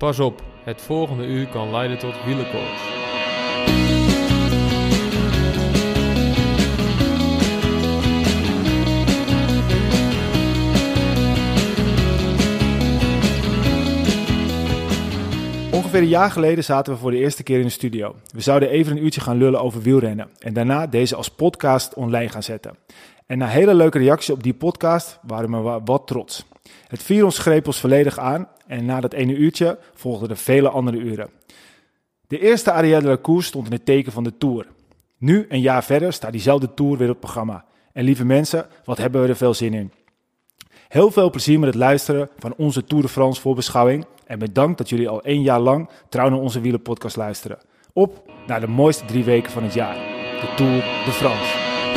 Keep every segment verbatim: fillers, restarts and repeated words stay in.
Pas op, het volgende uur kan leiden tot wielerkoorts. Ongeveer een jaar geleden zaten we voor de eerste keer in de studio. We zouden even een uurtje gaan lullen over wielrennen en daarna deze als podcast online gaan zetten. En na hele leuke reacties op die podcast waren we maar wat trots. Het virus greep ons volledig aan en na dat ene uurtje volgden er vele andere uren. De eerste Arrière de la Course stond in het teken van de Tour. Nu, een jaar verder, staat diezelfde Tour weer op het programma. En lieve mensen, wat hebben we er veel zin in. Heel veel plezier met het luisteren van onze Tour de France voorbeschouwing. En bedankt dat jullie al één jaar lang trouw naar onze wielerpodcast luisteren. Op naar de mooiste drie weken van het jaar. De Tour de France.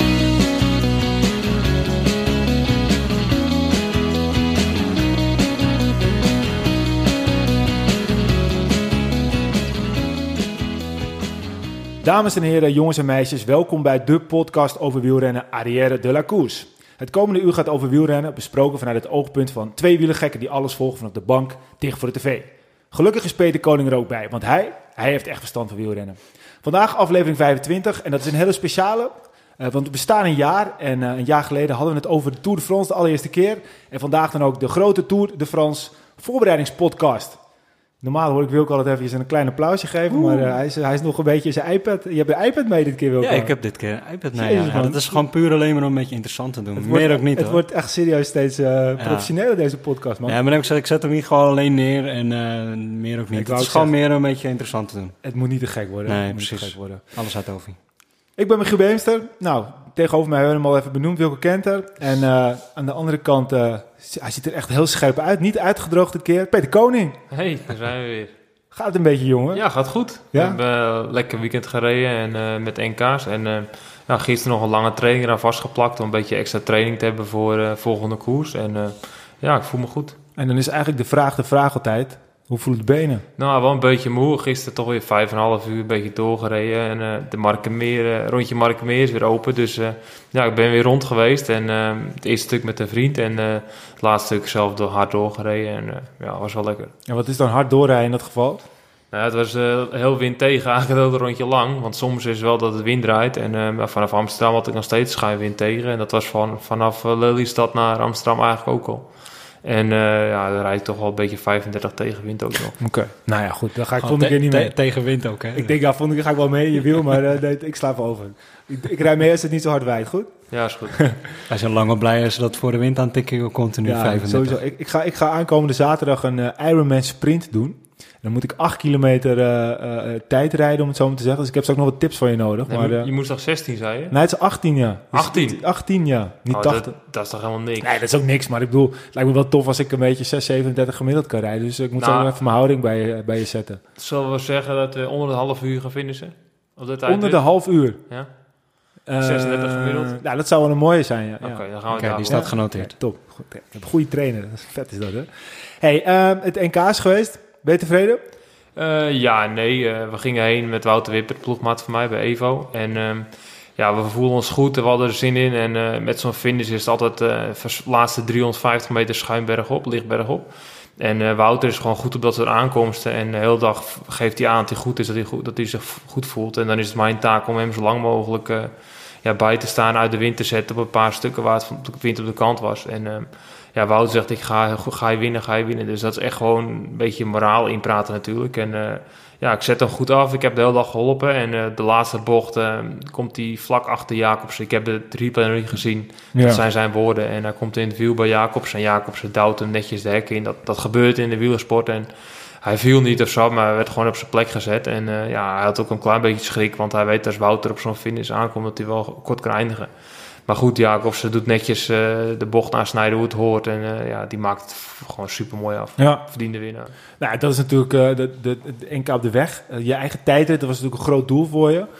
Dames en heren, jongens en meisjes, welkom bij de podcast over wielrennen Arrière de la Course. Het komende uur gaat over wielrennen, besproken vanuit het oogpunt van twee wielergekken die alles volgen vanaf de bank, dicht voor de tv. Gelukkig is Peter Koning er ook bij, want hij, hij heeft echt verstand van wielrennen. Vandaag aflevering vijfentwintig en dat is een hele speciale, uh, want we bestaan een jaar en uh, een jaar geleden hadden we het over de Tour de France de allereerste keer. En vandaag dan ook de grote Tour de France voorbereidingspodcast. Normaal hoor ik Wilco altijd even een klein applausje geven, Oeh. maar uh, hij, is, hij is nog een beetje zijn iPad. Je hebt een iPad mee dit keer, Wilco. Ja, ik heb dit keer een iPad mee. Ja. Ja, dat is gewoon puur alleen maar om een beetje interessant te doen. Het Meer wordt, ook niet, Het hoor. wordt echt serieus steeds uh, professioneler, ja. deze podcast, man. Ja, maar dan heb ik gezegd, ik zet hem hier gewoon alleen neer en uh, meer ook niet. Het is gewoon zeggen, meer om een beetje interessant te doen. Het moet niet te gek worden. Nee, het precies. Moet niet te gek worden. Alles uit over. Ik ben Michiel Beemster. Nou, tegenover mij hebben we hem al even benoemd, Wilco Kenter. En uh, aan de andere kant, uh, hij ziet er echt heel scherp uit. Niet uitgedroogd een keer. Peter Koning. Hey, daar zijn we weer. Gaat het een beetje, jongen? Ja, gaat goed. Ja? We hebben uh, lekker weekend gereden en, uh, met N K's. En uh, nou, gisteren nog een lange training eraan vastgeplakt om een beetje extra training te hebben voor de uh, volgende koers. En uh, ja, ik voel me goed. En dan is eigenlijk de vraag de vraag altijd, hoe voelen de benen? Nou, wel een beetje moe. Gisteren toch weer vijf en een half uur een beetje doorgereden. En uh, de Markenmeer, uh, rondje Markenmeer is weer open. Dus uh, ja, ik ben weer rond geweest. En uh, het eerste stuk met een vriend. En uh, het laatste stuk zelf door, hard doorgereden. En uh, ja, was wel lekker. En wat is dan hard doorrijden in dat geval? Nou, het was uh, heel wind tegen, eigenlijk een heel rondje lang. Want soms is wel dat het wind draait. En uh, vanaf Amsterdam had ik nog steeds schuinwind tegen. En dat was van, vanaf uh, Lelystad naar Amsterdam eigenlijk ook al. En uh, ja, dan rijd ik toch wel een beetje vijfendertig tegenwind ook nog. Oké, okay. Nou ja, goed. Dan ga ik Gewoon volgende keer niet mee. Te- tegenwind ook, hè? Ik denk, ja, volgende keer ga ik wel mee in je wiel, maar uh, nee, ik sla even over. Ik, ik rijd mee als het niet zo hard waait, goed? Ja, is goed. Wij zijn lang wel blij als ze dat voor de wind aantikken, continu ja, vijfendertig. Sowieso. Ik, ik, ga, ik ga aankomende zaterdag een uh, Ironman sprint doen. Dan moet ik acht kilometer uh, uh, tijd rijden, om het zo maar te zeggen. Dus ik heb straks nog wat tips van je nodig. Nee, maar, uh, je moest toch zestien, zei je? Nee, het is achttien, ja. Dus achttien? achttien, ja. Niet oh, tachtig. Dat, dat is toch helemaal niks? Nee, dat is ook niks. Maar ik bedoel, het lijkt me wel tof als ik een beetje zes, zevenendertig gemiddeld kan rijden. Dus ik moet nou, zo even mijn houding bij je, bij je zetten. Zullen we zeggen dat we onder de half uur gaan finishen? Op de tijd onder de half uur? Ja. Uh, zesendertig gemiddeld? Nou, dat zou wel een mooie zijn, ja. Oké, okay, ja. dan gaan we okay, daar. Die staat ja, genoteerd. Ja, top. Goed, ja. Ik heb een goede trainer. Dat is, vet is dat, hè? Hey, uh, het N K is geweest. Ben je tevreden? Uh, ja, nee. Uh, we gingen heen met Wouter Wippert, ploegmaat van mij bij Evo. En uh, ja, we voelden ons goed. We hadden er zin in. En uh, met zo'n finish is het altijd uh, de laatste driehonderdvijftig meter schuin bergop, licht bergop. En uh, Wouter is gewoon goed op dat soort aankomsten. En de hele dag geeft hij aan dat hij goed is, dat hij, goed, dat hij zich goed voelt. En dan is het mijn taak om hem zo lang mogelijk uh, ja, bij te staan, uit de wind te zetten op een paar stukken waar het van de wind op de kant was. En uh, ja, Wouter zegt, ik ga, ga je winnen, ga je winnen. Dus dat is echt gewoon een beetje moraal inpraten natuurlijk. En uh, ja, ik zet hem goed af. Ik heb de hele dag geholpen. En uh, de laatste bocht uh, komt hij vlak achter Jacobs. Ik heb de replay gezien. Ja. Dat zijn zijn woorden. En hij komt in het wiel bij Jacobs. En Jacobs duwt hem netjes de hek in. Dat, dat gebeurt in de wielersport. En hij viel niet of zo, maar hij werd gewoon op zijn plek gezet. En uh, ja, hij had ook een klein beetje schrik. Want hij weet als Wouter op zo'n finish aankomt, dat hij wel kort kan eindigen. Maar goed, Jacobs doet netjes uh, de bocht aansnijden hoe het hoort. En uh, ja, die maakt het gewoon super mooi af. Ja. Verdiende winnaar. Nou, dat is natuurlijk uh, de, de, de N K op de weg. Uh, je eigen tijdrit, dat was natuurlijk een groot doel voor je.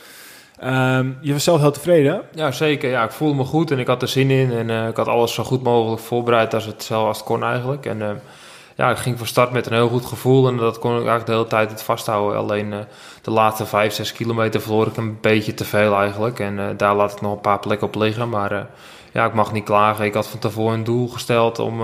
Um, je was zelf heel tevreden, hè? Ja, zeker. Ja, ik voelde me goed en ik had er zin in. En uh, ik had alles zo goed mogelijk voorbereid als het zelf als het kon eigenlijk. En uh, ja, ik ging van start met een heel goed gevoel. En dat kon ik eigenlijk de hele tijd het vasthouden. Alleen uh, de laatste vijf, zes kilometer verloor ik een beetje te veel eigenlijk. En uh, daar laat ik nog een paar plekken op liggen. Maar uh, ja, ik mag niet klagen. Ik had van tevoren een doel gesteld om uh,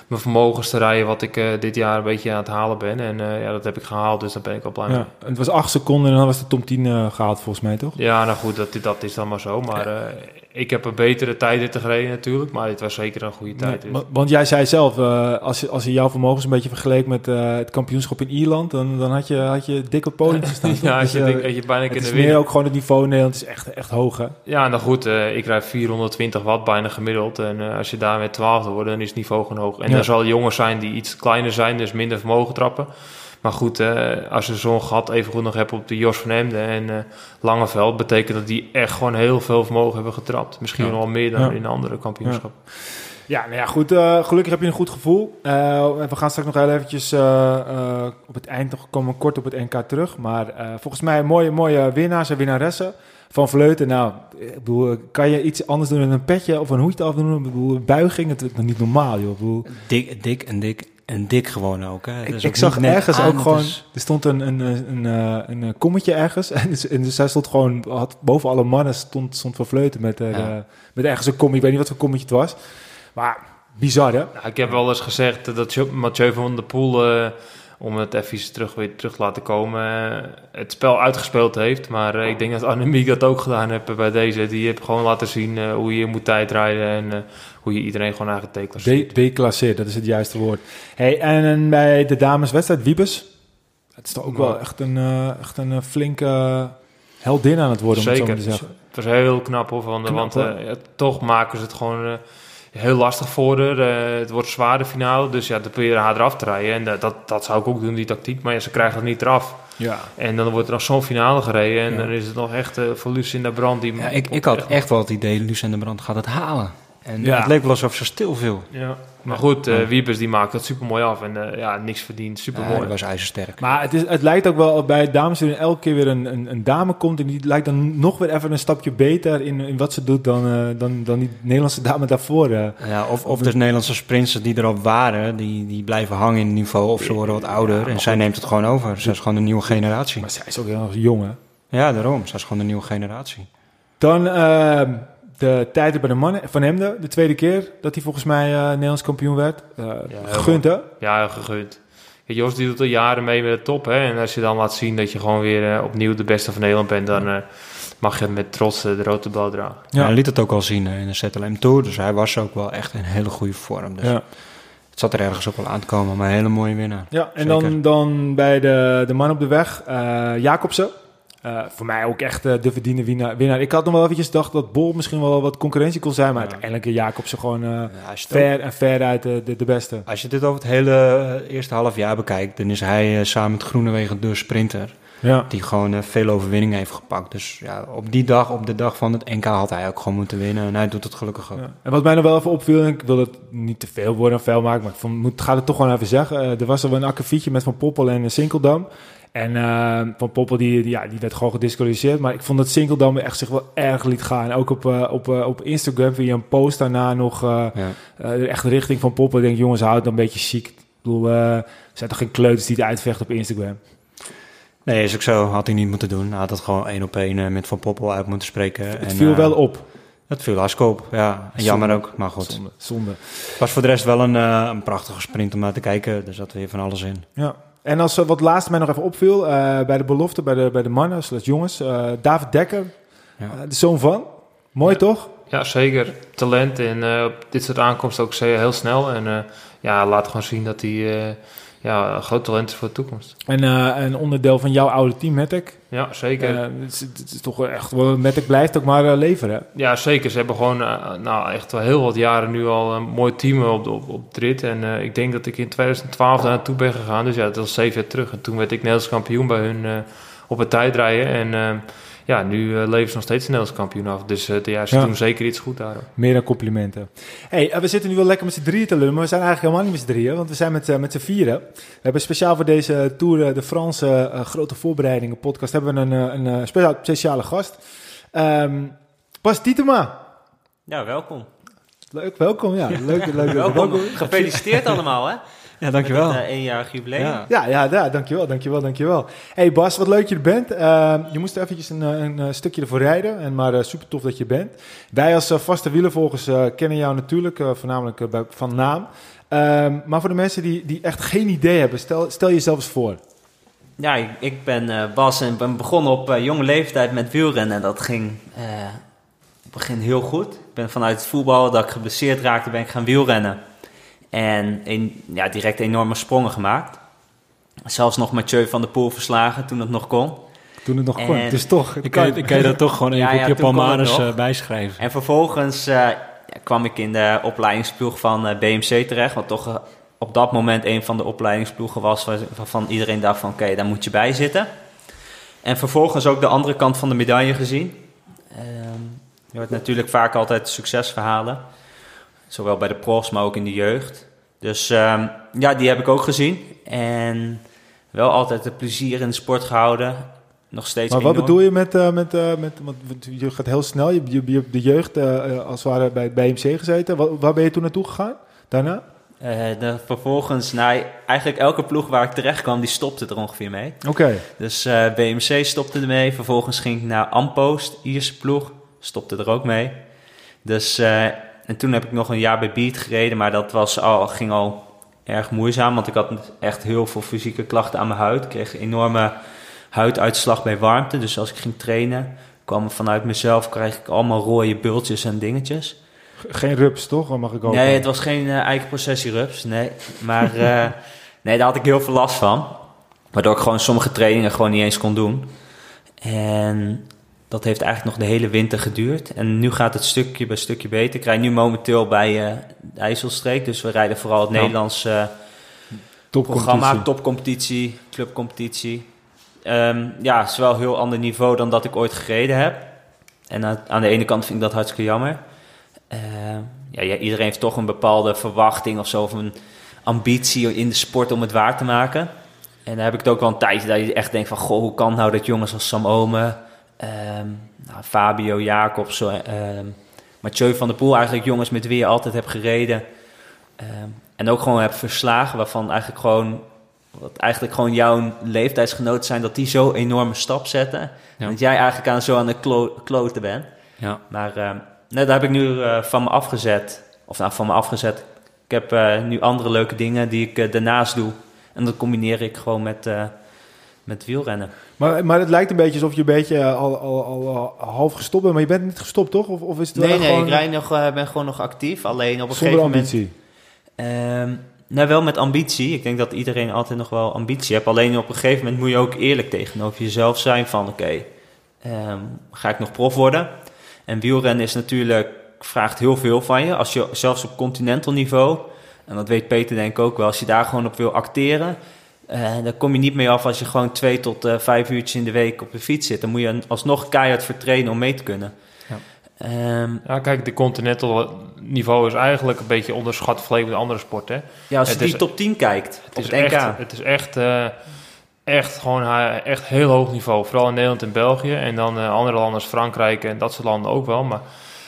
mijn vermogens te rijden wat ik uh, dit jaar een beetje aan het halen ben. En uh, ja, dat heb ik gehaald, dus daar ben ik wel blij mee. Ja, het was acht seconden en dan was de top tien uh, gehaald volgens mij, toch? Ja, nou goed, dat, dat is dan maar zo. Maar uh, ik heb een betere tijdrit gereden natuurlijk, maar dit was zeker een goede tijd. Nee, want jij zei zelf, uh, als, je, als je jouw vermogens een beetje vergeleek met uh, het kampioenschap in Ierland, dan, dan had, je, had je dik op podium gestaan. Ja, als je, dus, uh, denk, je bijna het kunnen is winnen. meer ook gewoon het niveau in Nederland is echt, echt hoog, hè? Ja, nou goed, uh, ik rijd vierhonderdtwintig watt bijna gemiddeld. En uh, als je daar met twaalfde wordt, dan is het niveau gewoon hoog. En ja. er zal jongens zijn die iets kleiner zijn, dus minder vermogen trappen. Maar goed, uh, als je zo'n gat even goed nog hebt op de Jos van Emden en uh, Langeveld, betekent dat die echt gewoon heel veel vermogen hebben getrapt. Misschien ja. wel meer dan ja. in andere kampioenschappen. Ja. Ja, nou ja, goed. Uh, gelukkig heb je een goed gevoel. Uh, we gaan straks nog heel eventjes uh, uh, op het eind nog komen kort op het N K terug. Maar uh, volgens mij mooie, mooie winnaars en winnaressen. Van Vleuten, nou, ik bedoel, kan je iets anders doen dan een petje of een hoedje afdoen? Ik bedoel, buiging, het is nog niet normaal, joh. Ik bedoel, dik, dik en dik en dik gewoon ook, hè. Ik, ook ik zag ergens ook gewoon, is... er stond een, een, een, een, een kommetje ergens en dus, en dus zij stond gewoon, had, boven alle mannen stond, stond Van Vleuten met, uh, ja. met ergens een kommetje, ik weet niet wat voor kommetje het was. Maar bizar, hè? Nou, ik heb wel eens gezegd dat Mathieu van der Poel, uh, om het even terug, weer terug te laten komen, uh, het spel uitgespeeld heeft. Maar uh, ik denk dat Annemiek dat ook gedaan heeft bij deze. Die heeft gewoon laten zien uh, hoe je moet tijdrijden en uh, hoe je iedereen gewoon eigenlijk declasseert. De- declasseert, dat is het juiste woord. Hey, en, en bij de dameswedstrijd, Wiebes, het is toch ook ja. wel echt een, uh, echt een flinke uh, heldin aan het worden, om Zeker. het zo te zeggen. Het was heel knap, hoor, van de, knap, want uh, ja, toch maken ze het gewoon... Uh, heel lastig voor haar. Uh, het wordt zwaar de finale. Dus ja, dan probeer je haar eraf te rijden. En uh, dat, dat zou ik ook doen, die tactiek. Maar ja, ze krijgen het niet eraf. Ja. En dan wordt er nog zo'n finale gereden. En ja. dan is het nog echt uh, voor Lucinda Brandt. Die ja, ik, ik had echt, echt wel het idee, Lucinda Brandt gaat het halen. En ja. het leek wel alsof ze stil viel. Ja. Maar goed, uh, Wiebes die maakt het super mooi af. En uh, ja, niks verdiend. Super mooi. Ja, dat was ijzersterk. Maar het, is, het lijkt ook wel bij dames die elke keer weer een, een, een dame komt. En die lijkt dan nog weer even een stapje beter in, in wat ze doet dan, uh, dan, dan die Nederlandse dame daarvoor. Uh. Ja, of, of de Nederlandse sprinters die erop waren, die, die blijven hangen in het niveau. Of ze worden wat ouder. Ja, en zij neemt het gewoon over. Zij is gewoon een nieuwe generatie. Maar zij is ook heel erg jong, hè? Ja, daarom. Zij is gewoon een nieuwe generatie. Dan... Uh, de tijden bij de mannen van Emden, de tweede keer dat hij volgens mij uh, Nederlands kampioen werd. Uh, ja, gegund, hè? Ja, gegund. Jos die doet al jaren mee met de top, hè? En als je dan laat zien dat je gewoon weer uh, opnieuw de beste van Nederland bent, dan uh, mag je met trots uh, de rode bal dragen. Ja, hij liet het ook al zien uh, in de Z L M Tour, dus hij was ook wel echt in hele goede vorm. Dus ja. Het zat er ergens ook wel aan te komen, maar een hele mooie winnaar. Ja, en dan, dan bij de, de man op de weg, uh, Jacobsen. Uh, voor mij ook echt uh, de verdiende winnaar, winnaar. Ik had nog wel eventjes gedacht dat Bol misschien wel wat concurrentie kon zijn, maar ja. uiteindelijk Jacobsen gewoon uh, ja, ver en ver uit de, de, de beste. Als je dit over het hele uh, eerste half jaar bekijkt, dan is hij uh, samen met Groenewegen de sprinter. Ja. Die gewoon uh, veel overwinningen heeft gepakt. Dus ja, op die dag, op de dag van het N K had hij ook gewoon moeten winnen. En hij doet het gelukkig ook. Ja. En wat mij nog wel even opviel, en ik wil het niet te veel worden en veel maken, maar ik vond, moet, ga het toch gewoon even zeggen. Uh, er was er wel een akkefietje met Van Poppel en uh, Sinkeldam. En uh, Van Poppel, die, die, ja, die werd gewoon gedisqualificeerd. Maar ik vond dat Sinkeldam echt zich wel erg liet gaan. Ook op, uh, op, uh, op Instagram via een post daarna nog uh, ja. uh, echt richting Van Poppel. Ik denk, jongens, houd het een beetje chic. Ik bedoel, uh, er zijn toch geen kleuters die het uitvechten op Instagram? Nee, is ook zo. Had hij niet moeten doen. Hij had het gewoon één op één met Van Poppel uit moeten spreken. Het en, viel uh, wel op. Het viel hartstikke op, ja. En jammer ook, maar goed. Zonde, zonde. Het was voor de rest wel een, uh, een prachtige sprint om naar te kijken. Er zat weer van alles in. Ja. En als uh, wat laatst mij nog even opviel, uh, bij de belofte, bij de, bij de mannen, zoals jongens, uh, David Dekker, ja. uh, de zoon van. Mooi ja. toch? Ja, zeker. Talent en uh, op dit soort aankomsten ook heel snel. En uh, ja, laat gewoon zien dat hij uh, ja, een groot talent is voor de toekomst. En uh, een onderdeel van jouw oude team, Matic. Ja, zeker. Uh, het, is, het is toch echt, Matic blijft ook maar uh, leveren. Ja, zeker. Ze hebben gewoon uh, nou, echt wel heel wat jaren nu al een mooi team op de, op, op de rit. En uh, ik denk dat ik in twintig twaalf daar naartoe ben gegaan. Dus ja, dat was zeven jaar terug. En toen werd ik Nederlands kampioen bij hun uh, op het tijdrijden. En uh, ja, nu uh, leven ze nog steeds Nederlands kampioen af. Dus uh, ja, ze ja. doen zeker iets goed daar. Meer dan complimenten. Hey, uh, we zitten nu wel lekker met z'n drieën te lullen, maar we zijn eigenlijk helemaal niet met z'n drieën, want we zijn met, uh, met z'n vieren. We hebben speciaal voor deze Tour de France uh, grote voorbereidingen podcast hebben we een, een, een speciaal, speciale gast. Um, Bas Tietema. Ja, welkom. Leuk, welkom. Ja, leuk, leuk. welkom. welkom. Gefeliciteerd allemaal, hè? Ja, dankjewel. Met het uh, eenjarig jubileum. Ja, ja, ja, ja dankjewel, dankjewel, dankjewel. Hey Bas, wat leuk dat je er bent. Uh, je moest er eventjes een, een, een stukje ervoor rijden, en maar uh, super tof dat je bent. Wij als uh, vaste wielervolgers uh, kennen jou natuurlijk, uh, voornamelijk uh, bij, van naam. Um, maar voor de mensen die, die echt geen idee hebben, stel, stel jezelf eens voor. Ja, ik, ik ben uh, Bas en ben begonnen op uh, jonge leeftijd met wielrennen. En dat ging uh, op het begin heel goed. Ik ben vanuit het voetbal, dat ik geblesseerd raakte, ben ik gaan wielrennen. En een, ja, direct enorme sprongen gemaakt. Zelfs nog Mathieu van der Poel verslagen toen het nog kon. Toen het nog en, kon, dus toch. Ik kan, ik kan je dat toch gewoon even ja, ja, op je palmares uh, bijschrijven. En vervolgens uh, ja, kwam ik in de opleidingsploeg van uh, B M C terecht. Wat toch uh, op dat moment een van de opleidingsploegen was waarvan iedereen dacht van oké, okay, daar moet je bij zitten. En vervolgens ook de andere kant van de medaille gezien. Um, je hoort natuurlijk vaak altijd succesverhalen. Zowel bij de profs, maar ook in de jeugd. Dus um, ja, die heb ik ook gezien. En wel altijd het plezier in de sport gehouden. Nog steeds Maar enorm. Wat bedoel je met, uh, met, uh, met... Want je gaat heel snel, je hebt je, de jeugd uh, als het ware bij het B M C gezeten. Waar, waar ben je toen naartoe gegaan, daarna? Uh, de, vervolgens, nou, eigenlijk elke ploeg waar ik terecht kwam, die stopte er ongeveer mee. Oké. Okay. Dus uh, B M C stopte ermee. Vervolgens ging ik naar Ampost, Ierse ploeg. Stopte er ook mee. Dus, uh, en toen heb ik nog een jaar bij Beat gereden. Maar dat was al, ging al erg moeizaam. Want ik had echt heel veel fysieke klachten aan mijn huid. Ik kreeg enorme huiduitslag bij warmte. Dus als ik ging trainen, kwam er vanuit mezelf, kreeg ik allemaal rode bultjes en dingetjes. Geen rups, toch? Mag ik ook nee, het was geen uh, eikenprocessierups. Nee, maar uh, nee, daar had ik heel veel last van. Waardoor ik gewoon sommige trainingen gewoon niet eens kon doen. En dat heeft eigenlijk nog de hele winter geduurd. En nu gaat het stukje bij stukje beter. Ik rijd nu momenteel bij uh, de IJsselstreek. Dus we rijden vooral het ja. Nederlands uh, programma. Topcompetitie, clubcompetitie. Um, ja, het is wel een heel ander niveau dan dat ik ooit gereden heb. En uh, aan de ene kant vind ik dat hartstikke jammer. Uh, ja, ja, iedereen heeft toch een bepaalde verwachting of zo, of een ambitie in de sport om het waar te maken. En dan heb ik het ook wel een tijdje dat je echt denkt van, goh, hoe kan nou dat jongens als Sam Omen, um, nou, Fabio Jacobs, um, Mathieu van der Poel, eigenlijk jongens met wie je altijd hebt gereden. Um, en ook gewoon hebt verslagen, waarvan eigenlijk gewoon, wat eigenlijk gewoon jouw leeftijdsgenoten zijn, dat die zo enorme stap zetten. Ja. Dat jij eigenlijk aan zo aan de klo- kloten bent. Ja. Maar um, nee, daar heb ik nu uh, van me afgezet. Of nou, van me afgezet. Ik heb uh, nu andere leuke dingen die ik uh, daarnaast doe. En dat combineer ik gewoon met, uh, met wielrennen. Maar, maar het lijkt een beetje alsof je een beetje al, al, al, al half gestopt bent. Maar je bent niet gestopt, toch? Of, of is het nee, wel nee, gewoon... ik rijd nog, uh, ben gewoon nog actief. Alleen op een Zonder gegeven ambitie? moment... Um, nou, wel met ambitie. Ik denk dat iedereen altijd nog wel ambitie heeft. Alleen op een gegeven moment moet je ook eerlijk tegenover jezelf zijn. Van oké, okay, um, ga ik nog prof worden? En wielrennen is natuurlijk, vraagt heel veel van je. Als je zelfs op continental niveau, en dat weet Peter denk ik ook wel, als je daar gewoon op wil acteren, uh, dan kom je niet mee af als je gewoon twee tot uh, vijf uurtjes in de week op de fiets zit. Dan moet je alsnog keihard vertrainen om mee te kunnen. Ja. Um, ja, kijk, de continental niveau is eigenlijk een beetje onderschat vergeleken met andere sporten. Hè? Ja, als je het die is, top tien kijkt, het op is het N K. Echt, het is echt... Uh, Echt gewoon echt heel hoog niveau. Vooral in Nederland en België. En dan uh, andere landen als Frankrijk en dat soort landen ook wel. Maar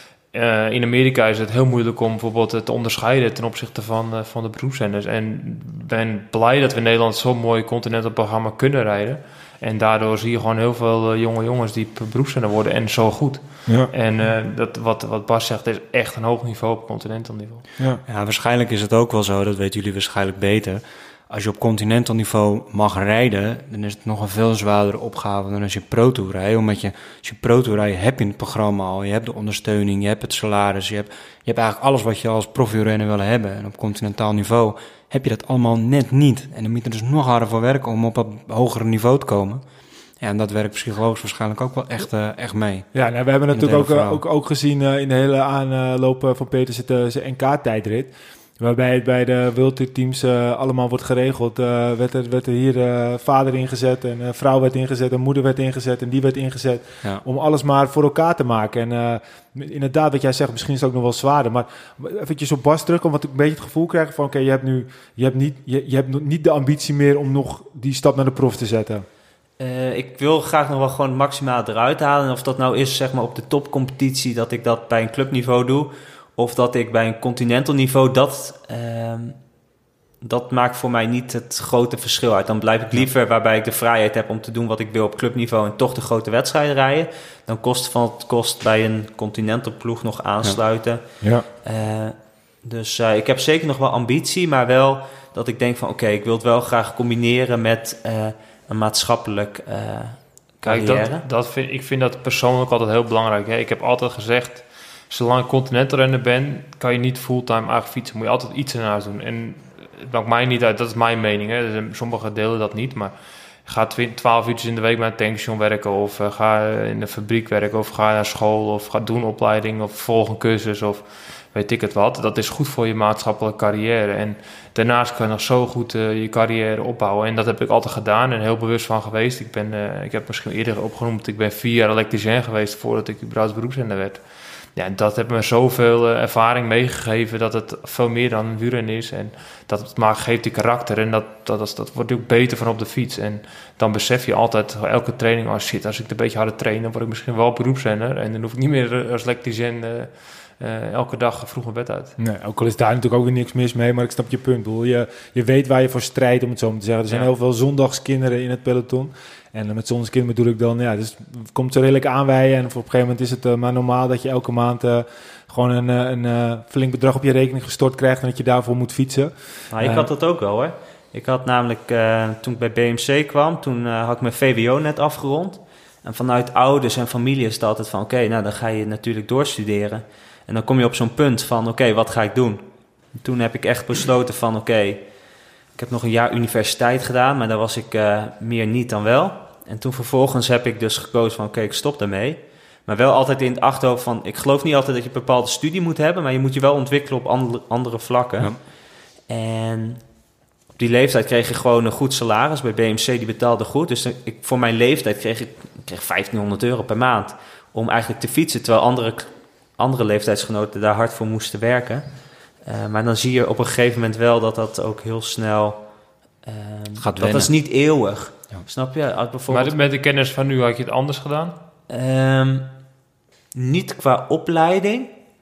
uh, in Amerika is het heel moeilijk om bijvoorbeeld te onderscheiden ten opzichte van, uh, van de beroepszenders. En ik ben blij dat we in Nederland zo'n mooi continental programma kunnen rijden. En daardoor zie je gewoon heel veel uh, jonge jongens die beroepszender worden en zo goed. Ja. En uh, dat, wat, wat Bas zegt, is echt een hoog niveau op continental niveau. Ja. Ja, waarschijnlijk is het ook wel zo, dat weten jullie waarschijnlijk beter. Als je op continental niveau mag rijden, dan is het nog een veel zwaardere opgave dan als je pro-tour rijdt. Omdat je, als je pro-tour rijdt, heb je het programma al, je hebt de ondersteuning, je hebt het salaris, je hebt, je hebt eigenlijk alles wat je als profielrenner wil hebben. En op continentaal niveau heb je dat allemaal net niet. En dan moet je dus nog harder voor werken om op dat hogere niveau te komen. Ja, en dat werkt psychologisch waarschijnlijk ook wel echt, uh, echt mee. Ja, nou, we hebben natuurlijk ook, ook, ook gezien uh, in de hele aanloop van Peter zijn N K-tijdrit. Waarbij het bij de World Tour teams uh, allemaal wordt geregeld. Uh, werd, er, werd er hier uh, vader ingezet en uh, vrouw werd ingezet en moeder werd ingezet en die werd ingezet. Ja. Om alles maar voor elkaar te maken. En uh, inderdaad, wat jij zegt, misschien is het ook nog wel zwaarder. Maar eventjes op Bas terug, omdat ik een beetje het gevoel krijg van... oké, okay, je hebt nu je hebt niet, je, je hebt niet de ambitie meer om nog die stap naar de prof te zetten. Uh, ik wil graag nog wel gewoon maximaal eruit halen. En of dat nou is, zeg maar, op de topcompetitie, dat ik dat bij een clubniveau doe... Of dat ik bij een continental niveau, dat, uh, dat maakt voor mij niet het grote verschil uit. Dan blijf ik liever waarbij ik de vrijheid heb om te doen wat ik wil op clubniveau en toch de grote wedstrijden rijden. Dan kost van het kost bij een continental ploeg nog aansluiten. Ja. Uh, Dus uh, ik heb zeker nog wel ambitie, maar wel dat ik denk van oké, okay, ik wil het wel graag combineren met uh, een maatschappelijk uh, carrière. Kijk, dat, dat vind, ik vind dat persoonlijk altijd heel belangrijk. Hè? Ik heb altijd gezegd, zolang ik continentalrenner ben, kan je niet fulltime eigenlijk fietsen. Moet je altijd iets ernaast doen. En het maakt mij niet uit, dat is mijn mening. Hè? Dus sommigen delen dat niet, maar ga twaalf uurtjes in de week bij een tankstation werken, of uh, ga in de fabriek werken, of ga naar school, of ga doen opleiding, of volg een cursus, of weet ik het wat. Dat is goed voor je maatschappelijke carrière. En daarnaast kan je nog zo goed uh, je carrière opbouwen. En dat heb ik altijd gedaan en heel bewust van geweest. Ik, ben, uh, ik heb misschien eerder opgenoemd, ik ben vier jaar elektricien geweest voordat ik überhaupt beroepsrenner werd. Ja, en dat heeft me zoveel uh, ervaring meegegeven dat het veel meer dan een wielrennen is. En dat maakt, geeft die karakter en dat, dat, dat, dat wordt ook beter van op de fiets. En dan besef je altijd, elke training, oh shit, als ik een beetje harder train, dan word ik misschien wel beroepsrenner. En dan hoef ik niet meer als elektricien uh, uh, elke dag vroeg mijn bed uit. Nee, ook al is daar natuurlijk ook weer niks mis mee, maar ik snap je punt. Je, je weet waar je voor strijdt, om het zo maar te zeggen. Er zijn ja. heel veel zondagskinderen in het peloton. En met zondagskind bedoel ik dan, ja, dus het komt zo redelijk aanwijden. En op een gegeven moment is het uh, maar normaal dat je elke maand uh, gewoon een, een, een uh, flink bedrag op je rekening gestort krijgt en dat je daarvoor moet fietsen. Nou, ik uh, had dat ook wel hoor. Ik had namelijk, uh, toen ik bij B M C kwam, toen uh, had ik mijn V W O net afgerond. En vanuit ouders en familie is het altijd van, oké, okay, nou dan ga je natuurlijk doorstuderen. En dan kom je op zo'n punt van, oké, okay, wat ga ik doen? En toen heb ik echt besloten van, oké, okay, ik heb nog een jaar universiteit gedaan, maar daar was ik uh, meer niet dan wel. En toen vervolgens heb ik dus gekozen van, oké, okay, ik stop daarmee. Maar wel altijd in het achterhoofd van, ik geloof niet altijd dat je een bepaalde studie moet hebben, maar je moet je wel ontwikkelen op andere, andere vlakken. Ja. En op die leeftijd kreeg ik gewoon een goed salaris bij B M C, die betaalde goed. Dus ik, voor mijn leeftijd kreeg ik, ik kreeg vijftienhonderd euro per maand om eigenlijk te fietsen, terwijl andere, andere leeftijdsgenoten daar hard voor moesten werken. Uh, maar dan zie je op een gegeven moment wel dat dat ook heel snel Uh, gaat dat is niet eeuwig. Ja. Snap je? Als bijvoorbeeld, maar met de kennis van nu had je het anders gedaan? Um, niet qua opleiding.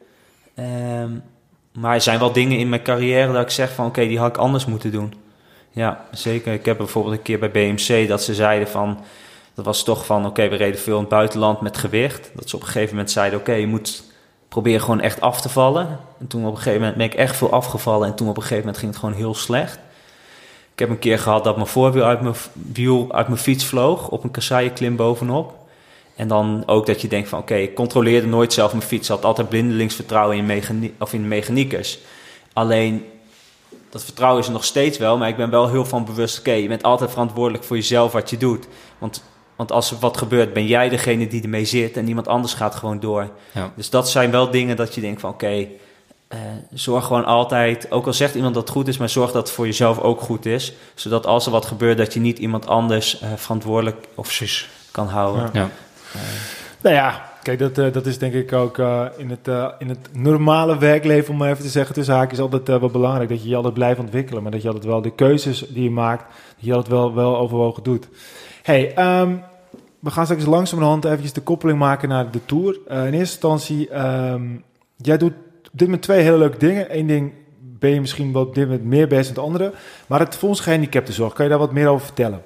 Um, maar er zijn wel dingen in mijn carrière dat ik zeg van oké, okay, die had ik anders moeten doen. Ja, zeker. Ik heb bijvoorbeeld een keer bij B M C dat ze zeiden van, dat was toch van oké, okay, we reden veel in het buitenland met gewicht. Dat ze op een gegeven moment zeiden oké, okay, je moet proberen gewoon echt af te vallen. En toen op een gegeven moment ben ik echt veel afgevallen en toen op een gegeven moment ging het gewoon heel slecht. Ik heb een keer gehad dat mijn voorwiel uit mijn wiel uit mijn fiets vloog op een kasseienklim bovenop. En dan ook dat je denkt van oké, okay, ik controleerde nooit zelf mijn fiets. Ik had altijd blindelings vertrouwen in, mechanie- of in mechaniekers. Alleen, dat vertrouwen is er nog steeds wel, maar ik ben wel heel van bewust, oké, okay, je bent altijd verantwoordelijk voor jezelf wat je doet. Want, want als er wat gebeurt, ben jij degene die ermee zit en iemand anders gaat gewoon door. Ja. Dus dat zijn wel dingen dat je denkt van oké, okay, Uh, zorg gewoon altijd, ook al zegt iemand dat het goed is, maar zorg dat het voor jezelf ook goed is. Zodat als er wat gebeurt, dat je niet iemand anders uh, verantwoordelijk of zus kan houden. Ja. Ja. Uh, nou ja, kijk, dat, uh, dat is denk ik ook uh, in, het, uh, in het normale werkleven, om maar even te zeggen, tussen haakjes, altijd uh, wel belangrijk. Dat je je altijd blijft ontwikkelen, maar dat je altijd wel de keuzes die je maakt, dat je altijd wel, wel overwogen doet. Hey, um, we gaan straks langzamerhand eventjes de koppeling maken naar de Tour. Uh, in eerste instantie, um, jij doet dit met twee hele leuke dingen. Eén ding ben je misschien wel dit met meer bezig dan het andere. Maar het Fonds Gehandicaptenzorg, kan je daar wat meer over vertellen?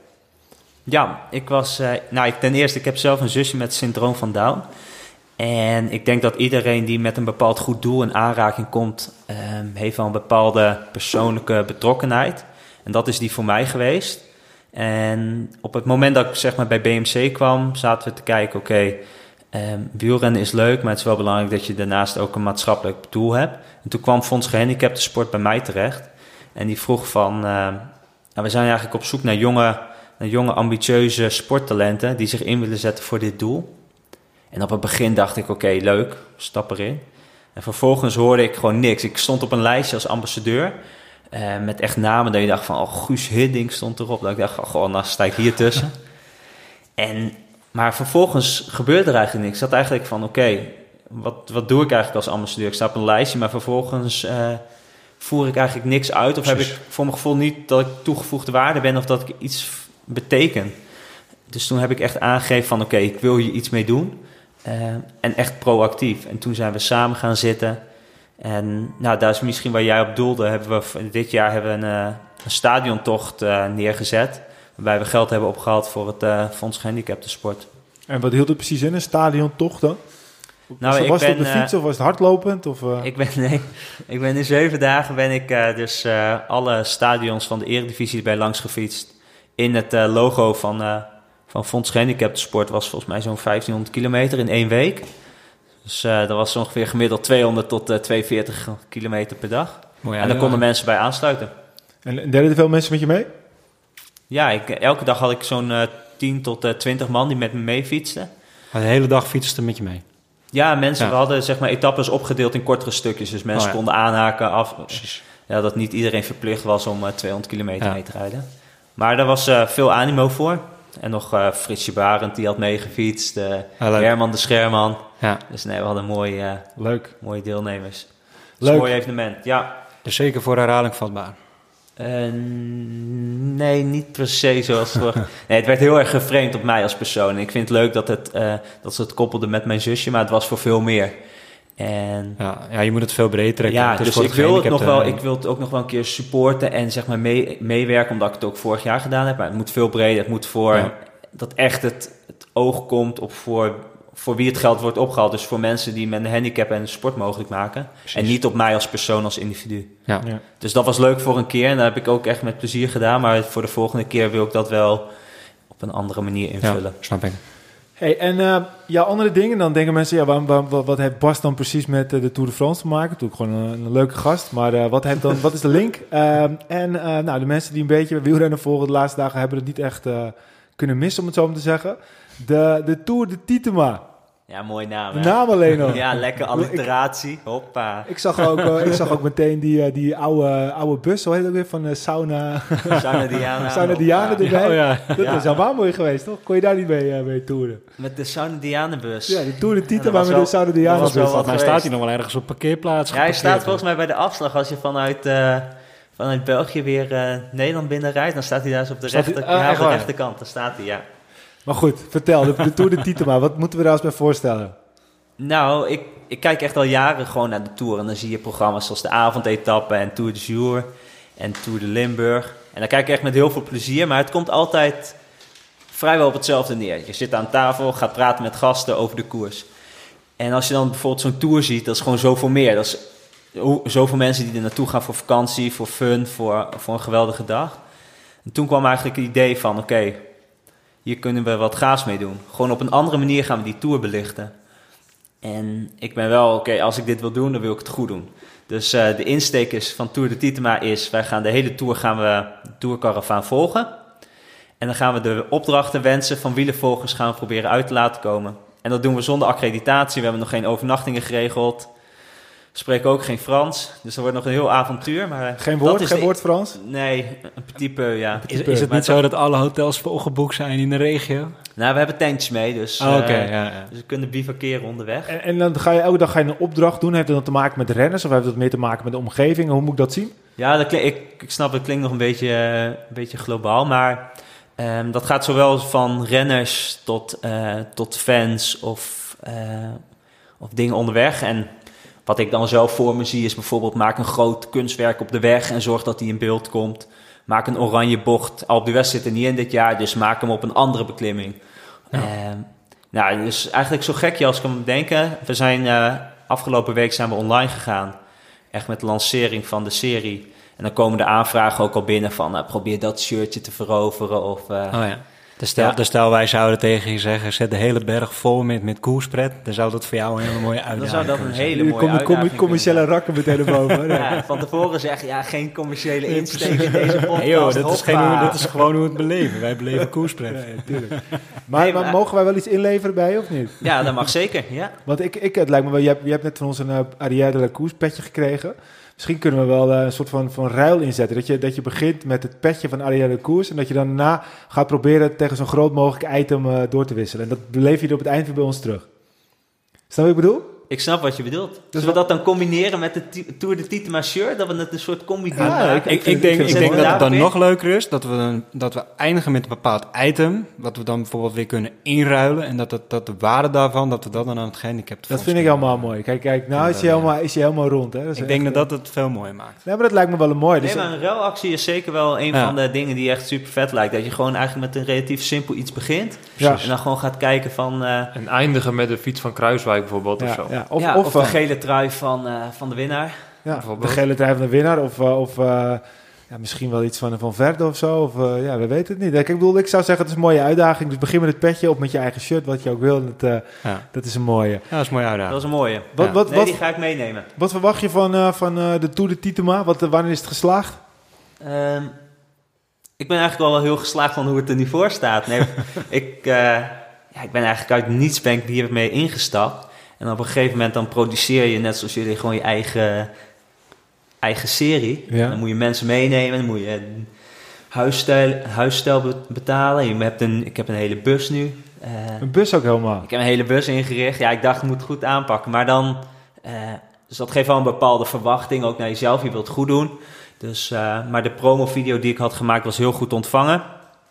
Ja, ik was... Uh, nou, ik, ten eerste, ik heb zelf een zusje met syndroom van Down. En ik denk dat iedereen die met een bepaald goed doel in aanraking komt, uh, heeft wel een bepaalde persoonlijke betrokkenheid. En dat is die voor mij geweest. En op het moment dat ik zeg maar bij B M C kwam, zaten we te kijken, oké, okay, Um, wielrennen is leuk, maar het is wel belangrijk dat je daarnaast ook een maatschappelijk doel hebt. En toen kwam Fonds Gehandicaptensport bij mij terecht. En die vroeg van, uh, nou, we zijn eigenlijk op zoek naar jonge, naar jonge ambitieuze sporttalenten die zich in willen zetten voor dit doel. En op het begin dacht ik, oké, okay, leuk, stap erin. En vervolgens hoorde ik gewoon niks. Ik stond op een lijstje als ambassadeur uh, met echt namen dat je dacht van, oh, Guus Hiddink stond erop. Dat ik dacht, oh, nou sta ik hier tussen. En... Maar vervolgens gebeurde er eigenlijk niks. Ik zat eigenlijk van, oké, okay, wat, wat doe ik eigenlijk als ambassadeur? Ik sta op een lijstje, maar vervolgens uh, voer ik eigenlijk niks uit. Of Precies. heb ik voor mijn gevoel niet dat ik toegevoegde waarde ben of dat ik iets beteken. Dus toen heb ik echt aangegeven van, oké, okay, ik wil hier iets mee doen. Uh, en echt proactief. En toen zijn we samen gaan zitten. En nou, daar is misschien waar jij op doelde. Hebben we, dit jaar hebben we een, uh, een stadiontocht uh, neergezet, waarbij we geld hebben opgehaald voor het uh, Fonds Gehandicaptensport. En wat hield het precies in, een stadiontocht dan? Nou, was, was het op de fiets uh, of was het hardlopend? Of, uh? ik, ben, nee, ik ben in zeven dagen ben ik uh, dus uh, alle stadions van de Eredivisie bij langs gefietst. In het uh, logo van, uh, van Fonds Gehandicapten Sport was volgens mij zo'n vijftienhonderd kilometer in één week. Dus uh, dat was ongeveer gemiddeld tweehonderd tot uh, tweehonderdveertig kilometer per dag. Mooi, ja, en daar konden ja. mensen bij aansluiten. En deden er veel mensen met je mee? Ja, ik, elke dag had ik zo'n uh, tien tot twintig man die met me mee fietsten. Maar de hele dag fietsten met je mee? Ja, mensen, ja. we hadden zeg maar etappes opgedeeld in kortere stukjes. Dus mensen oh, ja. konden aanhaken af. Precies. Ja, dat niet iedereen verplicht was om uh, tweehonderd kilometer ja. mee te rijden. Maar daar was uh, veel animo voor. En nog uh, Fritsje Barend, die had meegefietst. Uh, ja, Herman de Scherman. Ja. Dus nee, we hadden mooie, uh, leuk. mooie deelnemers. Leuk. Een mooi evenement, ja. Dus zeker voor herhaling vatbaar? Uh, nee, niet per se zoals het nee, het werd heel erg geframed op mij als persoon. Ik vind het leuk dat, het, uh, dat ze het koppelden met mijn zusje, maar het was voor veel meer. En ja, ja, je moet het veel breder trekken. Ja, dus ik wil, het nog wel, ik wil het ook nog wel een keer supporten en zeg maar mee, meewerken, omdat ik het ook vorig jaar gedaan heb. Maar het moet veel breder. Het moet voor ja. dat echt het, het oog komt op voor, voor wie het geld wordt opgehaald. Dus voor mensen die met een handicap en sport mogelijk maken. Precies. En niet op mij als persoon, als individu. Ja. Ja. Dus dat was leuk voor een keer en dat heb ik ook echt met plezier gedaan. Maar voor de volgende keer wil ik dat wel op een andere manier invullen. Ja, snap ik. Hey, en uh, ja, andere dingen, dan denken mensen, ja, waar, waar, wat, wat heeft Bas dan precies met uh, de Tour de France te maken? Natuurlijk gewoon een, een leuke gast, maar uh, wat, heeft dan, wat is de link? Uh, en uh, nou, de mensen die een beetje wielrennen volgen de laatste dagen hebben het niet echt uh, kunnen missen, om het zo maar te zeggen. De, de Tour de Titema. Ja, mooi naam. De naam alleen al. Ja, lekker alliteratie. Hoppa. Ik zag ook, uh, ik zag ook meteen die, die oude, oude bus, hoe heet dat weer, van uh, Sauna... Sauna Diana. Sauna Diana erbij. Oh, ja. Dat ja. is helemaal mooi geweest, toch? Kon je daar niet mee, uh, mee toeren? Met de Sauna Diana bus. Ja, de Tour de Titema ja, met wel, de Sauna Diana bus. Volgens mij staat hij nog wel ergens op parkeerplaats. Ja, hij staat volgens mij bij de afslag. Als je vanuit, uh, vanuit België weer uh, Nederland binnenrijdt, dan staat hij daar eens op de, rechter, hij, uh, ja, op de rechterkant. Daar staat hij, ja. Maar goed, vertel, de, de Tour de Titema, wat moeten we daar eens bij voorstellen? Nou, ik, ik kijk echt al jaren gewoon naar de Tour. En dan zie je programma's zoals de avondetappe en Tour de Jour en Tour de Limburg. En dan kijk ik echt met heel veel plezier. Maar het komt altijd vrijwel op hetzelfde neer. Je zit aan tafel, gaat praten met gasten over de koers. En als je dan bijvoorbeeld zo'n Tour ziet, dat is gewoon zoveel meer. Dat is zoveel mensen die er naartoe gaan voor vakantie, voor fun, voor, voor een geweldige dag. En toen kwam eigenlijk het idee van, oké, okay, hier kunnen we wat gaafs mee doen. Gewoon op een andere manier gaan we die Tour belichten. En ik ben wel, oké, okay, als ik dit wil doen, dan wil ik het goed doen. Dus uh, de insteek is van Tour de Titema is, wij gaan de hele Tour gaan we de Tourcaravaan volgen. En dan gaan we de opdrachten, wensen van wielervolgers gaan we proberen uit te laten komen. En dat doen we zonder accreditatie. We hebben nog geen overnachtingen geregeld. We spreken ook geen Frans. Dus er wordt nog een heel avontuur. Maar geen woord, geen de... woord Frans? Nee, een petit peu, ja. Petit is, peu. is het maar niet zo dat alle hotels volgeboekt zijn in de regio? Nou, we hebben tentjes mee, dus, oh, okay, uh, ja, ja. dus we kunnen bivakeren onderweg. En, en dan ga je elke dag ga je een opdracht doen. Heeft dat dan te maken met renners of heeft dat meer te maken met de omgeving? Hoe moet ik dat zien? Ja, dat klink, ik, ik snap, het klinkt nog een beetje, uh, een beetje globaal, maar um, dat gaat zowel van renners tot, uh, tot fans of, uh, of dingen onderweg. En wat ik dan zelf voor me zie is bijvoorbeeld maak een groot kunstwerk op de weg en zorg dat die in beeld komt. Maak een oranje bocht. Alpe d'Huez zit er niet in dit jaar, dus maak hem op een andere beklimming. Ja. Uh, nou, dus eigenlijk zo gek je als ik kan denken. We zijn uh, afgelopen week zijn we online gegaan. Echt met de lancering van de serie. En dan komen de aanvragen ook al binnen van uh, probeer dat shirtje te veroveren. Of, uh, oh ja. Dus stel, ja. dus stel wij zouden tegen je zeggen, zet de hele berg vol met, met koerspret. Dan zou dat voor jou een hele mooie uitdaging zijn. Dan zou dat een hele mooie kom, uitdaging kom, commerciële rakken meteen erboven. Ja, van tevoren zeg je, ja, geen commerciële insteek in deze podcast. Hey joh, dat, is geen, dat is gewoon hoe we het beleven. Wij beleven koerspret. Ja, natuurlijk. Maar, nee, maar, maar mogen wij wel iets inleveren bij je of niet? Ja, dat mag zeker, ja. Want ik, ik, het lijkt me wel, je hebt, je hebt net van ons een uh, Arrière de la Course petje gekregen. Misschien kunnen we wel uh, een soort van, van ruil inzetten. Dat je, dat je begint met het petje van Arrière de la Course en dat je daarna gaat proberen tegen zo'n groot mogelijk item uh, door te wisselen. En dat beleef je op het eind weer bij ons terug. Snap je wat ik bedoel? Ik snap wat je bedoelt. Zullen we dat dan combineren met de t- Tour de Titema shirt? Dat we het een soort combi doen? Ja, ik, ik, ik denk, ik denk dat het dan nog leuker is dat we, dan, dat we eindigen met een bepaald item, wat we dan bijvoorbeeld weer kunnen inruilen en dat, dat, dat de waarde daarvan, dat we dat dan aan het gehandicapt Dat vind ik helemaal mooi. Kijk, kijk nou is hij helemaal, is hij helemaal rond. Hè? Dat ik denk dat dat het veel mooier maakt. Ja, maar dat lijkt me wel een mooi. Nee, dus maar een ruilactie is zeker wel een ja. van de dingen die echt super vet lijkt. Dat je gewoon eigenlijk met een relatief simpel iets begint. Ja. En dan gewoon gaat kijken van... Uh, en eindigen met de fiets van Kruiswijk bijvoorbeeld ja, of zo. Ja, of, ja, of, of de gele trui van, uh, van de winnaar. Ja, de gele trui van de winnaar. Of, uh, of uh, ja, misschien wel iets van Van Verde of zo. Of, uh, ja, we weten het niet. Ik bedoel, ik zou zeggen, het is een mooie uitdaging. Dus begin met het petje of met je eigen shirt, wat je ook wil. Dat, uh, ja. dat is een mooie. Ja, dat is een mooie uitdaging. Dat is een mooie. Wat, ja. wat, nee, wat, die ga ik meenemen. Wat verwacht je van, uh, van uh, de Tour de Titema? Wat, uh, wanneer is het geslaagd? Um, ik ben eigenlijk wel heel geslaagd van hoe het er nu voor staat. Nee, ik, uh, ja, ik ben eigenlijk uit niets ben ik hiermee ingestapt. En op een gegeven moment dan produceer je, net zoals jullie, gewoon je eigen, eigen serie. Ja. Dan moet je mensen meenemen, dan moet je huisstijl, huisstijl betalen. Je hebt een, ik heb een hele bus nu. Uh, een bus ook helemaal? Ik heb een hele bus ingericht. Ja, ik dacht, ik moet het goed aanpakken. Maar dan, uh, dus dat geeft wel een bepaalde verwachting, ook naar jezelf. Je wilt het goed doen. Dus, uh, maar de promovideo die ik had gemaakt was heel goed ontvangen.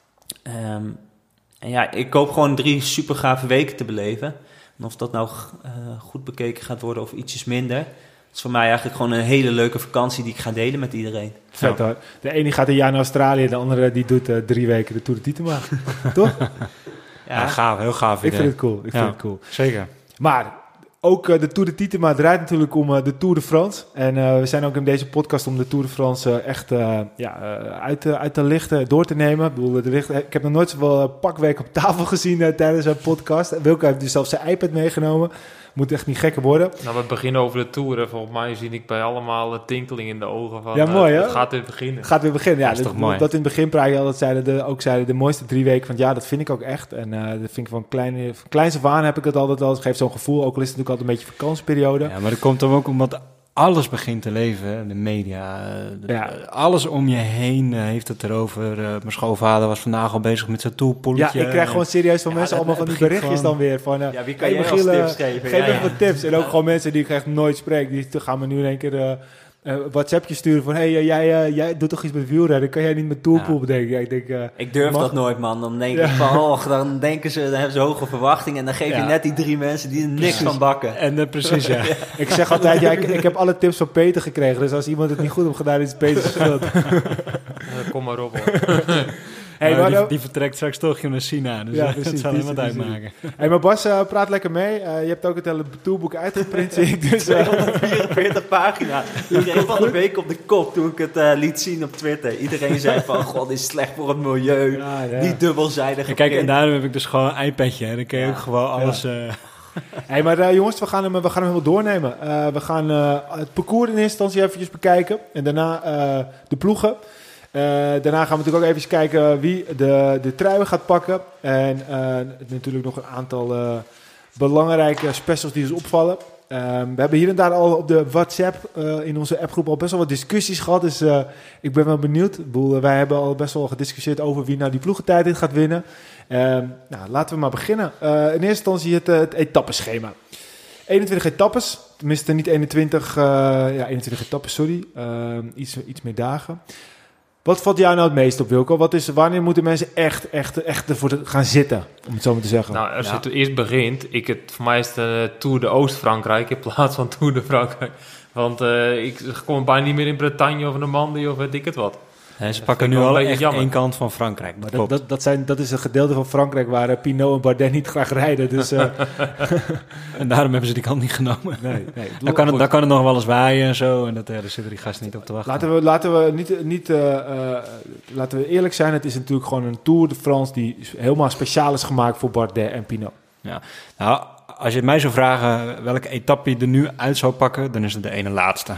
Um, en ja, ik hoop gewoon drie super gave weken te beleven. En of dat nou uh, goed bekeken gaat worden of ietsjes minder. Het is voor mij eigenlijk gewoon een hele leuke vakantie die ik ga delen met iedereen. Vet hoor. De ene gaat een jaar naar Australië, de andere die doet uh, drie weken de Tour de Titema. Toch? Ja, ja, gaaf, heel gaaf idee. Ik vind het cool. Ik ja, vind het cool. Zeker. Maar ook uh, de Tour de Titema draait natuurlijk om uh, de Tour de France. En uh, we zijn ook in deze podcast om de Tour de France uh, echt uh, ja, uh, uit, uh, uit te lichten, door te nemen. Ik, bedoel, de licht, ik heb nog nooit zoveel uh, pakwerk op tafel gezien uh, tijdens een podcast. Wilco heeft dus zelfs zijn iPad meegenomen. Moet echt niet gekker worden. Nou, we beginnen over de Tour. En volgens mij zie ik bij allemaal een tinkeling in de ogen van... Ja, mooi, uh, hè? Het gaat weer beginnen. Het gaat weer beginnen, ja. Dat is dat, toch mooi. Dat in het begin praat je al, dat zeiden de, ook zeiden de mooiste drie weken van... Ja, dat vind ik ook echt. En uh, dat vind ik van klein, van kleins af aan heb ik het altijd al. Het geeft zo'n gevoel, ook al is het natuurlijk altijd een beetje vakantieperiode. Ja, maar dat komt dan ook omdat alles begint te leven. De media, de, ja. alles om je heen uh, heeft het erover. Uh, mijn schoonvader was vandaag al bezig met zijn toolpolletje. Ja, ik krijg gewoon serieus van ja, mensen allemaal van die berichtjes gewoon... dan weer. Van, uh, ja, wie kan hey, je als tips geven? Geef ja, even ja. wat tips. En ook ja. gewoon mensen die ik echt nooit spreek. Die gaan me nu in één keer... Uh, Uh, WhatsAppje sturen van... Hé, hey, jij, uh, jij doet toch iets met wielrennen? Kan jij niet met toolpool ja. bedenken? Ja, ik, denk, uh, ik durf mag... dat nooit, man. Dan denk ja. ik van... Oh, dan denken ze... Dan hebben ze hoge verwachtingen. En dan geef ja. je net die drie mensen die er niks precies. van bakken. En uh, precies, ja. ja. Ik zeg altijd... Ja, ik, ik heb alle tips van Peter gekregen. Dus als iemand het niet goed heeft gedaan... is het Peter's schuld. uh, kom maar op, hoor. Hey, maar die, die vertrekt straks toch naar China. Dus ja, dat zal helemaal uitmaken. Hey, maar Bas, uh, praat lekker mee. Uh, je hebt ook het hele toolboek uitgeprint, zie ik. Dus, uh... tweehonderdvierenveertig pagina's. Iedereen van de week op de kop toen ik het uh, liet zien op Twitter. Iedereen zei van, god, dit is slecht voor het milieu. Ja, ja. Die dubbelzijdig en kijk, en daarom heb ik dus gewoon een iPadje. En dan kun je ja. ook gewoon alles... Ja. Uh... Hey, maar uh, jongens, we gaan hem, we gaan hem helemaal doornemen. Uh, we gaan uh, het parcours in eerste instantie eventjes bekijken. En daarna uh, de ploegen. Uh, daarna gaan we natuurlijk ook even kijken wie de, de truien gaat pakken. En uh, natuurlijk nog een aantal uh, belangrijke specials die ons opvallen. Uh, we hebben hier en daar al op de WhatsApp uh, in onze appgroep al best wel wat discussies gehad. Dus uh, ik ben wel benieuwd. Ik bedoel, wij hebben al best wel gediscussieerd over wie nou die ploegentijd in gaat winnen. Uh, nou, laten we maar beginnen. Uh, in eerste instantie het, het etappeschema. eenentwintig etappes, tenminste niet eenentwintig, uh, ja, eenentwintig etappes, sorry. Uh, iets, iets meer dagen. Wat valt jou nou het meest op, Wilco? Wat is, wanneer moeten mensen echt, echt, echt ervoor gaan zitten, om het zo maar te zeggen? Nou, als ja. het eerst begint, ik het, voor mij is het uh, Tour de Oost-Frankrijk in plaats van Tour de Frankrijk. Want uh, ik kom bijna niet meer in Bretagne of Normandië of weet ik het wat. En ze pakken nu al echt jammer. één kant van Frankrijk. Maar dat, dat, dat, zijn, dat is een gedeelte van Frankrijk waar uh, Pinot en Bardet niet graag rijden. Dus, uh... en daarom hebben ze die kant niet genomen. Nee, nee, dan, kan het, dan kan het nog wel eens waaien en zo. En dat, uh, daar zitten die gasten niet op te wachten. Laten we, laten we, niet, niet, uh, uh, laten we eerlijk zijn. Het is natuurlijk gewoon een Tour de France die helemaal speciaal is gemaakt voor Bardet en Pinot. Ja, nou, als je mij zou vragen welke etappe je er nu uit zou pakken, dan is het de ene laatste.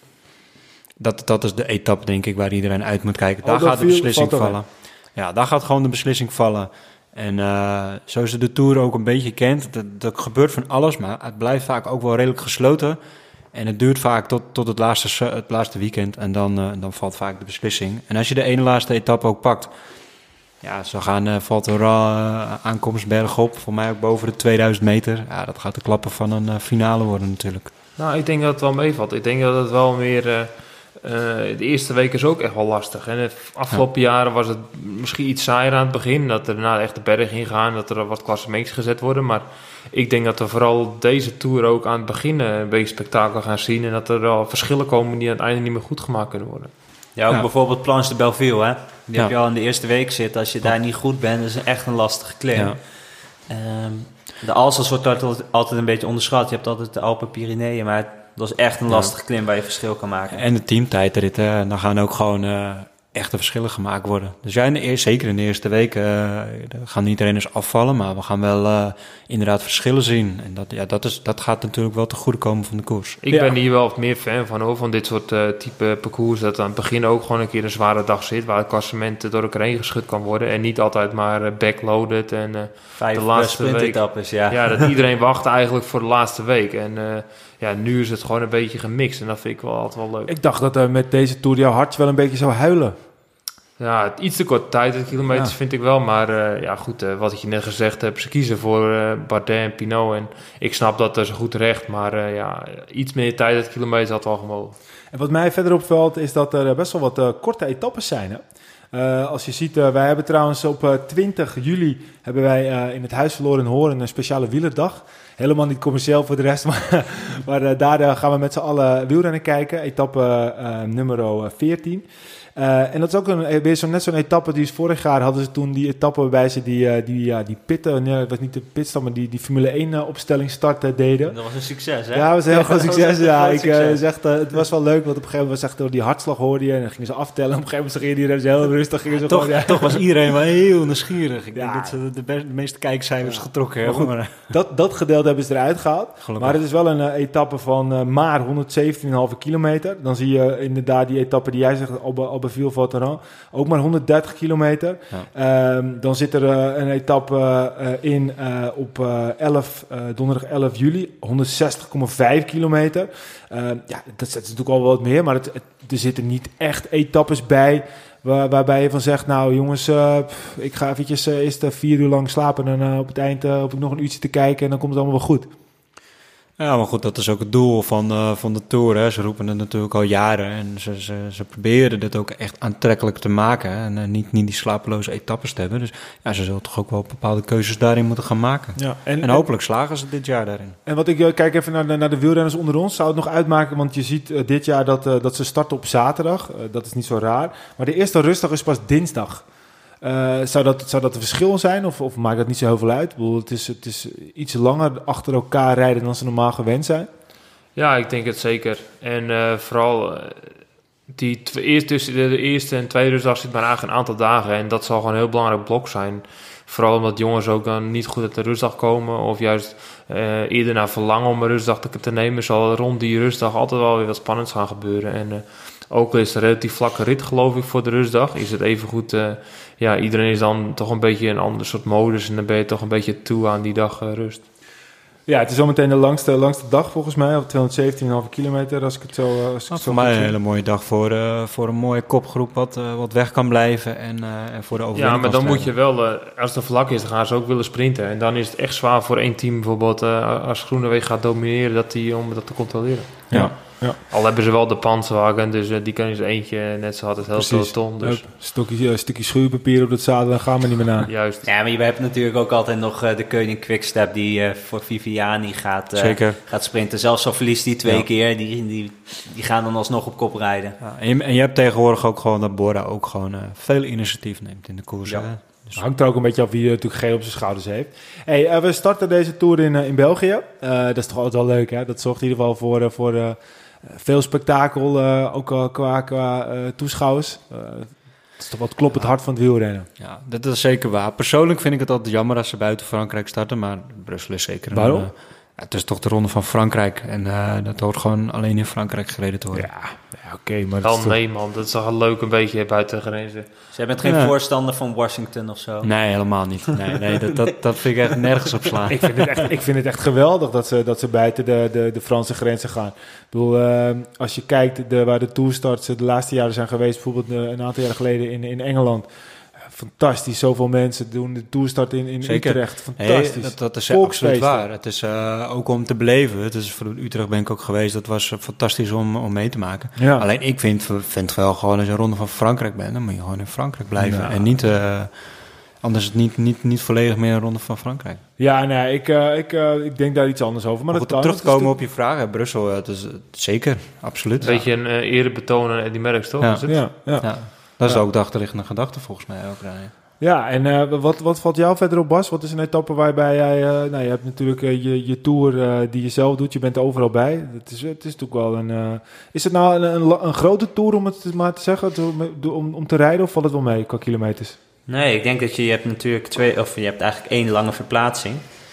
Dat, dat is de etappe, denk ik, waar iedereen uit moet kijken. Daar oh, gaat de beslissing vallen. Ja, daar gaat gewoon de beslissing vallen. En uh, zoals je de Tour ook een beetje kent, dat, dat gebeurt van alles, maar het blijft vaak ook wel redelijk gesloten. En het duurt vaak tot, tot het, laatste, het laatste weekend en dan, uh, dan valt vaak de beslissing. En als je de ene laatste etappe ook pakt, Ja, ze gaan uh, Val Thorens uh, aankomst bergop. Voor mij ook boven de tweeduizend meter. Ja, dat gaat de klappen van een uh, finale worden natuurlijk. Nou, ik denk dat het wel meevalt. Ik denk dat het wel meer... Uh, uh, de eerste week is ook echt wel lastig. En de afgelopen ja. jaren was het misschien iets saaier aan het begin. Dat er daarna echt de berg in gaan. Dat er wat klassementjes gezet worden. Maar ik denk dat we vooral deze Tour ook aan het begin een beetje spektakel gaan zien. En dat er wel verschillen komen die aan het einde niet meer goed gemaakt kunnen worden. Ja, ook ja. bijvoorbeeld Planche de Belleville, hè. Die ja. heb je al in de eerste week zitten. Als je daar niet goed bent, is het echt een lastige klim. Ja. Um, de Alsace wordt altijd, altijd een beetje onderschat. Je hebt altijd de Alpen Pyreneeën, maar dat is echt een lastige ja. klim waar je verschil kan maken. En de teamtijdritten, dan gaan ook gewoon uh, echte verschillen gemaakt worden. Dus ja, in de eerste, zeker in de eerste week uh, gaan niet renners afvallen, maar we gaan wel uh, inderdaad verschillen zien. En dat, ja, dat, is, dat gaat natuurlijk wel ten goede komen van de koers. Ik ja. ben hier wel meer fan van, hoor, van dit soort uh, type parcours. Dat aan het begin ook gewoon een keer een zware dag zit, waar het klassement door elkaar heen geschud kan worden. En niet altijd maar uh, backloaded. En uh, Vijf de laatste week. Etappes, ja. Ja, dat iedereen wacht eigenlijk voor de laatste week. En uh, ja, nu is het gewoon een beetje gemixt. En dat vind ik wel altijd wel leuk. Ik dacht dat uh, met deze Tour jouw hartje wel een beetje zou huilen. Ja, iets te kort tijd, de kilometers ja. vind ik wel. Maar uh, ja, goed, uh, wat je net gezegd hebt, ze kiezen voor uh, Bardet en Pinot. En ik snap dat, dat is goed recht. Maar uh, ja, iets meer tijd, de kilometers had wel gemogen. En wat mij verder opvalt, is dat er best wel wat uh, korte etappes zijn, hè? Uh, als je ziet, uh, wij hebben trouwens op uh, twintig juli hebben wij uh, in het Huis Verloren Hoorn een speciale wielerdag. Helemaal niet commercieel voor de rest, maar, maar uh, daar uh, gaan we met z'n allen wielrennen kijken. Etappe uh, nummer veertien. Uh, en dat is ook een, weer zo, net zo'n etappe die is vorig jaar hadden ze toen die etappe waarbij ze die, uh, die, uh, die pitten, nee, het was niet de pitstop, maar die, die Formule één uh, opstelling starten deden. Dat was een succes, hè? Ja, dat was een heel groot succes. Ja, ik, succes. Uh, zeg, uh, het was wel leuk, want op een gegeven moment was echt door die hartslag hoorde je en dan gingen ze aftellen. Op een gegeven moment gingen die renners heel rustig. Gingen ze toch, gewoon, ja. toch was iedereen wel heel nieuwsgierig. Ik ja. denk dat ze de, best, de meeste kijkcijfers ja. getrokken hebben. Maar goed, dat, dat gedeelte hebben ze eruit gehaald. Gelukkig. Maar het is wel een uh, etappe van uh, maar honderdzeventien komma vijf kilometer. Dan zie je uh, inderdaad die etappe die jij zegt, op Ville Val Thorens. Ook maar honderddertig kilometer. Ja. Um, dan zit er uh, een etappe uh, in uh, op uh, elf, uh, donderdag elf juli, honderdzestig komma vijf kilometer. Uh, ja, dat is natuurlijk al wat meer, maar het, het, er zitten niet echt etappes bij waar, waarbij je van zegt, nou jongens, uh, pff, ik ga eventjes uh, eerst uh, vier uur lang slapen en uh, op het eind uh, heb ik nog een uurtje te kijken en dan komt het allemaal wel goed. Ja, maar goed, dat is ook het doel van, uh, van de Tour. Hè. Ze roepen het natuurlijk al jaren en ze, ze, ze proberen dit ook echt aantrekkelijk te maken. En uh, niet, niet die slapeloze etappes te hebben. Dus ja, ze zullen toch ook wel bepaalde keuzes daarin moeten gaan maken. Ja, en, en hopelijk slagen ze dit jaar daarin. En wat ik uh, kijk even naar de, naar de wielrenners onder ons. Zou het nog uitmaken, want je ziet uh, dit jaar dat, uh, dat ze starten op zaterdag. Uh, dat is niet zo raar. Maar de eerste rustdag is pas dinsdag. Uh, zou, dat, zou dat een verschil zijn of, of maakt dat niet zo heel veel uit? Ik bedoel, het, is, het is iets langer achter elkaar rijden dan ze normaal gewend zijn. Ja, ik denk het zeker. En uh, vooral uh, die tw- eerst tussen de, de eerste en tweede rustdag zit maar eigenlijk een aantal dagen. En dat zal gewoon een heel belangrijk blok zijn. Vooral omdat jongens ook dan niet goed uit de rustdag komen. Of juist uh, eerder naar verlangen om een rustdag te, te nemen. Zal rond die rustdag altijd wel weer wat spannends gaan gebeuren. En uh, ook al is het een relatief vlakke rit, geloof ik, voor de rustdag. Is het even goed... Uh, ja, iedereen is dan toch een beetje een ander soort modus. En dan ben je toch een beetje toe aan die dag uh, rust. Ja, het is zometeen de langste, langste dag volgens mij. Op tweehonderdzeventien komma vijf kilometer, als ik het zo... Als ik nou, het voor zo mij een zie. hele mooie dag voor, uh, voor een mooie kopgroep wat, uh, wat weg kan blijven. En, uh, en voor de overwinning. Ja, maar dan moet je wel... Uh, als het vlak is, dan gaan ze ook willen sprinten. En dan is het echt zwaar voor één team bijvoorbeeld... Uh, als Groenewegen gaat domineren, dat die, om dat te controleren. Ja. ja. Ja. Al hebben ze wel de Panzerwagen, dus uh, die kan eens eentje net zo hard het heel veel ton. Dus. Een stukje, uh, stukje schuurpapier op het zadel, dan gaan we niet meer naar. Juist. Ja, maar je hebt natuurlijk ook altijd nog uh, de Koning Quickstep die uh, voor Viviani gaat, uh, Zeker. gaat sprinten. Zelfs al verliest die twee ja. keer, die, die, die gaan dan alsnog op kop rijden. Ja, en, je, en je hebt tegenwoordig ook gewoon dat Bora ook gewoon uh, veel initiatief neemt in de koers. Ja. Dus het hangt er ook een beetje af wie uh, natuurlijk geel op zijn schouders heeft. Hey, uh, we starten deze Tour in, uh, in België. Uh, dat is toch altijd wel leuk, hè? Dat zorgt in ieder geval voor... Uh, voor uh, veel spektakel, uh, ook uh, qua, qua uh, toeschouwers. Uh, het is toch wat klopt het hart van het wielrennen. Ja, dat is zeker waar. Persoonlijk vind ik het altijd jammer als ze buiten Frankrijk starten, maar Brussel is zeker... Waarom? Een, uh, ja, het is toch de ronde van Frankrijk en uh, dat hoort gewoon alleen in Frankrijk gereden te worden. Ja, ja oké, okay, maar... Wel nee man, dat is toch een leuk een beetje buiten grenzen. Ze hebben geen ja. voorstander van Washington of zo? Nee, helemaal niet. Nee, nee dat, dat, dat vind ik echt nergens op slaan. ik, vind het echt, ik vind het echt geweldig dat ze, dat ze buiten de, de, de Franse grenzen gaan. Ik bedoel, uh, als je kijkt de, waar de tourstarts de laatste jaren zijn geweest, bijvoorbeeld uh, een aantal jaren geleden in, in Engeland... fantastisch. Zoveel mensen doen de toerstart in, in Utrecht. Fantastisch. Hey, dat, dat is absoluut waar. Het is uh, ook om te beleven. Het is, voor Utrecht ben ik ook geweest. Dat was uh, fantastisch om, om mee te maken. Ja. Alleen ik vind, vind wel gewoon als je een ronde van Frankrijk bent, dan moet je gewoon in Frankrijk blijven. Ja. En niet... Uh, Anders is het niet, niet, niet volledig meer een ronde van Frankrijk. Ja, nee, ik, uh, ik, uh, ik denk daar iets anders over. Maar, maar goed, terug te komen op je vraag, hè, Brussel, het is, zeker, absoluut. Een beetje een uh, ere betonen en die merks, toch? Ja, is het? ja, ja. ja. Dat is ja. ook de achterliggende gedachte volgens mij ook. Rijden. Ja, en uh, wat, wat valt jou verder op, Bas? Wat is een etappe waarbij jij... Uh, nou, je hebt natuurlijk uh, je, je tour uh, die je zelf doet. Je bent er overal bij. Het is, het is natuurlijk wel een... Uh, is het nou een, een, een grote tour, om het maar te zeggen, te, om, om te rijden? Of valt het wel mee qua kilometers? Nee, ik denk dat je, je hebt natuurlijk twee, of je hebt eigenlijk één lange verplaatsing.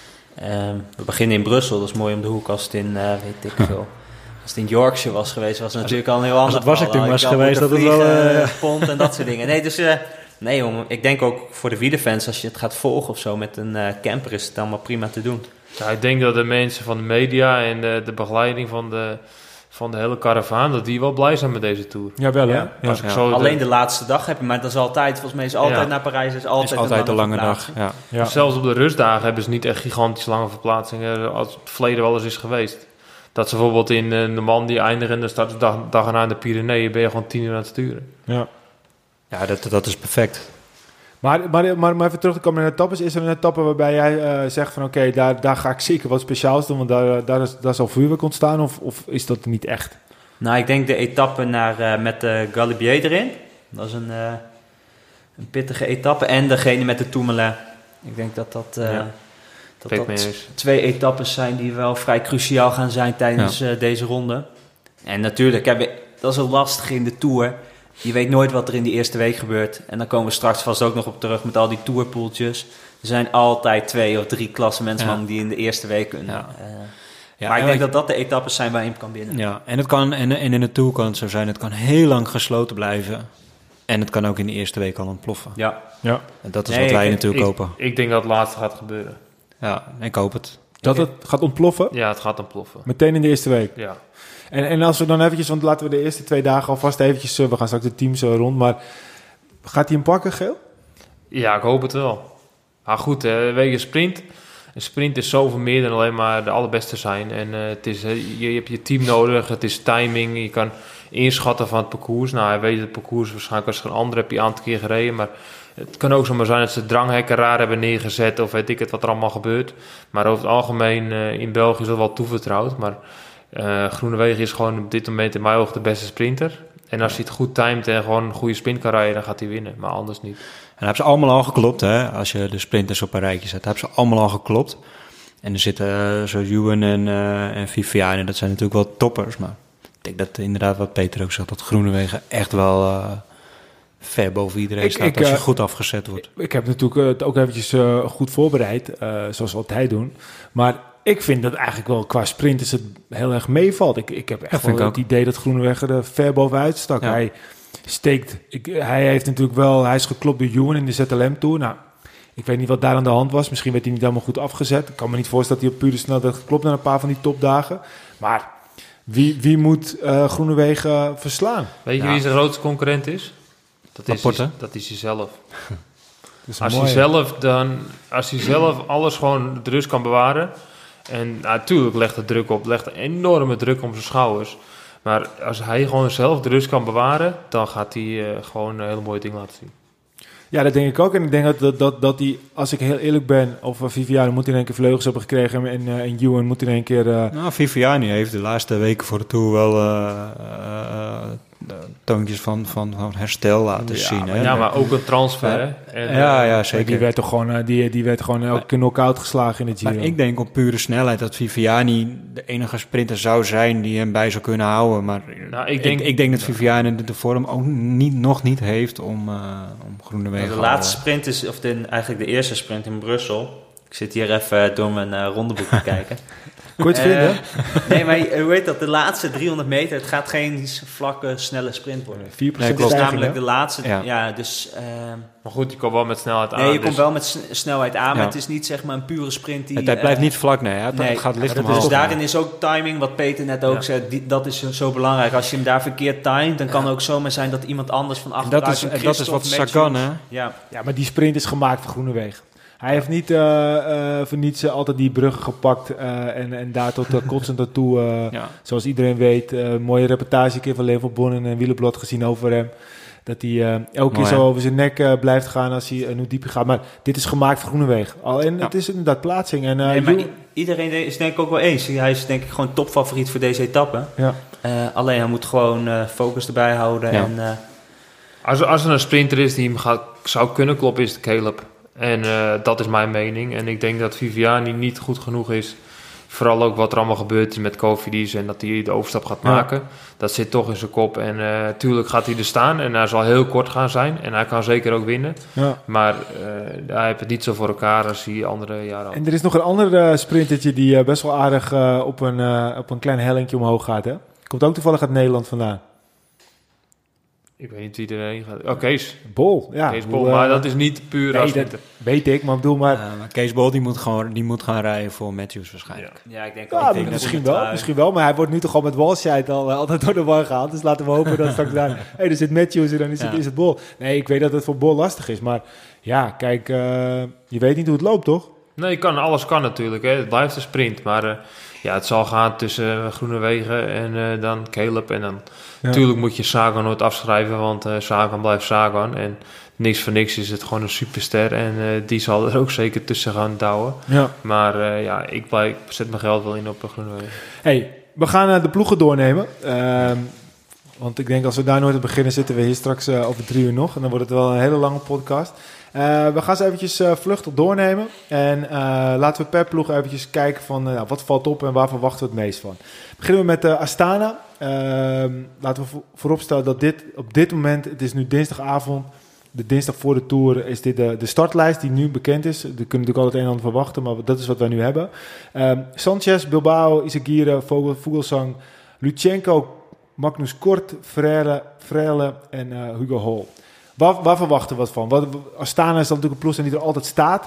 Um, we beginnen in Brussel, dat is mooi om de hoek. Als het in, uh, weet ik veel, als het in Yorkshire was geweest, was het natuurlijk al een heel ander. Als het was ik was geweest, dat het wel uh, pond en dat soort dingen. Nee, dus uh, nee, jongen, ik denk ook voor de wielerfans, als je het gaat volgen of zo met een uh, camper, is het allemaal prima te doen. Ja, ik denk dat de mensen van de media en de, de begeleiding van de van de hele karavaan, dat die wel blij zijn met deze tour. Ja, wel hè? Ja. Ja. Ja. Zo alleen de... de laatste dag heb je, maar dat is altijd, volgens mij is altijd ja. naar Parijs, is altijd, is altijd een lange, lange dag. Ja. Ja. Zelfs op de rustdagen hebben ze niet echt gigantisch lange verplaatsingen, als het verleden wel eens is geweest. Dat ze bijvoorbeeld in uh, Normandië eindigen en dan staat de dag, dag erna in de Pyreneeën, ben je gewoon tien uur aan het sturen. Ja, ja dat, dat is perfect. Maar, maar, maar, maar even terug te komen naar de etappes. Is er een etappe waarbij jij uh, zegt van oké, okay, daar, daar ga ik zeker wat speciaals doen, want daar, daar, is, daar zal vuurwerk ontstaan, of, of is dat niet echt? Nou, ik denk de etappe naar, uh, met de Galibier erin. Dat is een, uh, een pittige etappe. En degene met de Tourmalet. Ik denk dat dat, uh, ja. dat, dat twee etappes zijn die wel vrij cruciaal gaan zijn tijdens ja. uh, deze ronde. En natuurlijk, heb je, dat is een lastig in de Tour. Je weet nooit wat er in die eerste week gebeurt. En dan komen we straks vast ook nog op terug met al die tourpoeltjes. Er zijn altijd twee of drie klassementsmannen ja. die in de eerste week kunnen. Ja. Uh, ja, maar ik denk dat dat de etappes zijn waar je hem kan winnen. Ja, en, het kan, en, en in de Tour kan het zo zijn, het kan heel lang gesloten blijven. En het kan ook in de eerste week al ontploffen. Ja. Ja. En dat is nee, wat wij ik, natuurlijk ik, hopen. Ik denk dat het laatste gaat gebeuren. Ja, ik hoop het. Dat het gaat ontploffen? Ja, het gaat ontploffen. Meteen in de eerste week? Ja. En, en als we dan eventjes, want laten we de eerste twee dagen alvast eventjes, we gaan straks de teams rond, maar gaat hij hem pakken, Geel? Ja, ik hoop het wel. Maar goed, hè, weet je, sprint... Een sprint is zoveel meer dan alleen maar de allerbeste zijn. En uh, het is, uh, je, je hebt je team nodig, het is timing, je kan inschatten van het parcours. Nou, hij weet het parcours waarschijnlijk als een ander heb je een aantal keer gereden. Maar het kan ook zomaar zijn dat ze dranghekken raar hebben neergezet of weet ik het wat er allemaal gebeurt. Maar over het algemeen uh, in België is dat wel toevertrouwd. Maar uh, Groenewegen is gewoon op dit moment in mijn ogen de beste sprinter. En als hij het goed timed en gewoon een goede sprint kan rijden, dan gaat hij winnen. Maar anders niet. En hebben ze allemaal al geklopt, hè? Als je de sprinters op een rijtje zet, hebben ze allemaal al geklopt. En er zitten uh, zo Ewan en, uh, en Viviane, dat zijn natuurlijk wel toppers. Maar ik denk dat inderdaad wat Peter ook zegt, dat Groenewegen echt wel uh, ver boven iedereen ik, staat ik, als je uh, goed afgezet wordt. Ik, ik heb natuurlijk uh, het ook eventjes uh, goed voorbereid, uh, zoals we altijd doen. Maar ik vind dat eigenlijk wel qua sprint is het heel erg meevalt. Ik, ik heb echt ja, wel het idee dat Groenewegen er ver bovenuit stak. Ja. Hij steekt, ik, hij heeft natuurlijk wel, hij is geklopt door Ewan in de Z L M-tour. Nou, ik weet niet wat daar aan de hand was. Misschien werd hij niet helemaal goed afgezet. Ik kan me niet voorstellen dat hij op pure snelheid had geklopt naar een paar van die topdagen. Maar wie, wie moet uh, Groenewegen verslaan? Weet je ja. wie zijn grootste concurrent is? Dat is, hij, dat is hij zelf. Is als, hij zelf dan, als hij zelf alles gewoon de rust kan bewaren. En natuurlijk legt het druk op, legt een enorme druk om zijn schouders. Maar als hij gewoon zelf de rust kan bewaren, dan gaat hij uh, gewoon een hele mooie ding laten zien. Ja, dat denk ik ook. En ik denk dat, dat, dat, dat hij, als ik heel eerlijk ben, of uh, Viviane moet in één keer vleugels hebben gekregen en, uh, en Ewan moet in één keer... Uh... Nou, Viviane heeft de laatste weken voor de Tour wel uh, uh, toontjes van, van, van herstel laten ja, zien. Maar, hè? Ja, maar ook een transfer. Ja, hè? En, ja, ja, zeker. Die werd toch gewoon, uh, die, die werd gewoon elke keer knock-out geslagen in het Giro. Maar ik denk op pure snelheid dat Viviane de enige sprinter zou zijn die hem bij zou kunnen houden. Maar nou, ik, denk, ik, ik denk dat Viviane de, de vorm ook niet, nog niet heeft om, uh, om Groenewegen... De laatste sprint is, of de, eigenlijk de eerste sprint in Brussel, Ik zit hier even door mijn uh, rondeboek te kijken. Kort vinden? Uh, nee, maar hoe heet dat? De laatste driehonderd meter, het gaat geen vlakke, snelle sprint worden. vier procent nee, is namelijk de laatste, ja, ja dus... Uh, maar goed, je komt wel met snelheid aan. Nee, je dus... komt wel met s- snelheid aan, ja. maar het is niet zeg maar een pure sprint die... Het, het blijft uh, niet vlak, nee. Het, nee. het gaat licht ja, omhoog. Dus daarin is ook timing, wat Peter net ook ja. zei, die, dat is zo belangrijk. Als je hem daar verkeerd timed, dan kan het ook zomaar zijn dat iemand anders van achteruit... Dat is, en dat is wat Sagan, hè? Ja. ja, maar die sprint is gemaakt voor Groenewegen. Hij heeft niet uh, uh, voor niets altijd die bruggen gepakt uh, en, en daar tot uh, kotsend naartoe. Uh, ja. Zoals iedereen weet, uh, mooie reportage keer van Leon Bonnen en Wielerblad gezien over hem. Dat hij uh, elke keer zo over zijn nek uh, blijft gaan als hij uh, nu dieper gaat. Maar dit is gemaakt voor Groenewegen. Al, en ja. het is inderdaad plaatsing. En, uh, nee, maar i- iedereen is denk ik ook wel eens. Hij is denk ik gewoon topfavoriet voor deze etappe. Ja. Uh, alleen hij moet gewoon uh, focus erbij houden. Ja. En, uh, als, als er een sprinter is die hem gaat, zou kunnen kloppen, is het Caleb. En uh, dat is mijn mening. En ik denk dat Viviani niet goed genoeg is. Vooral ook wat er allemaal gebeurd is met Cofidis en dat hij de overstap gaat maken. Ja. Dat zit toch in zijn kop. En uh, tuurlijk gaat hij er staan en hij zal heel kort gaan zijn. En hij kan zeker ook winnen. Ja. Maar uh, hij heeft het niet zo voor elkaar als die andere jaren had. En er is nog een ander uh, sprintertje die uh, best wel aardig uh, op, een, uh, op een klein hellingje omhoog gaat. Hè? Komt ook toevallig uit Nederland vandaan. Ik weet niet wie erheen gaat. Oh, Kees. Bol, ja. Kees Bol, maar dat is niet puur nee, als dat weet ik, maar bedoel maar... Uh, maar Kees Bol die moet, gewoon, die moet gaan rijden voor Matthews waarschijnlijk. Ja, ja ik denk, ja, ik denk misschien wel, trui. misschien wel. Maar hij wordt nu toch al met Walscheid al uh, altijd door de war gehaald. Dus laten we hopen dat straks daar... Hé, hey, er zit Matthews en dan is, ja. het, is het Bol. Nee, ik weet dat het voor Bol lastig is. Maar ja, kijk, uh, je weet niet hoe het loopt, toch? Nee, kan, alles kan natuurlijk. Hè. Het blijft een sprint. Maar uh, ja, het zal gaan tussen uh, Groenewegen en uh, dan Caleb. En dan ja. natuurlijk moet je Sagan nooit afschrijven, want uh, Sagan blijft Sagan. En niks voor niks is het gewoon een superster. En uh, die zal er ook zeker tussen gaan douwen. Ja. Maar uh, ja, ik, blijf, ik zet mijn geld wel in op uh, Groenewegen. Hey, we gaan uh, de ploegen doornemen. Uh, want ik denk als we daar nooit op beginnen, zitten we hier straks uh, over drie uur nog. En dan wordt het wel een hele lange podcast. Uh, we gaan ze eventjes uh, vluchtig doornemen. En uh, laten we per ploeg eventjes kijken van uh, wat valt op en waar verwachten we het meest van. Beginnen we met uh, Astana. Uh, laten we vo- vooropstellen dat dit op dit moment, het is nu dinsdagavond, de dinsdag voor de Tour, is dit de, de startlijst die nu bekend is. Er kunnen natuurlijk altijd een en ander verwachten, maar dat is wat wij nu hebben. Uh, Sanchez, Bilbao, Izagirre, Vogel, Vogelsang, Lutsenko, Magnus Kort, Frère, Frère en uh, Hugo Hol. Waar, waar verwachten we wat van? Wat, Astana is dan natuurlijk een ploeg die er altijd staat.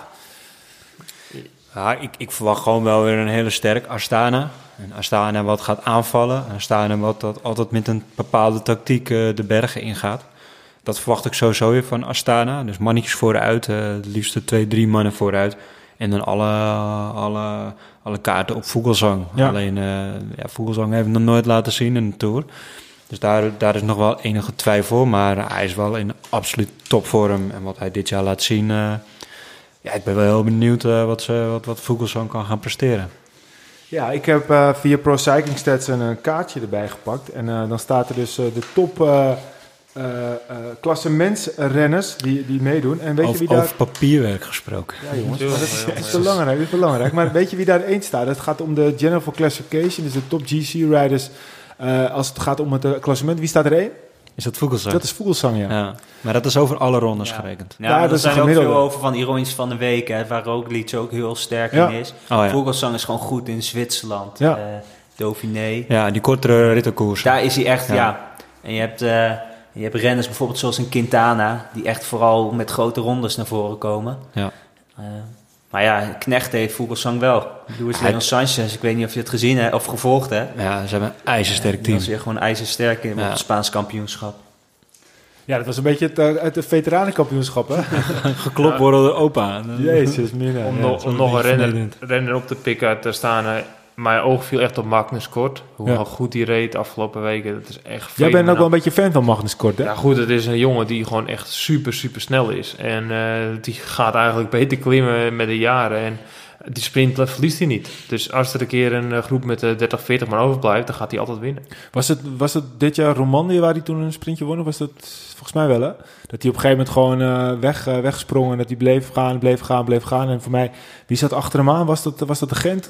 Ja, ik, ik verwacht gewoon wel weer een hele sterk Astana. En Astana wat gaat aanvallen. Astana wat dat altijd met een bepaalde tactiek uh, de bergen ingaat. Dat verwacht ik sowieso weer van Astana. Dus mannetjes vooruit, uh, het liefst twee, drie mannen vooruit. En dan alle, alle, alle kaarten op Vogelsang. Ja. Alleen uh, ja, Vogelsang heeft nog nooit laten zien in de Tour. Dus daar, daar is nog wel enige twijfel, maar hij is wel in absoluut topvorm. En wat hij dit jaar laat zien, uh, ja, ik ben wel heel benieuwd uh, wat, ze, wat, wat Vogelsang kan gaan presteren. Ja, ik heb uh, via Pro Cycling Stats een, een kaartje erbij gepakt. En uh, dan staat er dus uh, de top uh, uh, uh, klassementsrenners die, die meedoen. En weet over, je wie daar... over papierwerk gesproken. Ja jongens, maar dat is, dat is belangrijk, dat is belangrijk. Maar weet je wie daar één staat? Het gaat om de General Classification, dus de top G C-riders... Uh, als het gaat om het uh, klassement, wie staat er één? Is dat Vogelsang? Dat is Vogelsang, ja. ja. Maar dat is over alle rondes ja. gerekend. Ja, ja, er zijn ook veel over van Ironisch van de Week, hè, waar Roglic ook heel sterk ja. in is. Oh, ja. Vogelsang is gewoon goed in Zwitserland, ja. uh, Dauphiné. Ja, die kortere rittenkoers. Daar is hij echt, ja. ja. En je hebt, uh, je hebt renners bijvoorbeeld zoals een Quintana, die echt vooral met grote rondes naar voren komen. Ja. Uh, Maar ja, Knecht heeft Vogelsang wel. Luis Leon Sanchez, ik weet niet of je het gezien hebt of gevolgd hebt. Ja, ze hebben een ijzersterk team. Dat is weer gewoon ijzersterk in ja. op het Spaans kampioenschap. Ja, dat was een beetje het, het veteranenkampioenschap, hè? Geklopt ja. worden door opa. Jezus, mina. Om, ja, nog, om nog een renner, renner op de pick te staan... Mijn oog viel echt op Magnus Kort. Hoe ja. goed hij reed de afgelopen weken. Dat is echt Jij bent ook wel een beetje fan van Magnus Kort, hè? Ja, goed. Het is een jongen die gewoon echt super, super snel is. En uh, die gaat eigenlijk beter klimmen met de jaren. En die sprint verliest hij niet. Dus als er een keer een groep met uh, dertig, veertig man overblijft, dan gaat hij altijd winnen. Was het, was het dit jaar Romandie waar hij toen een sprintje won? Of was dat volgens mij wel, hè? Dat hij op een gegeven moment gewoon uh, weg, uh, weggesprongen. En dat hij bleef gaan, bleef gaan, bleef gaan. En voor mij, wie zat achter hem aan? Was dat, was dat de Gent?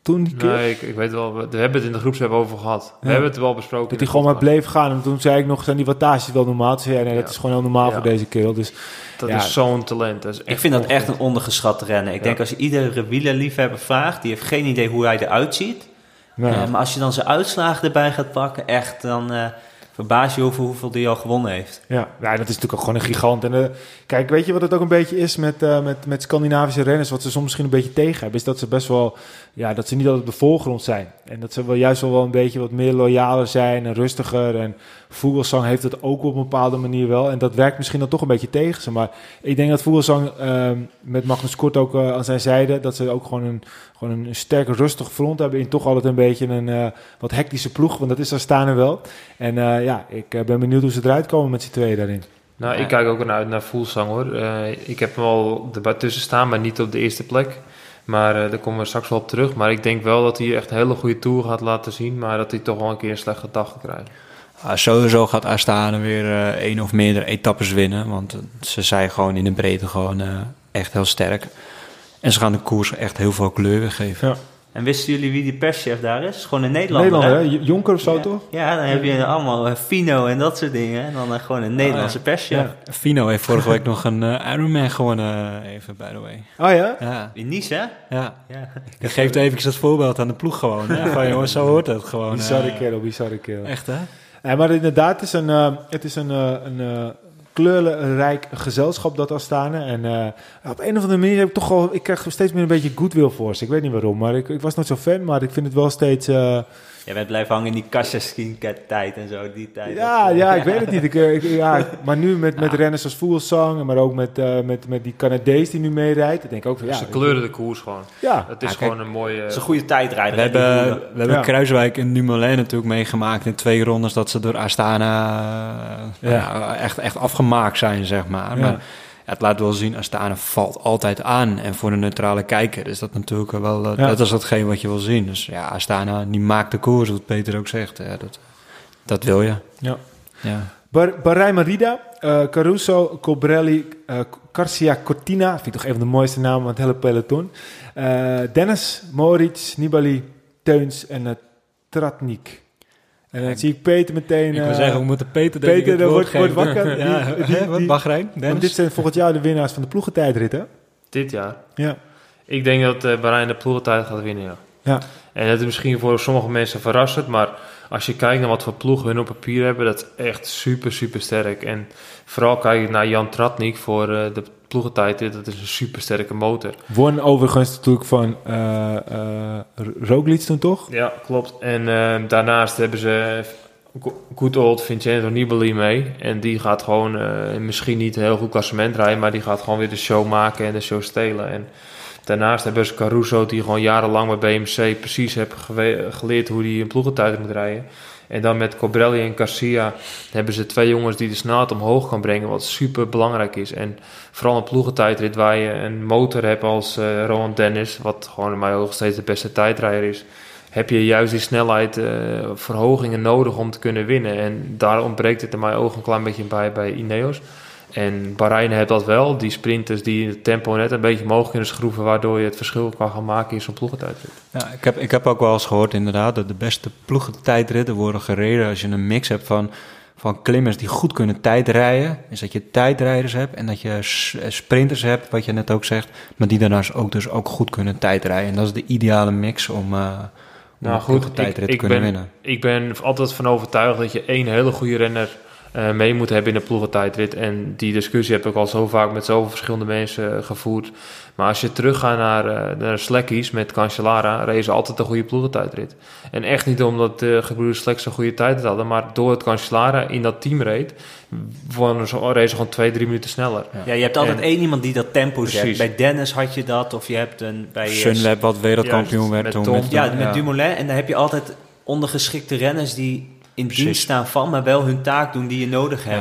toen die keer? Nee, ik, ik weet wel, we, we hebben het in de groepsapp over gehad. We ja. hebben het wel besproken. Dat hij gewoon maar bleef gaan. En toen zei ik nog, zijn die wattages wel normaal? Toen zei hij, nee, dat ja. is gewoon heel normaal ja. voor deze kerel. Dus, dat ja. is zo'n talent. Dat is ik vind dat echt een ondergeschat rennen. Ik ja. denk als je iedere wielerliefhebber vraagt, die heeft geen idee hoe hij eruit ziet. Nee. Uh, maar als je dan zijn uitslagen erbij gaat pakken, echt, dan uh, verbaas je over hoeveel die al gewonnen heeft. Ja, ja, dat is natuurlijk ook gewoon een gigant. En uh, kijk, weet je wat het ook een beetje is met, uh, met, met Scandinavische renners, wat ze soms misschien een beetje tegen hebben, is dat ze best wel, ja, dat ze niet altijd op de voorgrond zijn. En dat ze wel juist wel, wel een beetje wat meer loyaler zijn en rustiger. En Vogelsang heeft het ook op een bepaalde manier wel. En dat werkt misschien dan toch een beetje tegen ze. Maar ik denk dat Vogelsang uh, met Magnus Kort ook uh, aan zijn zijde, dat ze ook gewoon een, gewoon een sterk rustig front hebben in toch altijd een beetje een uh, wat hectische ploeg. Want dat is Astana wel. En uh, ja, ik uh, ben benieuwd hoe ze eruit komen met z'n tweeën daarin. Nou, ik kijk ook naar uit naar Vogelsang hoor. Uh, ik heb hem al erbij tussen staan, maar niet op de eerste plek. Maar uh, daar komen we straks wel op terug. Maar ik denk wel dat hij echt een hele goede tour gaat laten zien. Maar dat hij toch wel een keer een slechte dag gaat krijgen. Uh, sowieso gaat Astana weer uh, één of meerdere etappes winnen. Want uh, ze zijn gewoon in de breedte gewoon uh, echt heel sterk. En ze gaan de koers echt heel veel kleur weergeven. Ja. En wisten jullie wie die perschef daar is? Gewoon een Nederlander, Nederlander, hè? Jonker of zo, ja. toch? Ja, dan heb je allemaal uh, Fino en dat soort dingen. En dan uh, gewoon een Nederlandse oh, ja. perschef. Ja. Fino heeft vorige week nog een uh, Ironman gewonnen, uh, even by the way. Oh ja? ja? In Nice, hè? Ja. ja. Ik geef eventjes dat voorbeeld aan de ploeg gewoon. Hè? Van jongens, zo hoort het gewoon. Bizarre uh, kerel, bizarre kerel. Echt, hè? Ja, maar inderdaad, het is een, uh, het is een, uh, een uh, kleurrijk gezelschap dat Astana. En uh, op een of andere manier heb ik toch al, ik krijg steeds meer een beetje goodwill voor ze. Ik weet niet waarom, maar ik, ik was nooit zo fan, maar ik vind het wel steeds... Uh, Jij bent blijven hangen in die Kassaskin-tijd en zo, die tijd. Ja, dat, ja, ik weet het niet. Ik, ik, ja, maar nu met, met ja. renners als Vogelsang, maar ook met, uh, met, met die Canadees die nu meerijdt. Ik denk ook van, ja, ze kleuren de koers gewoon. Ja. Het is ja, gewoon kijk, een mooie... Het is een goede tijdrijder. We hebben, we hebben ja. Kruiswijk en Dumoulin natuurlijk meegemaakt in twee rondes dat ze door Astana uh, ja. Ja, echt, echt afgemaakt zijn, zeg maar. Ja. Maar het laat wel zien, Astana valt altijd aan. En voor een neutrale kijker is dat natuurlijk wel... Uh, ja. Dat is hetgeen wat je wil zien. Dus ja, Astana, die maakt de koers, wat Peter ook zegt. Ja, dat, dat wil je. Ja. ja. Bar- Bahrein Merida, uh, Caruso, Colbrelli, uh, Garcia Cortina. Vind ik toch een van de mooiste namen van het hele peloton. Uh, Dennis, Moritz, Nibali, Teuns en uh, Tratnik. En dan zie ik Peter meteen... Ik wil uh, zeggen, we moeten Peter... Peter, de wordt, wordt wakker. ja, die, die, die, die, Bahrein, want dit zijn volgend jaar de winnaars van de ploegentijdrit, hè? Dit jaar? Ja. Ik denk dat uh, Bahrein de ploegentijd gaat winnen, ja. ja. En dat is misschien voor sommige mensen verrassend, maar als je kijkt naar wat voor ploegen hun op papier hebben, dat is echt super, super sterk. En vooral kijk ik naar Jan Tratnik voor uh, de ploegentijd, dat is een super sterke motor. Won overigens natuurlijk van uh, uh, Roglic toen, toch? Ja, klopt. En uh, daarnaast hebben ze good old Vincenzo Nibali mee. En die gaat gewoon uh, misschien niet een heel goed klassement rijden, maar die gaat gewoon weer de show maken en de show stelen. En daarnaast hebben ze Caruso, die gewoon jarenlang bij B M C precies heeft gewe- geleerd hoe hij een ploegentijd moet rijden. En dan met Colbrelli en Garcia hebben ze twee jongens die de snelheid omhoog kan brengen, wat super belangrijk is. En vooral een ploegentijdrit waar je een motor hebt als uh, Rowan Dennis, wat gewoon in mijn ogen steeds de beste tijdrijder is, heb je juist die snelheid uh, verhogingen nodig om te kunnen winnen. En daar ontbreekt het in mijn ogen een klein beetje bij bij Ineos. En Bahrein heeft dat wel, die sprinters die het tempo net een beetje omhoog kunnen schroeven, waardoor je het verschil kan gaan maken in zo'n ploegentijdrit. Ja, ik heb, ik heb ook wel eens gehoord inderdaad dat de beste ploegentijdritten worden gereden als je een mix hebt van, van klimmers die goed kunnen tijdrijden. Is dat je tijdrijders hebt en dat je sprinters hebt, wat je net ook zegt, maar die daarnaast ook dus ook goed kunnen tijdrijden. En dat is de ideale mix om, uh, om nou, een goed, tijdrit ik, te ik kunnen ben, winnen. Ik ben altijd van overtuigd dat je één hele goede renner Uh, mee moet hebben in de ploegentijdrit. En die discussie heb ik al zo vaak met zoveel verschillende mensen uh, gevoerd. Maar als je teruggaat naar, uh, naar Slackies met Cancellara, reden ze altijd een goede ploegentijdrit. En echt niet omdat de uh, gebroeders Slack zo'n goede tijd hadden, maar door het Cancellara in dat team reed, reden ze gewoon twee, drie minuten sneller. Ja, ja je hebt altijd en, één iemand die dat tempo zet. Bij Dennis had je dat, of je hebt een... bij Sunweb wat wereldkampioen werd toen. Met, ja, met ja. Dumoulin. En dan heb je altijd ondergeschikte renners die in Precies. dienst staan van, maar wel hun taak doen die je nodig hebt.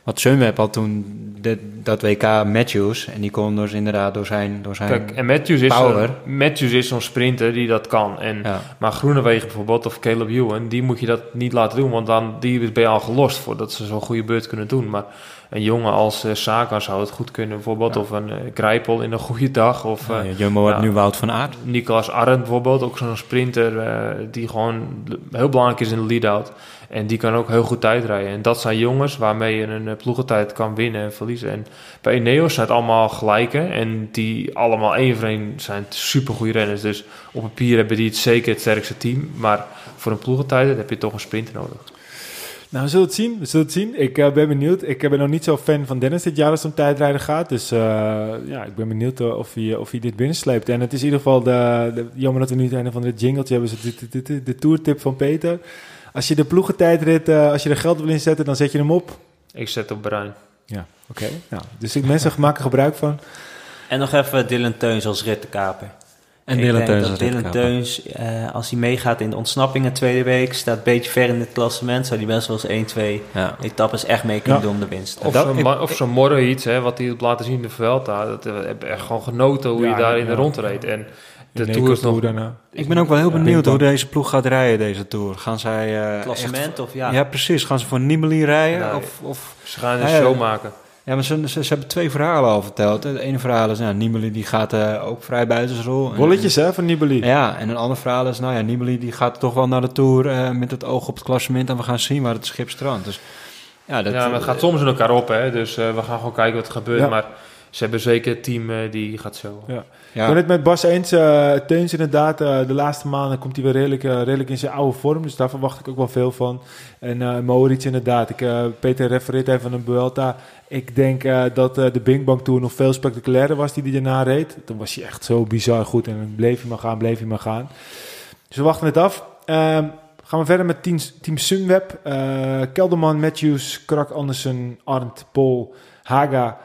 wat Sunweb had toen de, dat W K Matthews. En die kon dus inderdaad door zijn, door zijn Kijk, en Matthews is, power. Een, Matthews is zo'n sprinter die dat kan. En, Ja. Maar Groenewegen bijvoorbeeld of Caleb Ewan, die moet je dat niet laten doen. Want dan die ben je al gelost voordat ze zo'n goede beurt kunnen doen. Maar een jongen als uh, Sagan zou het goed kunnen bijvoorbeeld. Ja. Of een uh, Grijpel in een goede dag. Of uh, Ja, Jumbo had ja, nu Wout van Aert. Nicolas Arndt bijvoorbeeld, ook zo'n sprinter uh, die gewoon heel belangrijk is in de lead-out. En die kan ook heel goed tijdrijden. En dat zijn jongens waarmee je een uh, ploegentijd kan winnen en verliezen. En bij Ineos zijn het allemaal gelijke. En die allemaal één voor één zijn supergoeie renners. Dus op papier hebben die het zeker het sterkste team. Maar voor een ploegentijd heb je toch een sprinter nodig. Nou, we zullen het zien. We zullen het zien. Ik uh, ben benieuwd. Ik ben nog niet zo fan van Dennis dit jaar als het om tijdrijden gaat. Dus uh, ja, ik ben benieuwd uh, of, hij, of hij dit binnensleept. En het is in ieder geval de, de jammer dat we nu een van de jingletje hebben. Dus de, de, de, de tourtip van Peter. Als je de ploegentijdrit, uh, als je er geld wil inzetten, dan zet je hem op. Ik zet op Bruin. Ja, oké. Okay. Nou, dus ik mensen maken gebruik van. En nog even Dylan Teuns als rittenkaper. En ik Dylan denk Teuns dat Dylan Teuns, uh, als hij meegaat in de ontsnapping de tweede week, staat een beetje ver in het klassement, zou hij best wel eens één, twee Ja. etappes echt mee kunnen Ja. doen om de winst. Of Dat- zo'n, ik- ma- of zo'n morgen iets, hè, wat hij heeft laten zien in de Vuelta. Dat we hebben echt gewoon genoten hoe Ja, hij daar in ja. de rond reed. En de De Tour is nog... daarna. Ik ben ook wel heel Ja. benieuwd hoe Pinkpong. deze ploeg gaat rijden, deze Tour. Gaan zij... uh, Klassement echt- of ja? ja. precies. Gaan ze voor Nibali rijden? Nee. Of, of... Ze gaan een Ja, ja. show maken. Ja, maar ze, ze, ze hebben twee verhalen al verteld. Het ene verhaal is, nou, Nibali die gaat uh, ook vrij buitensrol. En- Bolletjes hè, van Nibali. Ja, en een ander verhaal is, nou ja, Nibali die gaat toch wel naar de Tour uh, met het oog op het klassement en we gaan zien waar het schip strandt. Dus ja, dat, Ja, maar het gaat soms in elkaar op, hè. Dus uh, we gaan gewoon kijken wat er gebeurt. Ja. Maar ze hebben zeker een team uh, die gaat showen. Ja. Ja. Ik ben het met Bas eens. Uh, Teuns inderdaad, uh, de laatste maanden komt hij weer redelijk, uh, redelijk in zijn oude vorm. Dus daar verwacht ik ook wel veel van. En uh, Moritz inderdaad. Ik, uh, Peter refereert even van een Vuelta. Ik denk uh, dat uh, de Bing Bang Tour nog veel spectaculairder was die hij daarna reed. Toen was hij echt zo bizar goed. En dan bleef hij maar gaan, bleef hij maar gaan. Dus we wachten het af. Uh, gaan we verder met team, team Sunweb. Uh, Kelderman, Matthews, Krak Andersen, Arndt, Pol, Haga,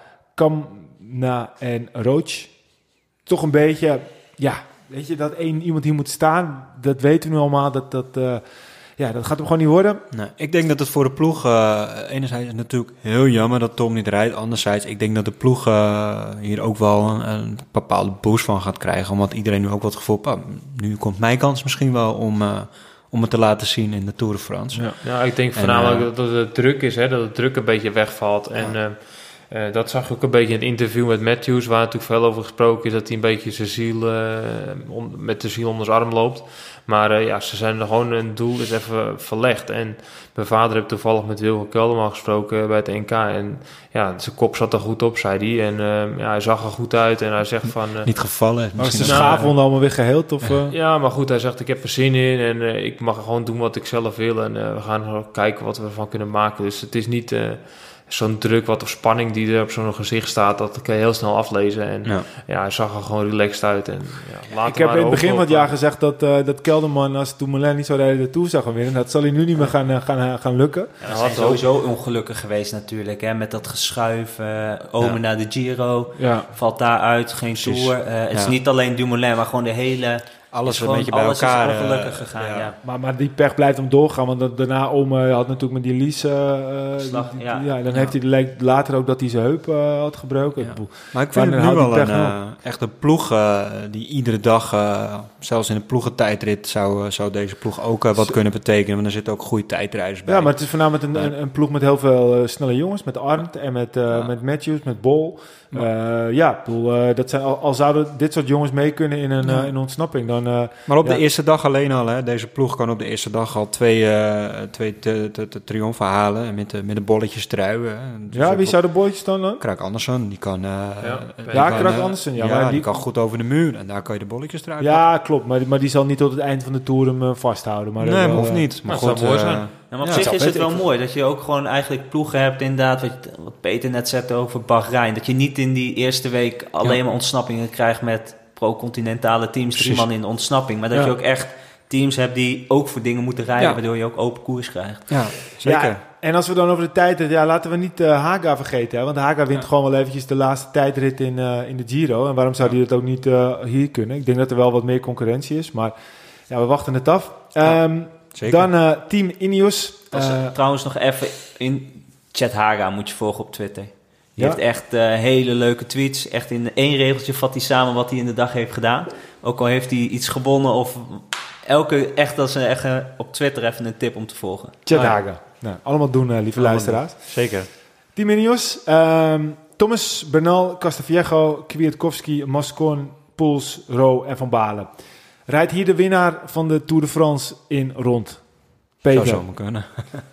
Kamna en Roach. Toch een beetje, ja, weet je, dat één iemand hier moet staan, dat weten we nu allemaal, dat, dat, uh, ja, dat gaat hem gewoon niet worden. Nee, ik denk dat het voor de ploeg, uh, enerzijds is het natuurlijk heel jammer dat Tom niet rijdt, anderzijds, ik denk dat de ploeg uh, hier ook wel een, een bepaalde boost van gaat krijgen, omdat iedereen nu ook wat gevoel, oh, nu komt mijn kans misschien wel om, uh, om het te laten zien in de Tour de France. Ja. Ja, ik denk En, voornamelijk uh, dat het de druk is, hè, dat de druk een beetje wegvalt. En uh, uh, dat zag ik ook een beetje in het interview met Matthews, waar natuurlijk veel over gesproken is, dat hij een beetje zijn ziel, uh, on, met de ziel onder zijn arm loopt. Maar uh, ja, ze zijn er gewoon, een doel is even verlegd. En mijn vader heeft toevallig met Wilco Kelderman gesproken bij het N K. En ja, zijn kop zat er goed op, zei hij. En uh, ja, hij zag er goed uit en hij zegt van... Uh, Niet gevallen. Maar is de Nou, schaafwonden allemaal weer geheeld? Of, uh? Ja, maar goed, hij zegt ik heb er zin in en uh, ik mag gewoon doen wat ik zelf wil. En uh, we gaan gewoon kijken wat we ervan kunnen maken. Dus het is niet uh, zo'n druk wat of spanning die er op zo'n gezicht staat. Dat kan je heel snel aflezen. En ja, Ja. hij zag er gewoon relaxed uit. En, ja, laat Ik hem heb maar in het begin van het jaar overlopen. gezegd dat, uh, dat Kelderman, als Dumoulin niet zou rijden, de Tour zou gaan winnen. Dat zal hij nu niet meer gaan, uh, gaan, uh, gaan lukken. Ja, Ja, we had zijn ook. sowieso ongelukkig geweest natuurlijk, hè, met dat geschuif, uh, Omen Ja. naar de Giro, Ja. valt daaruit, geen Precies. Tour. Uh, het is Ja. niet alleen Dumoulin, maar gewoon de hele... Alles is een gewoon- beetje bij alles elkaar. is uh, ongelukkig gegaan, ja. ja. Maar, maar die pech blijft hem doorgaan, want dat, daarna om uh, had natuurlijk met die Lies, uh, Slag, die- die- ja. ja, dan Ja. heeft hij lijkt later ook dat hij zijn heup uh, had gebroken. Ja. Maar ik vind Wanneer het nu houdt wel die een, pech uh, echt een ploeg uh, die iedere dag, uh, zelfs in een ploegentijdrit, zou, uh, zou deze ploeg ook uh, wat Zo. kunnen betekenen. Want er zitten ook goede tijdrijders bij. Ja, maar het is voornamelijk een, Ja. een, een ploeg met heel veel uh, snelle jongens. Met Arndt en met, uh, Ja. met Matthews, met Bol. Uh, ja, ik bedoel, uh, dat zijn, al, al zouden dit soort jongens mee kunnen in een, Ja. uh, in een ontsnapping, dan... Uh, Maar op Ja. de eerste dag alleen al, hè, deze ploeg kan op de eerste dag al twee, uh, twee te, te, te triomfen halen met de, met de bolletjes trui. Hè. Dus ja, ook wie zou de bootjes dan dan? Krak Andersen, die kan... Uh, Ja, die Ja, kan, Krak uh, Andersen, ja, ja, maar die, die- kan goed over de muur en daar kan je de bolletjes eruit Ja, klopt, maar, maar die zal niet tot het eind van de Tour hem uh, vasthouden. Maar pakken. uh, Nee, wel, maar hoeft uh, niet. Maar Nou, het goed, zou mooi uh, zijn. Ja, maar op Ja, zich dat is het weet wel ik. mooi dat je ook gewoon eigenlijk ploegen hebt inderdaad, wat, je- wat Peter net zette over Bahrein, dat je niet in die eerste week alleen Ja. maar ontsnappingen krijgt met pro-continentale teams, drie Precies. man in de ontsnapping, maar dat Ja. je ook echt teams hebt die ook voor dingen moeten rijden, Ja. waardoor je ook open koers krijgt. Ja, zeker. Ja, en als we dan over de tijdrit, ja, laten we niet uh, Haga vergeten. Hè, want Haga wint Ja. gewoon wel eventjes de laatste tijdrit in, uh, in de Giro. En waarom zou hij dat ook niet uh, hier kunnen? Ik denk dat er wel wat meer concurrentie is, maar ja, we wachten het af. Ja, Um, zeker. dan uh, team Ineos. Dat is, Uh, trouwens nog even in Chet Haga moet je volgen op Twitter. Die Ja? heeft echt uh, hele leuke tweets. Echt in één regeltje vat hij samen wat hij in de dag heeft gedaan. Ook al heeft hij iets gewonnen of... Elke, echt als een echt, uh, op Twitter even een tip om te volgen. Chet Oh, ja. Haga. Nou, allemaal doen, uh, lieve Allemaal luisteraars. Zeker. Team Ineos. Um, Thomas, Bernal, Castelviejo, Kwiatkowski, Moscon, Poels, Rowe en Van Balen. Rijdt hier de winnaar van de Tour de France in rond? Zou Peter, zomaar kunnen.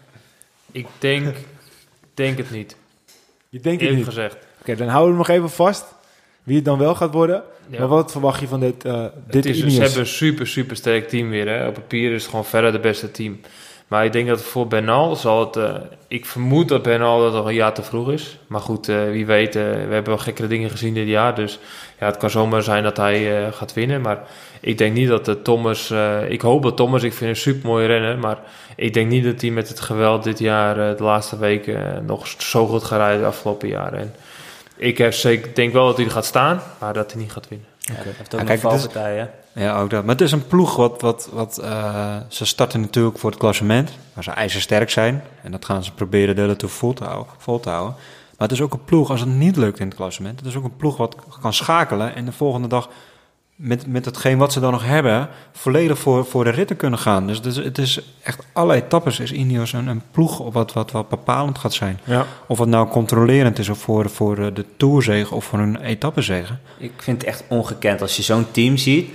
Ik denk, denk het niet. je denkt het Eerlijk niet. gezegd. Oké, okay, dan houden we nog even vast wie het dan wel gaat worden. Ja. Maar wat verwacht je van dit, uh, dit Het is, Ineos? ze hebben een super, super sterk team weer. Hè. Op papier is het gewoon verder de beste team. Maar ik denk dat voor Bernal zal het... Uh, ik vermoed dat Bernal dat nog een jaar te vroeg is. Maar goed, uh, wie weet. Uh, we hebben wel gekkere dingen gezien dit jaar. Dus ja, het kan zomaar zijn dat hij uh, gaat winnen. Maar ik denk niet dat uh, Thomas... Uh, ik hoop dat Thomas... Ik vind een super mooie renner. Maar ik denk niet dat hij met het geweld dit jaar... Uh, de laatste weken uh, nog zo goed gaat rijden de afgelopen jaren. En ik heb zeker, denk wel dat hij er gaat staan. Maar dat hij niet gaat winnen. Ja, Okay. hij heeft ook Ja, nog kijk, het is- valpartijen. Ja, ook dat. Maar het is een ploeg wat... wat, wat uh, ze starten natuurlijk voor het klassement, waar ze ijzersterk zijn. En dat gaan ze proberen de hele Tour vol te houden. Vol te houden. Maar het is ook een ploeg, als het niet lukt in het klassement... het is ook een ploeg wat kan schakelen... en de volgende dag met, met hetgeen wat ze dan nog hebben... volledig voor, voor de ritten kunnen gaan. Dus het is, het is echt alle etappes is Ineos een, een ploeg... wat, wat, wat bepalend gaat zijn. Ja. Of het nou controlerend is of voor, voor de Tourzege of voor een etappezege. Ik vind het echt ongekend als je zo'n team ziet.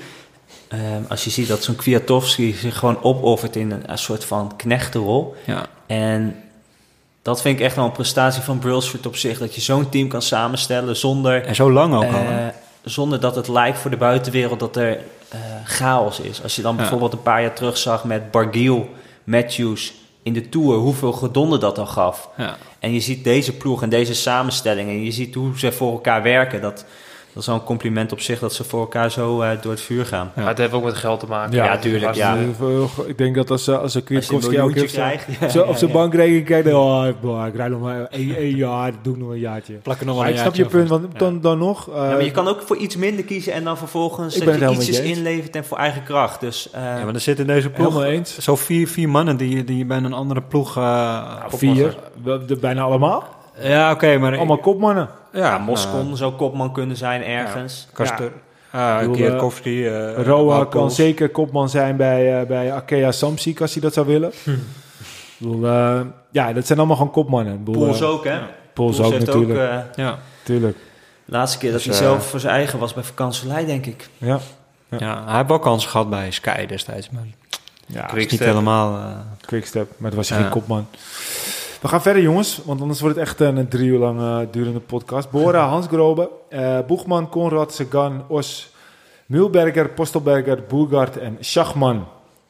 Um, als je ziet dat zo'n Kwiatkowski zich gewoon opoffert in een, een soort van knechtenrol. Ja. En dat vind ik echt wel een prestatie van Brailsford op zich. Dat je zo'n team kan samenstellen zonder, En zo lang ook uh, al. hè? zonder dat het lijkt voor de buitenwereld dat er uh, chaos is. Als je dan Ja. bijvoorbeeld een paar jaar terug zag met Barguil, Matthews in de Tour, hoeveel gedonder dat dan gaf. Ja. En je ziet deze ploeg en deze samenstelling en je ziet hoe ze voor elkaar werken. Dat, dat is wel een compliment op zich dat ze voor elkaar zo uh, door het vuur gaan. Ja. Maar het heeft ook met geld te maken. Ja, tuurlijk, Als- ja. Uh, ik denk dat als, uh, als een Als je een Kwiatkowski elke miljoentje keer krijgt. Ja, zo op ja, zijn ja. bankrekening kijkt... Oh, boah, ik rijd nog maar één, één jaar, doe ik nog een jaartje. Plakken nog Maar ik snap je punt, want dan, dan nog... Uh, Ja, maar je kan ook voor iets minder kiezen en dan vervolgens Ik dat ben je het helemaal ietsjes met je eens. inlevert en voor eigen kracht. Dus uh, Ja, maar er zitten in deze ploeg Helemaal eens. zo vier, vier mannen die, die bij een andere ploeg... Uh, vier, we- de, bijna allemaal. ja, oké, okay, maar... Allemaal kopmannen. ja, ja, Moscon zou kopman kunnen zijn ergens. Kaster, Ik bedoel, Kwiatkowski... Uh, Roa Wout kan Poels. zeker kopman zijn bij, uh, bij Arkea Samsic als hij dat zou willen. Ik bedoel, uh, ja, dat zijn allemaal gewoon kopmannen. Ik bedoel, Poels uh, ook, hè? Poels ook heeft natuurlijk. ook... Uh, Ja, Tuurlijk. laatste keer dat Dus, hij uh, zelf voor zijn eigen was bij vakantselij, denk ik. Ja. ja. ja, hij heeft wel kansen gehad bij Sky destijds, maar Ja, het is Quickstep. niet helemaal... Uh, Quickstep, maar het was Ja. geen kopman. We gaan verder, jongens, want anders wordt het echt een drie uur lang uh, durende podcast. Bora, Hansgrohe, uh, Boegman, Konrad, Sagan, Os, Mühlberger, Postelberger, Boergaard en Schachman.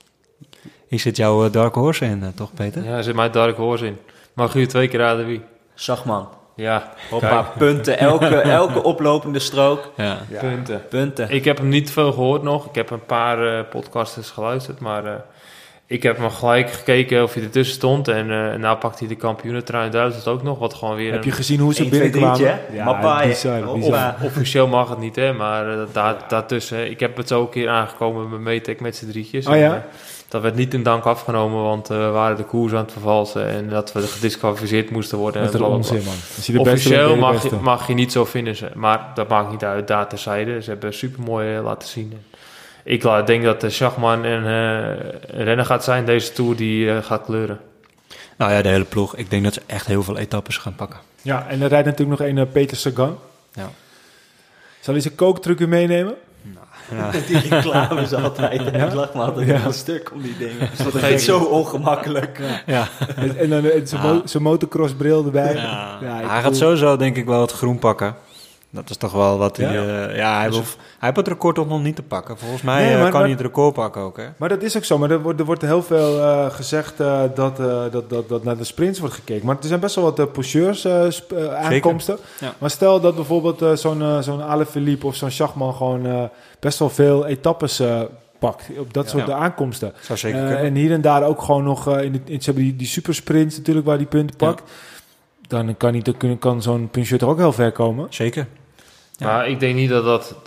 hier zit jouw uh, Dark Horse in, uh, toch Peter? Ja, er zit mijn Dark Horse in. Mag u twee keer raden wie? Zagman. Ja, Hoppa, punten. Elke, elke oplopende strook. Ja. Ja. punten. Punten. Ik heb hem niet veel gehoord nog. Ik heb een paar uh, podcasters geluisterd, maar uh, ik heb hem gelijk gekeken of hij ertussen stond. En uh, nou pakt hij de kampioenentrui in Duitsland ook nog, wat gewoon weer... Heb je een, gezien hoe ze één, twee, binnenkwamen? drietje, hè? Mappai. bizar, Hoppa. bizar. officieel mag het niet, hè, maar uh, daar, daartussen... Ik heb het zo een keer aangekomen met mijn Metec met z'n drietjes. Oh ja? En, uh, dat werd niet in dank afgenomen, want uh, we waren de koers aan het vervalsen en dat we gedisqualificeerd moesten worden. Dat is en toch blablabla. onzin, man. Als je de beste bent, Officieel ben je de mag je, beste. mag je niet zo finishen, maar dat maakt niet uit, daar terzijde. Ze hebben super mooi uh, laten zien. Ik la- denk dat de Schachman een uh, renner gaat zijn, deze Tour die uh, gaat kleuren. Nou ja, de hele ploeg. Ik denk dat ze echt heel veel etappes gaan pakken. Ja, en er rijdt natuurlijk nog een uh, Peter Sagan. Ja. Zal hij zijn kooktrucken meenemen? Ja. Die reclame is altijd. Ja? Ik lach me altijd Ja. ja. een stuk om die dingen. Dat gek. is zo ongemakkelijk. Ja. En, en dan uh, zijn Ah. mo- zijn motocrossbril erbij. Ja. Ja, ik hij gaat bedoel- sowieso denk ik wel het groen pakken. Dat is toch wel wat hij... Ja? Ja, ja hij, Dus- hoeft, hij heeft het record toch nog niet te pakken. Volgens mij Nee, eh, maar- kan maar- hij het record pakken ook, hè? Maar dat is ook zo. Maar er wordt, er wordt heel veel uh, gezegd uh, dat, uh, dat, dat, dat naar de sprints wordt gekeken. Maar er zijn best wel wat uh, pousseurs uh, sp- uh, aankomsten. Ja. Maar stel dat bijvoorbeeld uh, zo'n uh, zo'n Alaphilippe of zo'n Schachman gewoon uh, best wel veel etappes uh, pakt. Op dat Ja. soort Ja. aankomsten. Zou zeker Uh, kunnen. en hier en daar ook gewoon nog uh, in, de, in ze hebben die, die supersprints natuurlijk waar die punten Ja. pakt. Dan kan, niet, dan kan zo'n puncheur toch ook heel ver komen. Zeker. Ja. Maar ik denk niet dat, dat, dat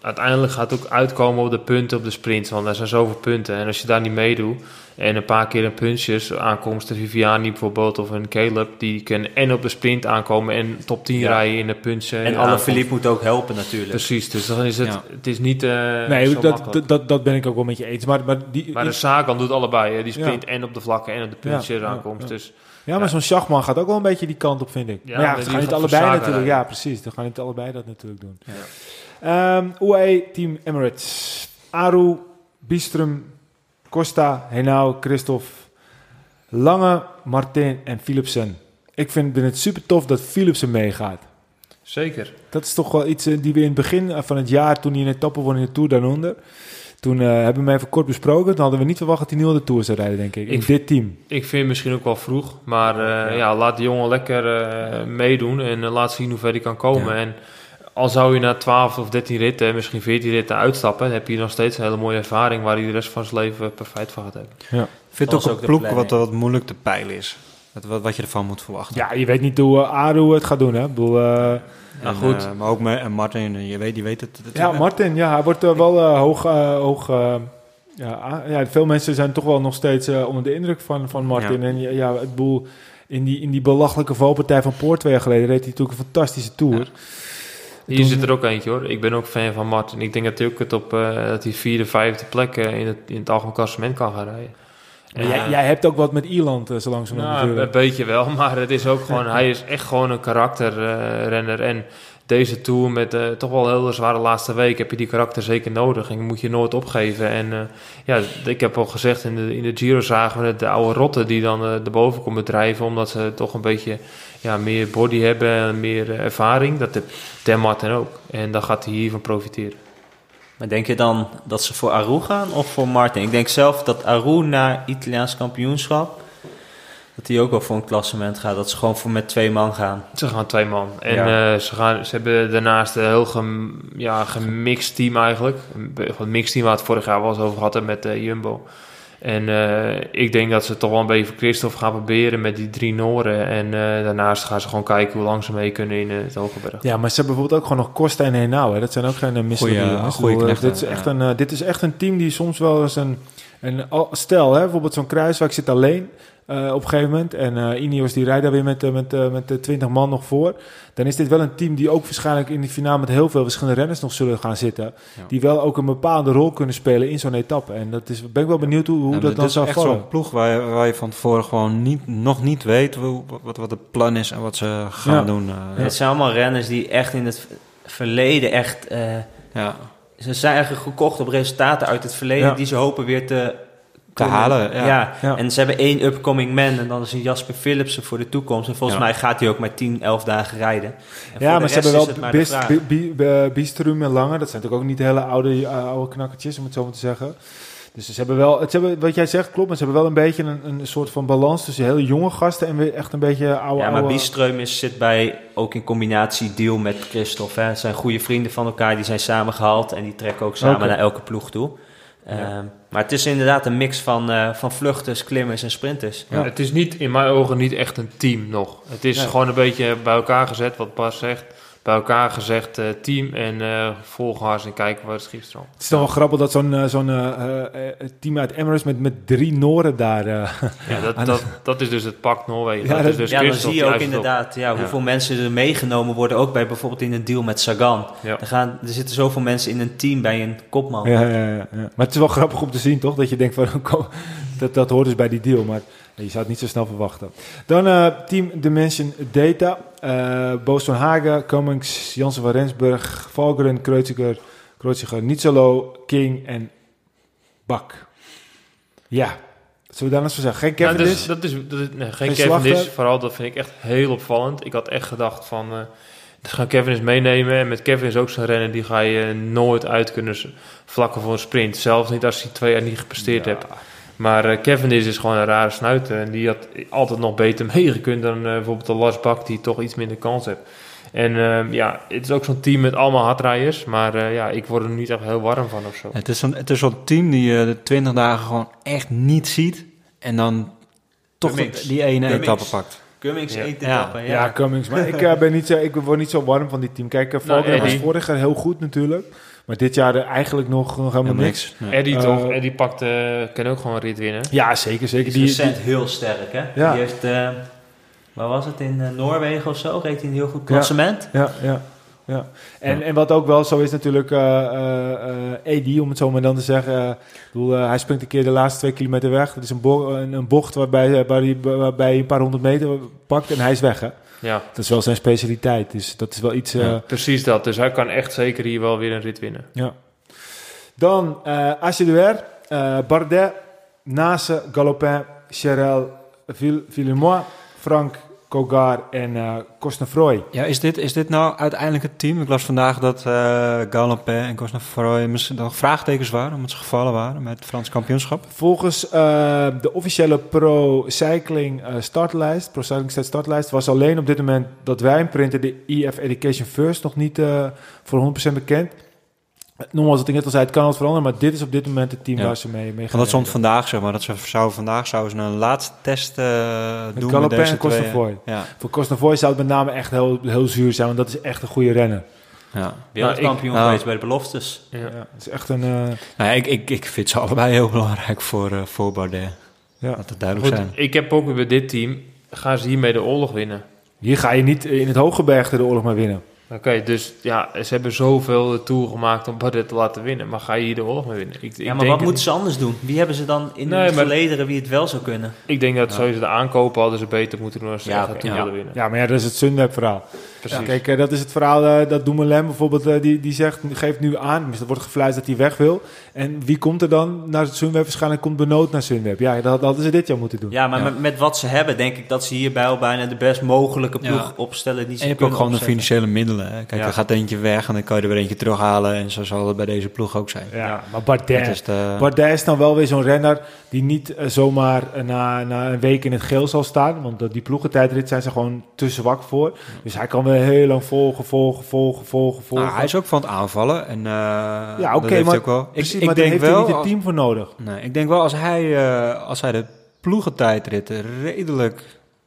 uiteindelijk gaat het ook uitkomen op de punten op de sprint. Want er zijn zoveel punten. En als je daar niet meedoet en een paar keer een puntjes aankomst, de Viviani bijvoorbeeld of een Caleb, die kunnen en op de sprint aankomen en top tien ja. rijden in de punten. En Alaphilippe moet ook helpen natuurlijk. Precies, dus dan is het, ja. het is niet uh, nee, zo dat, dat, dat, dat ben ik ook wel met je eens. Maar, maar, die, maar de Sagan doet allebei. Hè? Die sprint ja. en op de vlakken en op de puntjes ja, aankomst. Ja, ja. Dus, ja, maar ja. zo'n Schachman gaat ook wel een beetje die kant op, vind ik. Ja, maar ja, ze gaan niet allebei natuurlijk. Rijden. Ja, precies. Dan gaan niet allebei dat natuurlijk doen. Ja. Um, U A E Team Emirates. Aru, Bistrum, Costa, Henao, Christophe, Lange, Martin en Philipsen. Ik vind het super tof dat Philipsen meegaat. Zeker. Dat is toch wel iets uh, die we in het begin van het jaar, toen hij een etappe won in de Tour daaronder, toen uh, hebben we hem even kort besproken. Toen hadden we niet verwacht dat hij nu al de Tour zou rijden, denk ik. In ik, dit team. Ik vind misschien ook wel vroeg. Maar uh, ja. ja, laat de jongen lekker uh, meedoen en uh, laat zien hoe ver hij kan komen. Ja. En al zou je na twaalf of dertien ritten, misschien veertien ritten uitstappen, dan heb je nog steeds een hele mooie ervaring waar hij de rest van zijn leven perfect van gaat hebben. Ja. Ik vind het ook een ploeg wat, wat moeilijk te peilen is. Wat, wat je ervan moet verwachten. Ja, je weet niet hoe uh, Aru het gaat doen, hè? Ik bedoel, uh, en, goed. Uh, maar ook met Martin, je weet, die weet het. het ja, het, Martin, ja, hij wordt uh, wel uh, hoog... Uh, hoog uh, ja, ja, veel mensen zijn toch wel nog steeds uh, onder de indruk van, van Martin. Ja. En ja, het boel, in die, in die belachelijke valpartij van Poort twee jaar geleden reed hij natuurlijk een fantastische Tour. Ja. Hier Toen... zit er ook eentje, hoor. Ik ben ook fan van Martin. Ik denk dat hij ook het op uh, dat hij vierde, vijfde plek uh, in, het, in het algemeen klassement kan gaan rijden. Uh, jij, jij hebt ook wat met Ierland, uh, zo langzamerhand. Nou, een beetje wel, maar het is ook gewoon, hij is echt gewoon een karakterrenner. Uh, en deze Tour met uh, toch wel een hele zware laatste week heb je die karakter zeker nodig. En moet je nooit opgeven. En uh, ja, ik heb al gezegd, in de, in de Giro zagen we de oude rotten die dan uh, erboven komen drijven, omdat ze toch een beetje ja, meer body hebben en meer uh, ervaring. Dat heeft Dan Martin ook. En daar gaat hij hiervan profiteren. Maar denk je dan dat ze voor Aru gaan of voor Martin? Ik denk zelf dat Aru naar Italiaans kampioenschap, dat hij ook wel voor een klassement gaat. Dat ze gewoon voor met twee man gaan. Ze gaan twee man. En ja. uh, ze, gaan, ze hebben daarnaast een heel gem, ja, gemixt team eigenlijk. Een mixed team waar het vorig jaar was over gehad met uh, Jumbo. En uh, ik denk dat ze toch wel een beetje voor Christophe gaan proberen met die drie Noren. En uh, daarnaast gaan ze gewoon kijken hoe lang ze mee kunnen in uh, het Hogeberg. Ja, maar ze hebben bijvoorbeeld ook gewoon nog Costa en Henao. Hè. Dat zijn ook geen uh, misseljongens. Uh, dit, is echt ja. een, uh, dit is echt een team die soms wel eens een... een stel, hè, bijvoorbeeld zo'n Kruiswijk zit alleen uh, op een gegeven moment. En uh, Ineos die rijdt daar weer met, uh, met, uh, met uh, twintig man nog voor. Dan is dit wel een team die ook waarschijnlijk in die finale met heel veel verschillende renners nog zullen gaan zitten. Ja. Die wel ook een bepaalde rol kunnen spelen in zo'n etappe. En dat is, ben ik wel benieuwd hoe, hoe ja, dat dan zou vallen. Het is echt zo'n ploeg waar je, waar je van tevoren gewoon niet, nog niet weet hoe, wat, wat het plan is en wat ze gaan ja. doen. Uh, ja. Het zijn allemaal renners die echt in het verleden echt... Uh, ja. Ze zijn eigenlijk gekocht op resultaten uit het verleden ja. die ze hopen weer te... te halen. Ja. Ja. Ja, en ze hebben één upcoming man en dan is een Jasper Philipsen voor de toekomst. En volgens ja. mij gaat hij ook maar tien, elf dagen rijden. En ja, maar ze hebben wel Bist, B, B, B, Bistrum en Lange. Dat zijn natuurlijk ook niet hele oude, uh, oude knakkertjes, om het zo maar te zeggen. Dus ze hebben wel, het hebben, wat jij zegt klopt, maar ze hebben wel een beetje een, een soort van balans tussen hele jonge gasten en weer echt een beetje oude... Ja, maar oude... Bistrum is, zit bij, ook in combinatie deal met Christophe. Hè. Het zijn goede vrienden van elkaar, die zijn samengehaald en die trekken ook samen okay. naar elke ploeg toe. Ja. Um, maar het is inderdaad een mix van, uh, van vluchters, klimmers en sprinters. Ja. Ja, het is niet, in mijn ogen niet echt een team nog. Het is ja. gewoon een beetje bij elkaar gezet, wat Bas zegt. Bij elkaar gezegd uh, team en uh, volgers en kijken waar het schip stroomt. Het is toch wel grappig dat zo'n, uh, zo'n uh, uh, team uit Emirates met, met drie Noren daar... Uh, ja, dat, dat, dat is dus het pak Noorwegen. Ja, dat dat, is dus ja dan zie je ook inderdaad ja, ja. hoeveel mensen er meegenomen worden. Ook bij bijvoorbeeld in een deal met Sagan. Ja. Er, gaan, er zitten zoveel mensen in een team bij een kopman. Ja, ja, ja, ja. Maar het is wel grappig om te zien, toch? Dat je denkt van, dat, dat hoort dus bij die deal, maar... Je zou het niet zo snel verwachten. Dan uh, Team Dimension Data. Uh, Boos van Hagen, Cummings, Jansen van Rensburg, Valgren, Kreuziger, Kreuziger, Nizzolo, King en Bak. Ja, zullen we daar eens voor zeggen? Geen Cavendish? Ja, dat is, dat is, dat is, nee, geen geen Cavendish. Vooral, dat vind ik echt heel opvallend. Ik had echt gedacht van... Uh, dus gaan Cavendish meenemen. En met Kevin is ook zo'n renner, die ga je nooit uit kunnen vlakken voor een sprint. Zelfs niet als hij twee jaar niet gepresteerd ja. hebt. Maar uh, Cavendish is gewoon een rare snuiter. En die had altijd nog beter meegekund dan uh, bijvoorbeeld de Lars Bak, die toch iets minder kans heeft. En uh, ja, het is ook zo'n team met allemaal hardrijders. Maar uh, ja, ik word er niet echt heel warm van of zo. Het is zo'n, het is zo'n team die uh, de twintig dagen gewoon echt niet ziet. En dan toch Cummings. die ene Cummings. etappe pakt. Cummings ja. één etappe, ja. Ja, ja Cummings. Maar ik, uh, ben niet zo, ik word niet zo warm van die team. Kijk, uh, Valgren nou, was vorig jaar heel goed natuurlijk. Maar dit jaar eigenlijk nog, nog helemaal niks. niks. Eddie Uh, toch? Eddie pakt, uh, kan ook gewoon een rit winnen. Ja, zeker. zeker. Die is die, recent heel sterk, hè? Ja. Die heeft, uh, waar was het, in uh, Noorwegen of zo? Reed hij een heel goed klassement. Ja, ja, ja. En, ja. en wat ook wel zo is natuurlijk, uh, uh, uh, Eddie, om het zo maar dan te zeggen. Uh, bedoel, uh, hij springt een keer de laatste twee kilometer weg. Dat is een, bo- een, een bocht waarbij, waar hij, waarbij hij een paar honderd meter pakt en hij is weg, hè? Ja. Dat is wel zijn specialiteit. Dus dat is wel iets... Uh, ja, precies dat. Dus hij kan echt zeker hier wel weer een rit winnen. Ja. Dan uh, Acheduer, uh, Bardet, Nase, Galopin, Cherel, Villemois, Frank, Kogar en uh, Cosnefroy. Ja, is dit, is dit nou uiteindelijk het team? Ik las vandaag dat uh, Galopin en Cosnefroy misschien nog vraagtekens waren, omdat ze gevallen waren met het Frans kampioenschap. Volgens uh, de officiële Pro Cycling uh, startlijst, Pro Cycling Stats startlijst, was alleen op dit moment dat wij hem printen de E F Education First nog niet uh, voor honderd procent bekend. Nogmaals, wat ik net al zei, het kan altijd veranderen, maar dit is op dit moment het team ja. waar ze mee, mee gaan. Dat stond vandaag, zeg maar, dat ze zou vandaag zouden ze een laatste test uh, met doen Galopin met deze en Cosnefroy. Ja. Voor Cosnefroy zou het met name echt heel, heel zuur zijn, want dat is echt een goede renner. Ja. Wereldkampioen nou, geweest bij de beloftes. Ja, ja het is echt een... Uh... Nou ja, ik, ik, ik vind ze allebei heel belangrijk voor, uh, voor Bardet. Ja. Dat het duidelijk Goed, zijn. Ik heb ook weer bij dit team, gaan ze hiermee de oorlog winnen? Hier ga je niet in het Hooggebergte de oorlog maar winnen. Oké, okay, dus ja, ze hebben zoveel de Tour gemaakt om Bardet te laten winnen. Maar ga je hier de oorlog mee winnen? Ik, ja, ik maar denk wat moeten ze anders doen? Wie hebben ze dan in nee, het verleden wie het wel zou kunnen? Ik denk dat ja. sowieso de aankopen hadden ze beter moeten doen als ze ja, echt okay. Tour ja. willen winnen. Ja, maar ja, dat is het Sunweb verhaal. Precies. Ja, kijk, uh, dat is het verhaal uh, dat Dumoulin bijvoorbeeld, uh, die, die zegt, geeft nu aan, dus er wordt gefluisterd dat hij weg wil. En wie komt er dan naar het Sunweb? Waarschijnlijk komt Benoot naar Sunweb. Ja, dat, dat hadden ze dit jaar moeten doen. Ja, maar ja. Met, met wat ze hebben, denk ik dat ze hierbij al bijna de best mogelijke ploeg ja. opstellen. Die ze en je hebt ook gewoon de financiële middelen. Hè? Kijk, ja. er gaat eentje weg en dan kan je er weer eentje terughalen. En zo zal het bij deze ploeg ook zijn. Ja, ja. maar Bardet is, de... Bardet is dan wel weer zo'n renner die niet uh, zomaar uh, na, na een week in het geel zal staan. Want uh, die ploegentijdrit zijn ze gewoon te zwak voor. Ja. Dus hij kan weer heel lang volgen, volgen, volgen, volgen, volgen. Nou, hij is ook van het aanvallen. En, uh, ja, oké, okay, maar, wel... precies, ik, ik maar denk heeft wel, hij niet het team voor nodig. Nee, ik denk wel als hij, uh, als hij de ploegentijdritten redelijk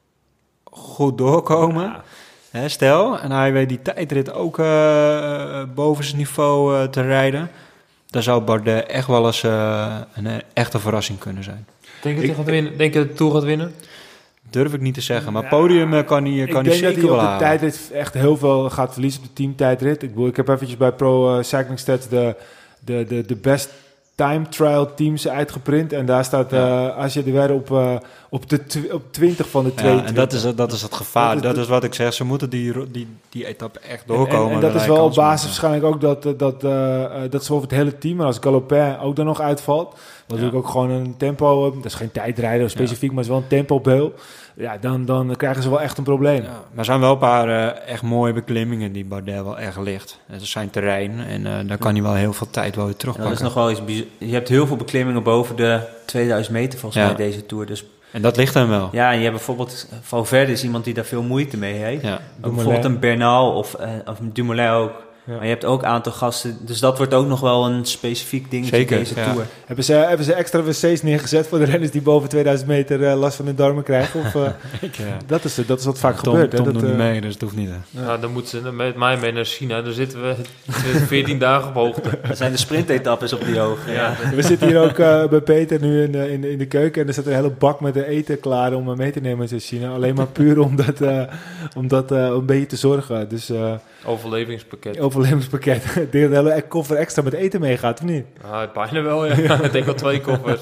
goed doorkomen... Ja. Hè, stel, en hij weet die tijdrit ook uh, boven zijn niveau uh, te rijden... dan zou Bardet echt wel eens uh, een uh, echte verrassing kunnen zijn. Denk je dat hij gaat winnen? Denk je dat de Tour gaat winnen? Durf ik niet te zeggen, maar podium uh, kan hij, kan hij zeker wel halen. Ik denk dat hij op de tijdrit echt heel veel gaat verliezen op de teamtijdrit. Ik bedoel, ik heb eventjes bij Pro uh, Cycling Stats de, de, de, de best time trial teams uitgeprint. En daar staat uh, ja. Acheduer op, uh, op, de tw- op twintig van de tweeëntwintig. Ja, en dat is, dat is het gevaar. Dat is, dat is wat ik zeg. Ze moeten die, die, die etappe echt doorkomen. En, en, en dat is wel op basis waarschijnlijk ook dat, dat, uh, dat ze over het hele team... en als Galopin ook dan nog uitvalt... wat ja. ook gewoon een tempo... dat is geen tijdrijder specifiek, ja. maar het is wel een tempobeul... ja, dan, dan krijgen ze wel echt een probleem. Ja, maar er zijn wel een paar uh, echt mooie beklimmingen die Bardet wel echt ligt. Het is zijn terrein en uh, daar kan hij wel heel veel tijd wel weer terugpakken. Dat is nog wel iets bijz- Je hebt heel veel beklimmingen boven de tweeduizend meter volgens ja. mij deze Tour. Dus en dat ligt hem wel. Ja, en je hebt bijvoorbeeld... Valverde is iemand die daar veel moeite mee heeft. Ja. Bijvoorbeeld een Bernal of, uh, of Dumoulin ook. Ja. Maar je hebt ook een aantal gasten... Dus dat wordt ook nog wel een specifiek ding in deze ja. Tour. Hebben ze, hebben ze extra W C's neergezet voor de renners die boven tweeduizend meter uh, last van hun darmen krijgen? Of, uh, ik, ja. dat, is, dat is wat vaak Tom, gebeurt. Tom hè? doet dat, niet uh, mee, dus het hoeft niet. Hè. Ja. Nou, dan moeten ze met mij mee naar China. Dan zitten we veertien dagen op hoogte. Dat zijn de sprintetappes op die hoogte. Ja. Ja. We zitten hier ook uh, bij Peter nu in de, in, de, in de keuken. En er staat een hele bak met de eten klaar om mee te nemen naar China. Alleen maar puur om dat, uh, om dat uh, een beetje te zorgen. Dus... Uh, Overlevingspakket. Overlevingspakket. Ik denk dat de hele koffer extra met eten meegaat, of niet? Ah, bijna wel, ja. Ik denk wel twee koffers.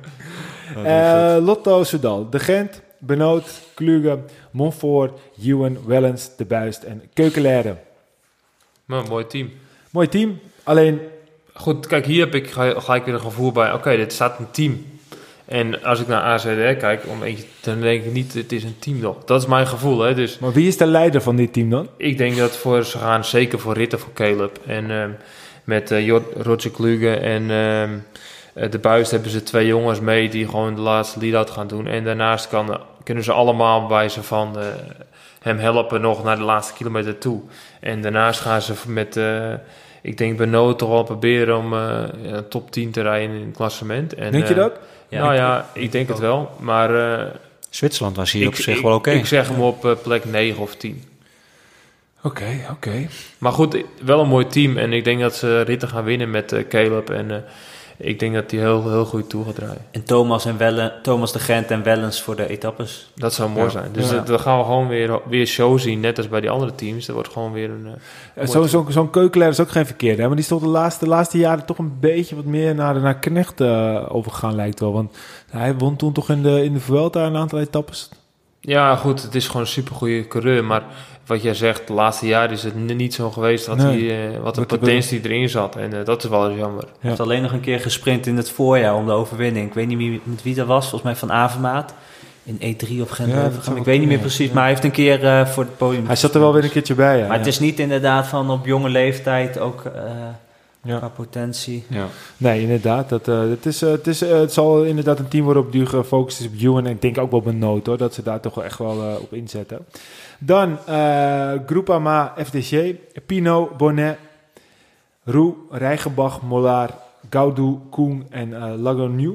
uh, Lotto Soudal. De Gent, Benoot, Kluge, Montfort, Ewan, Wellens, De Buist en Keukenleren. Maar een mooi team. Mooi team. Alleen... Goed, kijk, hier heb ik gelijk weer een gevoel bij. Oké, okay, dit staat een team. En als ik naar A Z R kijk, om eentje, dan denk ik niet, het is een team nog. Dat is mijn gevoel, hè. Dus maar wie is de leider van dit team dan? Ik denk dat voor, ze gaan zeker voor ritten voor Caleb. En uh, met uh, Roger Kluge en uh, De Buist hebben ze twee jongens mee die gewoon de laatste lead-out gaan doen. En daarnaast kan, kunnen ze allemaal bij ze van uh, hem helpen nog naar de laatste kilometer toe. En daarnaast gaan ze met... Uh, ik denk Benoot toch wel proberen om uh, ja, top tien te rijden in het klassement. En, denk je dat? Ja, nou ik, ja, ik, ik denk het wel. Maar uh, Zwitserland was hier ik, op zich ik, wel oké. Okay. Ik zeg hem op uh, plek negen of tien. Oké, okay, oké. Okay. Maar goed, wel een mooi team. En ik denk dat ze ritten gaan winnen met uh, Caleb. En uh, ik denk dat hij heel, heel goed toe gaat draaien. En Thomas, en Wellen, Thomas de Gent en Wellens voor de etappes. Dat zou mooi ja. zijn. Dus ja. dan gaan we gewoon weer, weer show zien. Net als bij die andere teams. Dat wordt gewoon weer een... Uh, Zo'n zo, zo Keukeler is ook geen verkeerde. Hè? Maar die stond de laatste, de laatste jaren toch een beetje wat meer naar, naar Knecht uh, overgegaan lijkt wel. Want hij won toen toch in de, in de Vuelta een aantal etappes. Ja, goed. Het is gewoon een supergoeie coureur. Maar wat jij zegt, de laatste jaren is het niet zo geweest dat nee. hij, uh, wat de potentie erin zat. En uh, dat is wel eens jammer. Hij ja. heeft alleen nog een keer gesprint in het voorjaar om de overwinning. Ik weet niet meer met wie dat was. Volgens mij van Avermaat. In E drie of Gent. Ja, ik weet niet meer precies. Ja. Maar hij heeft een keer uh, voor het podium. Hij zat er wel weer een keertje bij. Ja. Maar ja. het is niet inderdaad van op jonge leeftijd ook... Uh, Ja. Qua potentie. Ja. Nee, inderdaad. Dat, uh, het, is, uh, het, is, uh, het zal inderdaad een team worden op die gefocust is op Ewan. En ik denk ook wel op een noot hoor, dat ze daar toch wel echt wel uh, op inzetten. Dan uh, Groupama F D G, Pinot, Bonnet, Roux, Rijgenbach, Mollard, Gaudu, Koen en uh, Lagonieu.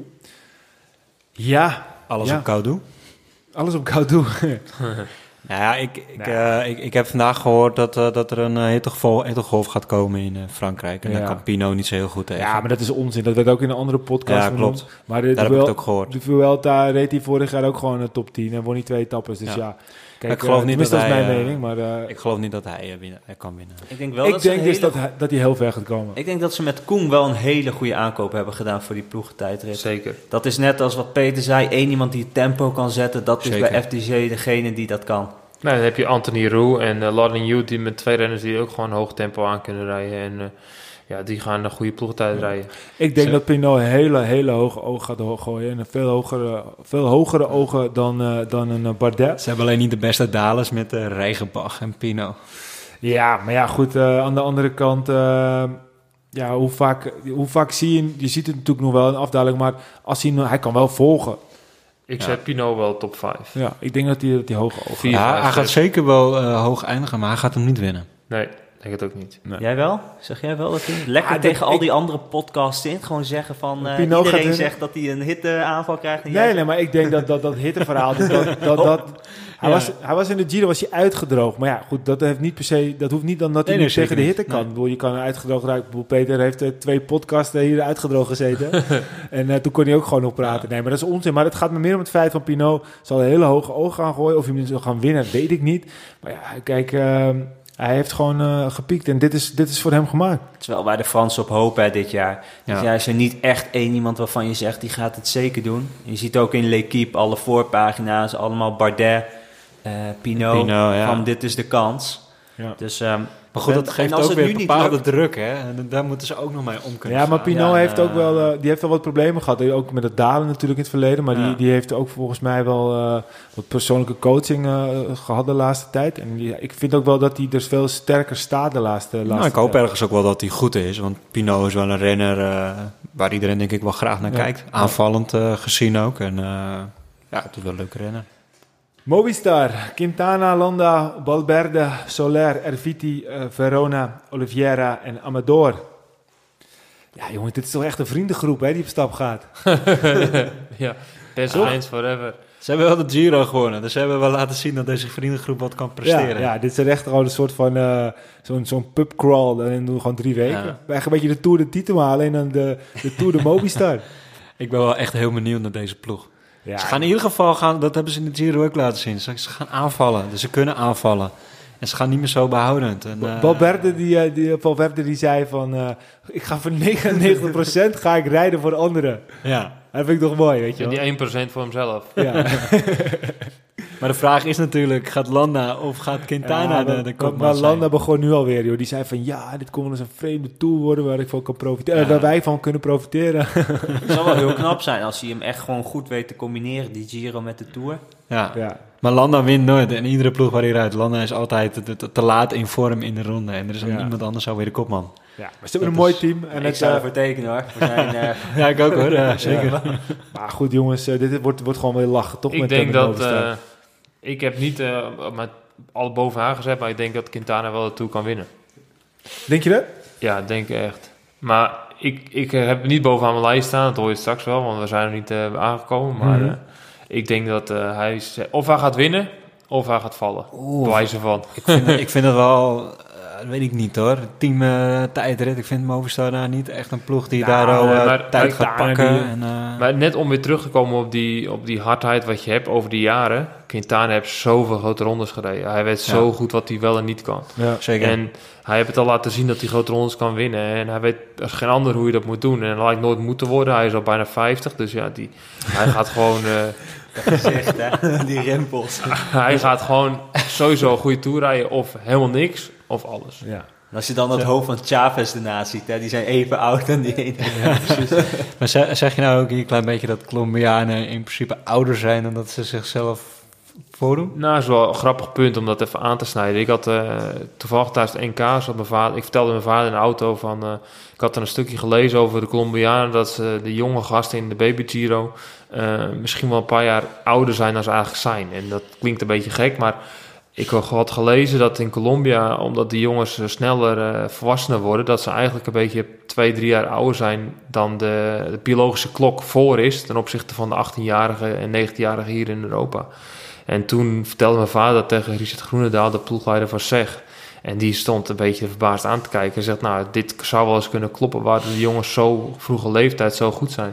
Ja. Alles ja. op Gaudu? Alles op Gaudu. Nou ja, ik, ik, nee. uh, ik, ik heb vandaag gehoord dat, uh, dat er een uh, hittegolf, hittegolf gaat komen in uh, Frankrijk. En ja. daar kan Pinot niet zo heel goed tegen. Ja, maar dat is onzin. Dat werd ook in een andere podcast Ja, klopt. Genoemd. Maar de, daar de heb ik het ook gehoord. De Vuelta reed hij vorig jaar ook gewoon een top tien en won hij twee etappes. Dus ja, ja kijk, ik geloof uh, niet dat, dat is hij, mijn mening. Maar, uh, ik geloof niet dat hij, uh, winnen, hij kan winnen. Ik denk, wel ik dat, denk dus hele... dat, hij, dat hij heel ver gaat komen. Ik denk dat ze met Koen wel een hele goede aankoop hebben gedaan voor die ploegentijdrit. Zeker. Dat is net als wat Peter zei. Één iemand die het tempo kan zetten. Dat Zeker. is bij F D G degene die dat kan. Nou, dan heb je Anthony Roux en uh, Lagonieu die met twee renners die ook gewoon hoog tempo aan kunnen rijden. En uh, ja, die gaan een goede ploegtijd rijden. Ik denk Zo. dat Pinot hele, hele hoge ogen gaat gooien. En een veel hogere, veel hogere ogen dan, uh, dan een uh, Bardet. Ze hebben alleen niet de beste dalers met uh, Rijgenbach en Pinot. Ja, maar ja, goed. Uh, aan de andere kant... Uh, ja, hoe vaak, hoe vaak zie je... Je ziet het natuurlijk nog wel in afdaling, maar als hij, hij kan wel volgen. Ik ja. zet Pinot wel top vijf. Ja, ik denk dat hij, dat hij hoog over ja, vijf, hij gaat zeker wel uh, hoog eindigen, maar hij gaat hem niet winnen. Nee, ik denk het ook niet. Nee. Jij wel? Zeg jij wel dat hij... Lekker ah, tegen dat, al ik, die andere podcasts in. Gewoon zeggen van... Uh, iedereen zegt dat hij een hitteaanval krijgt. En nee, jij nee, maar ik denk dat dat, dat hitteverhaal... dat, dat, dat, dat, hij, ja. was, hij was in de Giro, was hij uitgedroogd. Maar ja, goed, dat heeft niet per se... Dat hoeft niet dan dat hij nee, nu nee, tegen de hitte kan. Nee. Bedoel, je kan uitgedroogd raken. Bedoel, Peter heeft uh, twee podcasts hier uitgedroogd gezeten. en uh, toen kon hij ook gewoon nog praten. Ja. Nee, maar dat is onzin. Maar het gaat me meer om het feit van Pinot... zal een hele hoge ogen gaan gooien. Of hij hem zal gaan winnen, weet ik niet. Maar ja, kijk... Uh, hij heeft gewoon uh, gepiekt en dit is, dit is voor hem gemaakt. Het is wel waar de Fransen op hopen hè, dit jaar. Ja. Dit jaar is er niet echt één iemand waarvan je zegt... die gaat het zeker doen. Je ziet ook in L'Équipe alle voorpagina's... allemaal Bardet, uh, Pinot, Pinot ja. van dit is de kans. Ja. Dus... Um, maar goed, dat geeft ook weer bepaalde lukt, druk, hè? En daar moeten ze ook nog mee om kunnen Ja, maar Pinot ja, heeft uh, ook wel, uh, die heeft wel wat problemen gehad. Ook met het dalen natuurlijk in het verleden. Maar ja. die, die heeft ook volgens mij wel uh, wat persoonlijke coaching uh, gehad de laatste tijd. En die, ik vind ook wel dat hij dus veel sterker staat de laatste, laatste nou, ik hoop tijd. ergens ook wel dat hij goed is. Want Pinot is wel een renner uh, waar iedereen denk ik wel graag naar ja. kijkt. Aanvallend uh, gezien ook. En uh, ja, het is wel een leuke renner. Movistar, Quintana, Landa, Valverde, Soler, Erviti, uh, Verona, Oliveira en Amador. Ja, jongen, dit is toch echt een vriendengroep hè, die op stap gaat. ja, best friends forever. Ze hebben wel de Giro gewonnen, dus ze hebben wel laten zien dat deze vriendengroep wat kan presteren. Ja, ja dit is echt gewoon een soort van uh, zo'n, zo'n pubcrawl en doen gewoon drie weken. Ja. Eigenlijk een beetje de Tour de titel halen en dan de, de Tour de Movistar. Ik ben wel echt heel benieuwd naar deze ploeg. Ja. Ze gaan in ieder geval gaan, dat hebben ze in de Giro ook laten zien. Ze gaan aanvallen, dus ze kunnen aanvallen. En ze gaan niet meer zo behoudend. En, uh, Valverde, die, die, Valverde die zei van... Uh, ik ga voor negenennegentig procent ga ik rijden voor anderen. Ja. Dat vind ik toch mooi, weet je wel. En die één procent voor hemzelf. Ja. Maar de vraag is natuurlijk, gaat Landa of gaat Quintana ja, de, de kopman Maar Landa zijn? begon nu alweer, joh. Die zei van, ja, dit kon wel eens een vreemde tour worden waar ik van kan profiteren. Ja. Waar wij van kunnen profiteren. Het zou wel heel knap zijn als hij hem echt gewoon goed weet te combineren, die Giro met de Tour. Ja, ja. Maar Landa wint nooit. En iedere ploeg waar hij rijdt, Landa is altijd te, te, te laat in vorm in de ronde. En er is ja. iemand anders alweer de kopman. Ja, maar ze hebben een mooi team. En ik het, zou uh, ervoor tekenen hoor. We zijn, uh... ja, ik ook hoor. Uh, zeker. Ja. Maar goed jongens, uh, dit wordt, wordt gewoon weer lachen. Toch ik met denk dat... Uh, ik heb niet uh, met al bovenaan gezet, maar ik denk dat Quintana wel de Tour kan winnen. Denk je dat? Ja, denk ik echt. Maar ik, ik heb niet bovenaan mijn lijst staan. Dat hoor je straks wel, want we zijn nog niet uh, aangekomen. Maar mm-hmm. uh, ik denk dat uh, hij... Of hij gaat winnen... of hij gaat vallen. Oeh, Bewijzen van. Ik vind, ik vind het wel, uh, weet ik niet hoor, team uh, tijdrit. Ik vind Movistar nou niet echt een ploeg die Ja, daar al uh, maar tijd gaat Quintana pakken. die- En, uh, Maar net om weer terug te komen op die, op die hardheid wat je hebt over die jaren. Quintana heeft zoveel grote rondes gereden. Hij weet zo Ja. goed wat hij wel en niet kan. Ja. zeker. En hij heeft het al laten zien dat hij grote rondes kan winnen. En hij weet als geen ander hoe je dat moet doen. En hij lijkt nooit moeten worden. Hij is al bijna vijftig. Dus ja, die, hij gaat gewoon... Uh, Gezegd, hè? Die rimpels. hij gaat gewoon sowieso een goede toer rijden. Of helemaal niks. Of alles. Ja. En als je dan het hoofd van Chavez ernaast ziet, hè, die zijn even oud en die ene. Ja, precies. Maar zeg, zeg je nou ook hier een klein beetje dat Colombianen in principe ouder zijn dan dat ze zichzelf voordoen? Nou, dat is wel een grappig punt om dat even aan te snijden. Ik had uh, toevallig tijdens het N K, zat mijn vader, ik vertelde mijn vader in de auto van... Uh, ik had er een stukje gelezen over de Colombianen, dat ze de jonge gasten in de Baby Giro uh, misschien wel een paar jaar ouder zijn dan ze eigenlijk zijn. En dat klinkt een beetje gek, maar ik had gelezen dat in Colombia, omdat die jongens sneller uh, volwassener worden, dat ze eigenlijk een beetje twee, drie jaar ouder zijn dan de, de biologische klok voor is ten opzichte van de achttienjarigen en negentienjarigen hier in Europa. En toen vertelde mijn vader dat tegen Richard Groenendaal, de ploegleider van S E G. En die stond een beetje verbaasd aan te kijken. En zegt, nou, dit zou wel eens kunnen kloppen, waar de jongens zo vroege leeftijd zo goed zijn.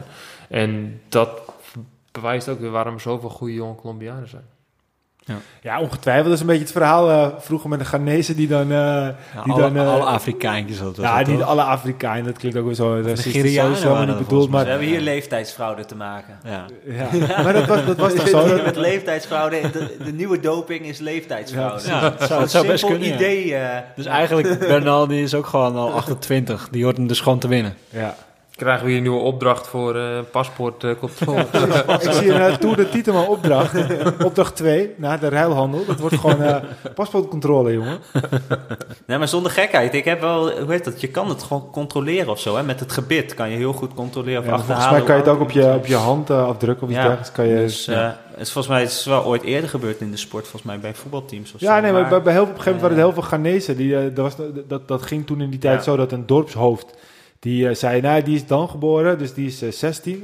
En dat bewijst ook weer waarom er zoveel goede jonge Colombianen zijn. Ja. ja, ongetwijfeld. Dat is een beetje het verhaal uh, vroeger met de Ghanese die dan... Uh, Ja, die alle, dan uh, alle Afrikaantjes. Dat was ja, dat, niet toch? alle Afrikanen. Dat klinkt ook weer zo racistisch. Nigerianen Zo is het waren niet dat bedoeld, volgens We maar... hebben hier leeftijdsfraude te maken. Ja. Ja, maar dat was, dat was toch zo? Dat, Met leeftijdsfraude. De, de nieuwe doping is leeftijdsfraude. Ja, het zou, Een het zou best simpel kunnen. Ja. idee. Uh, Dus eigenlijk, Bernal die is ook gewoon al achtentwintig. Die hoort hem dus gewoon te winnen. ja. Krijgen we hier een nieuwe opdracht voor uh, paspoortcontrole. Ik zie een uh, Tour de Tietema opdracht. Opdracht twee, na de ruilhandel. Dat wordt gewoon uh, paspoortcontrole, jongen. nee, maar zonder gekheid. Ik heb wel, hoe heet dat? Je kan het gewoon controleren of zo. Hè? Met het gebit kan je heel goed controleren of Ja, volgens achterhalen. mij kan je het ook hoe op je, oud op je hand uh, afdrukken of iets Ja, dergelijks. Kan je, Dus ja. uh, het is volgens mij het is wel ooit eerder gebeurd in de sport, volgens mij bij voetbalteams of zo. Ja, nee, maar bij, bij heel, op een gegeven moment waren uh, er heel veel Ghanese. Die, uh, dat, was, dat, dat ging toen in die tijd Ja. zo dat een dorpshoofd... Die uh, zei, nou, die is dan geboren, dus die is uh, zestien.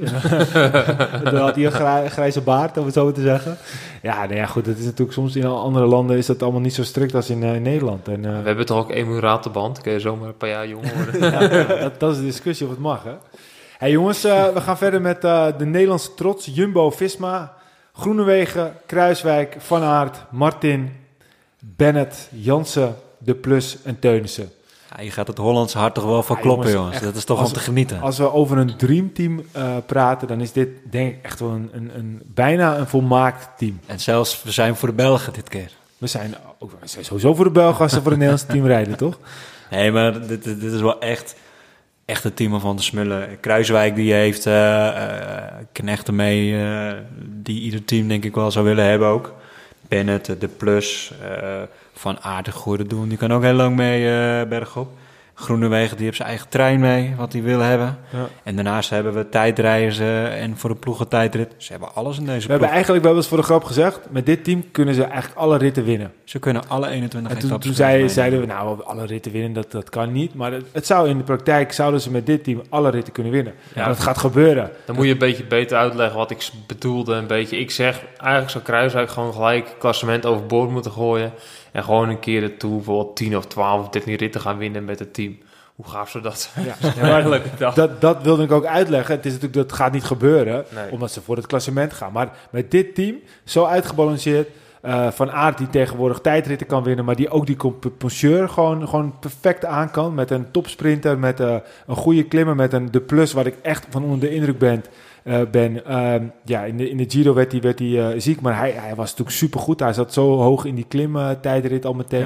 Dan had hij een grij, grijze baard, om het zo maar te zeggen. Ja, nou ja, goed, dat is natuurlijk soms in andere landen is dat allemaal niet zo strikt als in, uh, in Nederland. En, uh, We hebben toch ook emulatenband. Kun je zomaar een paar jaar jonger worden. ja, dat, dat is de discussie of het mag, hè. Hey jongens, uh, we gaan verder met uh, de Nederlandse trots. Jumbo-Visma, Groenewegen, Kruiswijk, Van Aert, Martin, Bennett, Jansen, De Plus en Teunissen. Ja, je gaat het Hollandse hart toch wel van Ja, kloppen, jongens, jongens. echt, Dat is toch als- om te genieten. Als we over een dreamteam uh, praten, dan is dit denk ik echt wel een, een, een bijna een volmaakt team. En zelfs, we zijn voor de Belgen dit keer. We zijn, ook, we zijn sowieso voor de Belgen als ze voor het Nederlandse team rijden, toch? Nee, maar dit, dit dit is wel echt, echt het team van de smullen. Kruiswijk die heeft uh, uh, knechten mee uh, die ieder team denk ik wel zou willen hebben ook. Bennett, De Plus, uh, Van Aert, de goede doen. Die kan ook heel lang mee uh, bergop. Groenewegen, die heeft zijn eigen trein mee, wat hij wil hebben. Ja. En daarnaast hebben we tijdrijders uh, en voor de ploegen tijdrit. Ze hebben alles in deze We ploeg. hebben eigenlijk, we hebben het voor de grap gezegd, met dit team kunnen ze eigenlijk alle ritten winnen. Ze kunnen alle eenentwintig En toen, etappes toen zei, meenemen. zeiden we, nou, alle ritten winnen, dat, dat kan niet. Maar het, het zou in de praktijk, zouden ze met dit team alle ritten kunnen winnen. Ja. En dat gaat gebeuren. Dan moet je een beetje beter uitleggen wat ik bedoelde. Een beetje. Ik zeg, eigenlijk zou Kruiswijk gewoon gelijk klassement overboord moeten gooien. En gewoon een keer de Tour bijvoorbeeld tien of twaalf of dertien ritten gaan winnen met het team. Hoe gaaf zou dat zijn? Ja. Ja, eigenlijk dat. Dat, dat wilde ik ook uitleggen. Het is natuurlijk, dat gaat niet gebeuren, Nee. omdat ze voor het klassement gaan. Maar met dit team, zo uitgebalanceerd, uh, Van Aert die tegenwoordig tijdritten kan winnen, maar die ook die compenseur gewoon, gewoon perfect aan kan. Met een topsprinter, met uh, een goede klimmer, met een De Plus, waar ik echt van onder de indruk ben. Uh, ben uh, ja, in, de, in de Giro werd hij werd hij, uh, ziek, maar hij, hij was natuurlijk supergoed. Hij zat zo hoog in die klimtijdrit al meteen.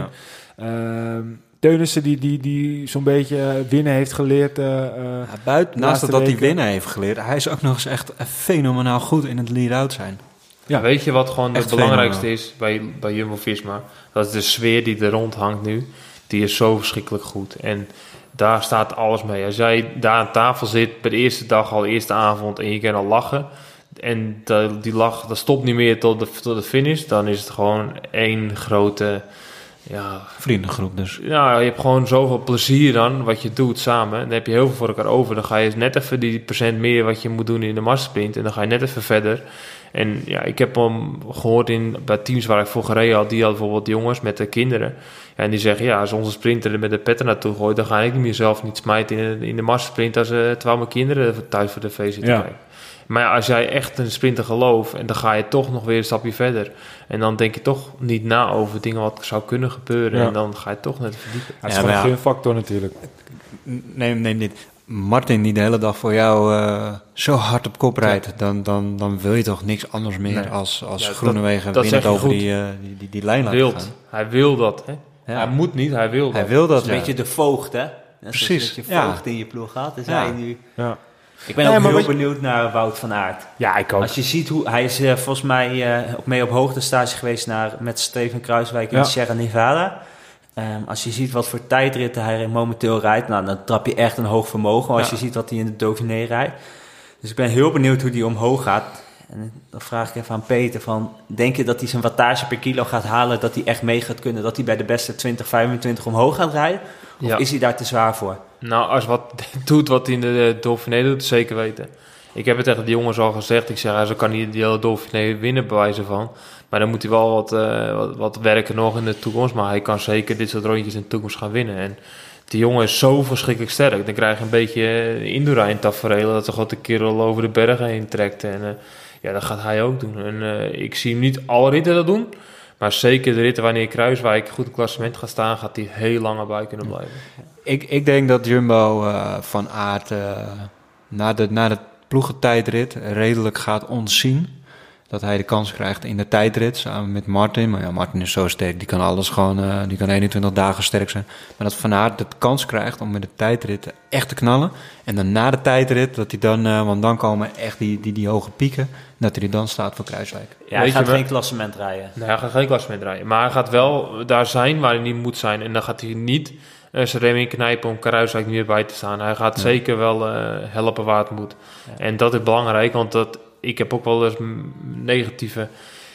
Ja. Uh, Teunissen die, die, die zo'n beetje winnen heeft geleerd. Uh, uh, Ja, buiten, naast laatste dat hij weken. winnen heeft geleerd, hij is ook nog eens echt fenomenaal goed in het lead-out zijn. Ja, weet je wat gewoon Echt het belangrijkste is bij, bij Jumbo-Visma? Dat is de sfeer die er rond hangt nu. Die is zo verschrikkelijk goed. En daar staat alles mee. Als jij daar aan tafel zit, bij de eerste dag al, de eerste avond, en je kan al lachen. En de, die lach, dat stopt niet meer tot de, tot de finish. Dan is het gewoon één grote... Ja, Vriendengroep dus. ja, je hebt gewoon zoveel plezier dan wat je doet samen. Dan heb je heel veel voor elkaar over. Dan ga je net even die procent meer wat je moet doen in de massasprint. En dan ga je net even verder. En ja, ik heb hem gehoord in, bij teams waar ik voor gereden had, die hadden bijvoorbeeld jongens met de kinderen. Ja, en die zeggen, ja, als onze sprinter er met de pet er naartoe gooit, dan ga ik niet zelf niet smijten in de, in de massasprint als, uh, terwijl mijn kinderen thuis voor de tv zitten Ja. kijken. Maar ja, als jij echt een sprinter gelooft en dan ga je toch nog weer een stapje verder. En dan denk je toch niet na over dingen wat zou kunnen gebeuren. Ja. En dan ga je toch net verdiepen. Dat is Ja, gewoon maar een ja. gunfactor natuurlijk. Neem, neem dit. Martin die de hele dag voor jou uh, zo hard op kop rijdt, dan, dan, dan wil je toch niks anders meer Nee. als, als Ja, Groenewegen dat winnend zeg je over goed. die, uh, die, die, die lijn laten Wilt. gaan. Hij wil dat. Hè? Ja. Hij moet niet, hij wil dat. Hij wil dat, Dat is een ja. beetje de voogd, hè? Net Precies, zoals dat je ja. voogd in je ploeg had. Dus Ja. hij nu... Ja, Ik ben Nee, ook maar heel wat je- benieuwd naar Wout van Aert. ja ik ook. Als je ziet hoe... Hij is uh, volgens mij uh, op mee op hoogtestage geweest naar, met Steven Kruiswijk in Ja. de Sierra Nevada. Um, als je ziet wat voor tijdritten hij momenteel rijdt, nou, dan trap je echt een hoog vermogen. Als Ja. je ziet wat hij in de Dauphiné rijdt. Dus ik ben heel benieuwd hoe die omhoog gaat. En dan vraag ik even aan Peter van... Denk je dat hij zijn wattage per kilo gaat halen, dat hij echt mee gaat kunnen, dat hij bij de beste twintig, vijfentwintig omhoog gaat rijden? Of Ja. is hij daar te zwaar voor? Nou, als wat doet wat hij in de Dauphiné doet, zeker weten. Ik heb het tegen die jongens al gezegd. Ik zeg, hij zo kan niet die hele Dauphiné winnen, bij wijze van. Maar dan moet hij wel wat, uh, wat, wat werken nog in de toekomst. Maar hij kan zeker dit soort rondjes in de toekomst gaan winnen. En die jongen is zo verschrikkelijk sterk. Dan krijg je een beetje uh, Indurain tafereel, dat de grote kerel over de bergen heen trekt. En uh, ja, dat gaat hij ook doen. En uh, ik zie hem niet alle ritten dat doen. Maar zeker de ritten wanneer Kruiswijk goed in het klassement gaat staan, gaat hij heel lang erbij kunnen blijven. Ik, ik denk dat Jumbo uh, van Aert uh, na de, na de ploegentijdrit redelijk gaat ontzien. Dat hij de kans krijgt in de tijdrit samen met Martin. Maar ja, Martin is zo sterk, die kan alles gewoon, uh, die kan eenentwintig dagen sterk zijn. Maar dat Van Aert de kans krijgt om met de tijdrit echt te knallen. En dan na de tijdrit, dat hij dan, uh, want dan komen echt die, die, die hoge pieken, dat hij dan staat voor Kruiswijk. Ja, hij Weet gaat je wel- geen klassement rijden. Nee, hij gaat geen klassement rijden. Maar hij gaat wel daar zijn waar hij niet moet zijn. En dan gaat hij niet uh, zijn rem in knijpen om Kruiswijk niet meer bij te staan. Hij gaat Ja. zeker wel uh, helpen waar het moet. Ja. En dat is belangrijk, want dat, ik heb ook wel eens m- negatieve...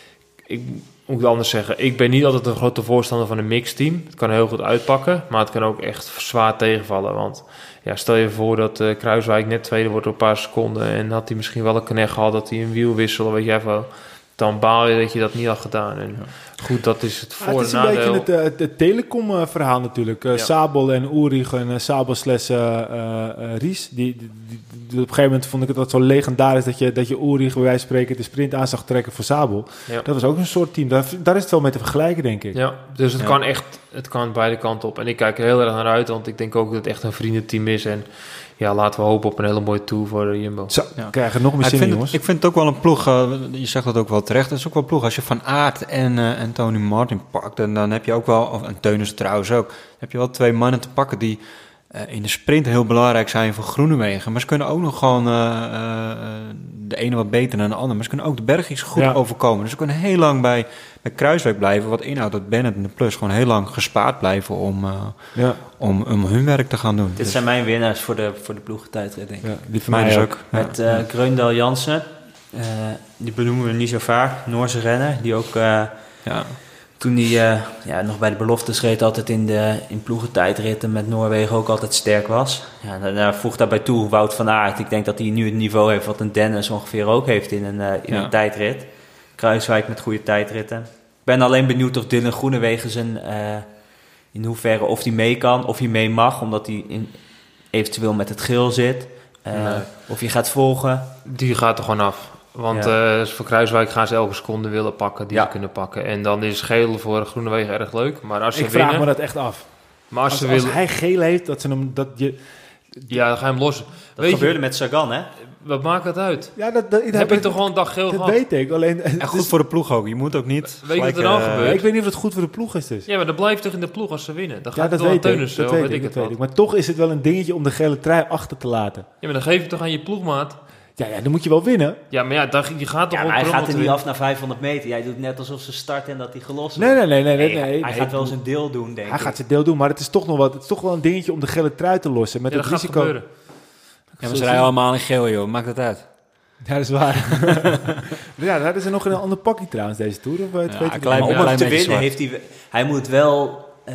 Ik moet het anders zeggen. Ik ben niet altijd een grote voorstander van een mixteam. Het kan heel goed uitpakken, maar het kan ook echt zwaar tegenvallen. Want ja, stel je voor dat uh, Kruiswijk net tweede wordt op een paar seconden en had hij misschien wel een knecht gehad dat hij een wiel wisselde, weet jij wel. Dan baal je dat je dat niet had gedaan. En goed, dat is het Ja, voor- het is en een nadeel. beetje het, uh, het, het telecom-verhaal natuurlijk. Uh, Ja. Sabel en Ulrich en uh, Sabel slash uh, uh, uh, Ries. Die, die, die- die- op een gegeven moment vond ik het dat zo legendarisch dat je, dat je Ulrich bij wijze van spreken de sprint aan zag trekken voor Sabel. Ja. Dat was ook een soort team. Daar, daar is het wel mee te vergelijken, denk ik. Ja, dus het Ja. kan echt, het kan beide kanten op. En ik kijk er heel erg naar uit, want ik denk ook dat het echt een vriendenteam is. En ja, laten we hopen op een hele mooie tour voor de Jumbo. Zo, Ja. we krijgen nog meer ik, zin in, vind jongens. het, ik vind het ook wel een ploeg, uh, je zegt dat ook wel terecht, het is ook wel een ploeg. Als je Van Aert en, uh, en Tony Martin pakt, en dan heb je ook wel, of, en Teunis trouwens ook, dan heb je wel twee mannen te pakken die uh, in de sprint heel belangrijk zijn voor Groenewegen. Maar ze kunnen ook nog gewoon uh, uh, de ene wat beter dan de ander, maar ze kunnen ook de bergjes goed Ja. overkomen. Dus ze kunnen heel lang bij, bij Kruiswijk blijven, wat inhoudt dat Bennett en de Plus gewoon heel lang gespaard blijven om, uh, Ja, om, om hun werk te gaan doen. Dit Dus zijn mijn winnaars voor de, voor de ploegentijdrit, denk ik. ja, die van mij mij dus ook. ook. Ja. Met uh, Greundal Jansen. Uh, die benoemen we niet zo vaak. Noorse renner. Die ook uh, Ja. toen hij uh, ja, nog bij de beloftes reed, altijd in de in ploegentijdritten met Noorwegen ook altijd sterk was. Ja, dan, uh, voeg daarbij toe Wout van Aert. Ik denk dat hij nu het niveau heeft wat een Dennis ongeveer ook heeft in een, uh, in Ja. een tijdrit. Kruiswijk met goede tijdritten. Ik ben alleen benieuwd of Dylan Groenewegen zijn, uh, in hoeverre of hij mee kan, of hij mee mag, omdat hij in, eventueel met het geel zit. Uh, Nee. Of je gaat volgen. Die gaat er gewoon af. Want eh, voor Kruiswijk gaan ze elke seconde willen pakken die Ja. ze kunnen pakken. En dan is geel voor Groenewegen erg leuk. Maar als ze Ik vraag winnen, me dat echt af. maar als, Als, ze als willen, hij geel heeft, dat ze hem... Dat je, ja, dan ga je hem lossen. Dat Weet gebeurde je, met Sagan, hè? wat maakt het uit? ja, dat, dat, Heb dat, ik toch gewoon een dag geel dat gehad? weet ik. Alleen, En goed voor de ploeg ook. Je moet ook niet. Weet je wat er gelijk, dan uh, gebeurt? ik weet niet of het goed voor de ploeg is dus. Ja, maar dat blijft toch in de ploeg als ze winnen? Dan Ja, gaat dat het door weet aan ik. Teunissen, Dat of weet weet ik, ik dat het weet wat. ik. Maar toch is het wel een dingetje om de gele trui achter te laten. Ja, maar dan geef je toch aan je ploegmaat. Ja, ja, dan moet je wel winnen. Ja, maar ja, dan, je gaat toch Ja, op maar hij gaat er niet promoten. af na vijfhonderd meter. Jij doet net alsof ze starten en dat hij gelost Nee, wordt. nee, nee, nee, nee. Nee, nee, hij nee. gaat wel zijn deel doen, denk Hij ik. gaat zijn deel doen, maar het is toch nog wat. Het is toch wel een dingetje om de gele trui te lossen met Ja, het dat gaat risico. gebeuren. Ja, maar ze rijden allemaal in geel, joh. Maakt het uit. Ja, dat is waar. ja, dat is er nog een ander pakje trouwens deze toer. Of, uh, het Ja, weet een ik klein niet. Maar Ja, om hem te beetje winnen zwart. heeft hij... Hij moet wel eh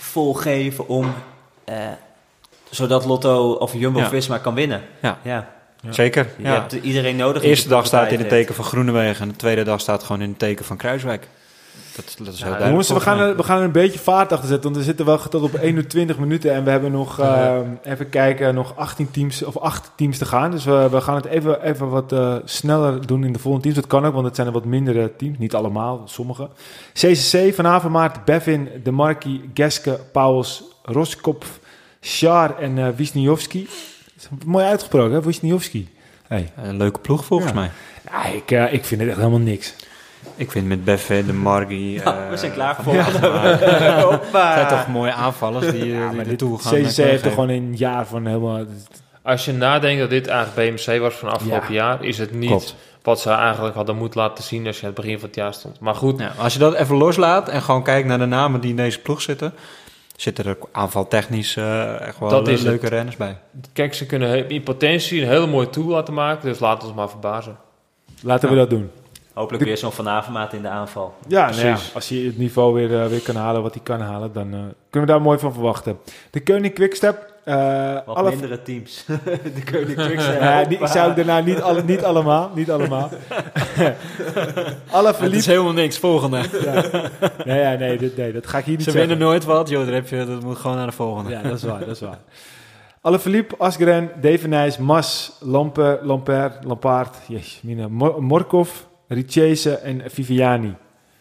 volgeven om... eh, zodat Lotto of Jumbo-Visma kan winnen. Ja. ja. Ja. Zeker, Je ja. hebt iedereen nodig. De eerste dag staat in het het teken van Groenewegen en de tweede dag staat gewoon in het teken van Kruiswijk. Dat, dat is Ja, heel duidelijk. Jongens, we gaan, er, we gaan er een beetje vaart achter zetten, want we zitten wel tot op eenentwintig minuten en we hebben nog, uh, Ja. even kijken, nog achttien teams of acht teams te gaan. Dus we, we gaan het even, even wat uh, sneller doen in de volgende teams. Dat kan ook, want het zijn er wat mindere teams. Niet allemaal, sommige. C C C, Van Avermaat, Bevin, De Marquis, Geske, Pauwels, Roskopf, Schaar en uh, Wisniewski. Mooi uitgesproken, hè, Wisniewski. Hey. Een leuke ploeg volgens Ja. mij. Ja, ik, uh, ik vind het echt helemaal niks. Ik vind met Beffe, de Margie... Nou, uh, we zijn klaar voor. Ja. Het Hoppa. zijn toch mooie aanvallers die, Ja, die maar de dit toe gaan. C C C uh, heeft geven. toch gewoon een jaar van helemaal... Als je nadenkt dat dit eigenlijk B M C was van afgelopen Ja. jaar, is het niet Klopt. wat ze eigenlijk hadden moeten laten zien als je aan het begin van het jaar stond. Maar goed, Ja, als je dat even loslaat en gewoon kijkt naar de namen die in deze ploeg zitten, zitten er aanvaltechnisch uh, echt wel Dat le- is leuke het. renners bij. kijk, ze kunnen he- in potentie een hele mooie tool laten maken, dus laten we ons maar verbazen. Laten Ja. we dat doen. Hopelijk weer zo'n Van Avermaat in de aanval. Ja, nou ja, Precies. als je het niveau weer, uh, weer kan halen wat hij kan halen, dan uh, kunnen we daar mooi van verwachten. De Koning Quickstep. Uh, Wat alle mindere teams. de Koning Quickstep. Ja, die zou ik daarna niet, alle, niet allemaal. Niet allemaal. alle verliep. helemaal niks, volgende. Ja. Nee, ja, nee, dit, nee, dat ga ik hier niet Ze zeggen. winnen nooit wat, joh, daar heb je, dat moet gewoon naar de volgende. Ja, dat is waar, dat is waar. Alle verliep, Asgren, Devenijs, Mas, Lampe, Lampert, Lampaard, jezus, mina, Mor- Morkov, Richese en Viviani.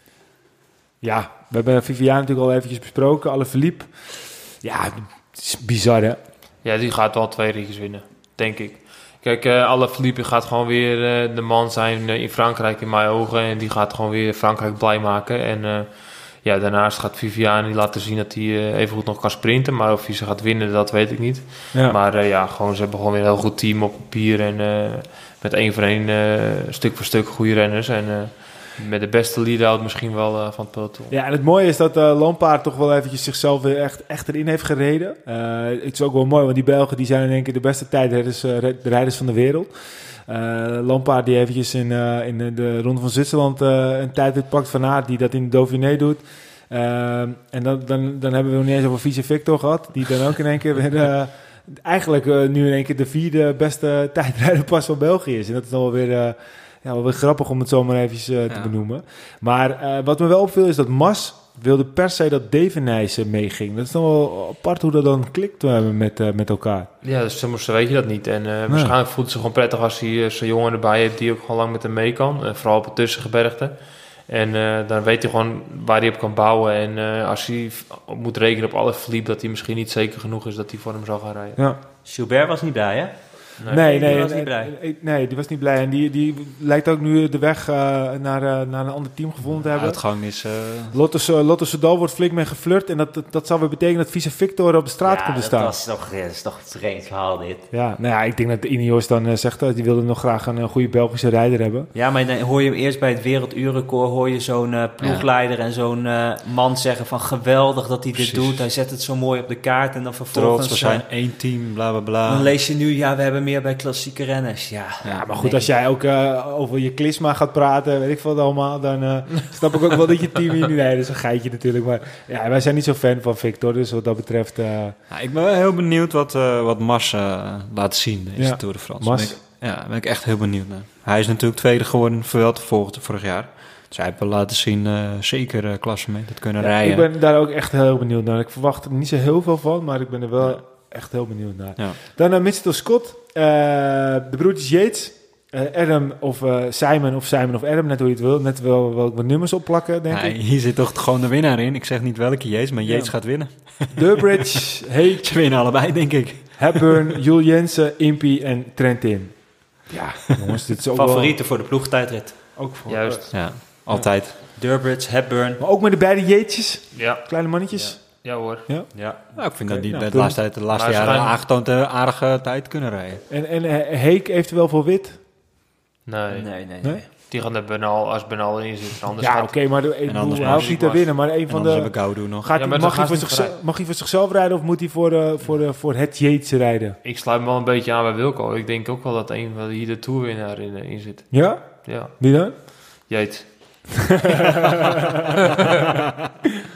Ja, we hebben Viviani natuurlijk al eventjes besproken. Alle verliep. Ja, het is bizar, hè? Ja, die gaat wel twee ritjes winnen, denk ik. Kijk, uh, Alaphilippe gaat gewoon weer uh, de man zijn uh, in Frankrijk in mijn ogen. En die gaat gewoon weer Frankrijk blij maken. En uh, ja, daarnaast gaat Viviani laten zien dat hij uh, even goed nog kan sprinten. Maar of hij ze gaat winnen, dat weet ik niet. Ja. Maar uh, ja, gewoon, ze hebben gewoon weer een heel goed team op papier. En uh, met één voor één, uh, stuk voor stuk goede renners. En uh, met de beste lead-out misschien wel uh, van het peloton. Ja, en het mooie is dat uh, Lampaard toch wel eventjes zichzelf weer echt, echt erin heeft gereden. Uh, het is ook wel mooi, want die Belgen die zijn in één keer de beste tijdrijders uh, de rijders van de wereld. Uh, Lampaard die eventjes in, uh, in de, de Ronde van Zwitserland uh, een tijd pakt, Van Aert die dat in de Dauphiné doet. Uh, en dan, dan, dan hebben we nog niet eens over Vice Victor gehad, die dan ook in één keer weer... Uh, eigenlijk uh, nu in één keer de vierde beste tijdrijder pas van België is. En dat is dan wel weer... Uh, Ja, wel weer grappig om het zo maar even uh, te Ja. benoemen. Maar uh, wat me wel opviel is dat Mas wilde per se dat Devenijs uh, meeging. Dat is dan wel apart hoe dat dan klikt uh, met, uh, met elkaar. Ja, dus soms weet je dat niet. En uh, waarschijnlijk voelt het zich gewoon prettig als hij uh, zo'n jongen erbij heeft die ook gewoon lang met hem mee kan. Uh, vooral op het tussengebergte. En uh, dan weet hij gewoon waar hij op kan bouwen. En uh, als hij f- moet rekenen op alle Philippe, dat hij misschien niet zeker genoeg is dat hij voor hem zal gaan rijden. Ja. Gilbert was niet bij, hè? Nee, Nee, nee, die was nee, niet blij. nee, nee, die was niet blij. En die, die lijkt ook nu de weg uh, naar, uh, naar een ander team gevonden te hebben. Uitgang is... Uh, Lotte, uh, Lotte Soudal wordt flink mee geflirt. En dat, dat, dat zou weer betekenen dat Vice Victor op de straat ja, komt te dat staan. was toch, ja, dat is toch een vreemd verhaal, dit. Ja, nou ja, ik denk dat de Ineos dan uh, zegt dat die wilde nog graag een uh, goede Belgische rijder hebben. Ja, maar dan hoor je hem eerst bij het werelduurrecord, hoor je zo'n uh, ploegleider en zo'n uh, man zeggen van geweldig dat hij dit Precies. doet. Hij zet het zo mooi op de kaart en dan vervolgens... trots, we zijn uh, één team, bla bla bla. dan lees je nu, ja, we hebben meer bij klassieke renners. Ja, Ja, maar goed, nee. als jij ook uh, over je klisma gaat praten, weet ik veel wat allemaal, dan uh, snap ik ook wel dat je team hier niet... Nee, dat is een geitje natuurlijk, maar ja, wij zijn niet zo fan van Victor, dus wat dat betreft... Uh, Ja, ik ben wel heel benieuwd wat, uh, wat Mas uh, laat zien deze Ja, Tour de France. Mas. Ben ik, ja, ben ik echt heel benieuwd naar. Hij is natuurlijk tweede geworden voor Vuelta vorig, vorig jaar. Dus hij heeft wel laten zien, uh, zeker uh, klassement, dat kunnen ja, rijden. ik ben daar ook echt heel benieuwd naar. Ik verwacht er niet zo heel veel van, maar ik ben er wel Ja. echt heel benieuwd naar. Ja. Dan naar Mitchell Scott, uh, de broertjes Yates, uh, Adam of uh, Simon of Simon of Adam, net hoe je het wil. Net wel wel wat nummers opplakken, denk Ja, ik. hier zit toch gewoon de winnaar in. Ik zeg niet welke Yates, maar Ja. Yates gaat winnen. Durbridge, Heek, Ze winnen allebei, denk ik. Hepburn, Jules Jensen, Impey en Trentin. Ja, jongens, dit is ook Favorieten voor de ploegtijdrit. wel... Ook voor, Juist. Ja, altijd. Durbridge, Hepburn. Maar ook met de beide Yatesjes, Ja, kleine mannetjes. ja hoor. Ja. Nou, ik vind Oké, dat die nou, de toen- laatste, tijd- de laatste Maar ze jaren gaan- aangetoond uh, aardige tijd kunnen rijden. En, en eh, Heek eventueel voor wit. Nee, Nee, nee, nee. Nee? die gaan er Benal, als Benal in zit. Anders Ja, gaat oké, maar de, ik En anders bedoel, hij maar hoeft niet te Mars. winnen. Maar een En van anders de... hebben Gaudu nog. Gaat Ja, hij, maar mag, dan hij voor gaan ze niet zichzelf, mag hij voor zichzelf rijden of moet hij voor, uh, voor, uh, voor het Yates rijden? Ik sluit me wel een beetje aan bij Wilco. Ik denk ook wel dat een van hier de toerwinnaar in, in zit. Ja? Ja, Wie dan? Jeet.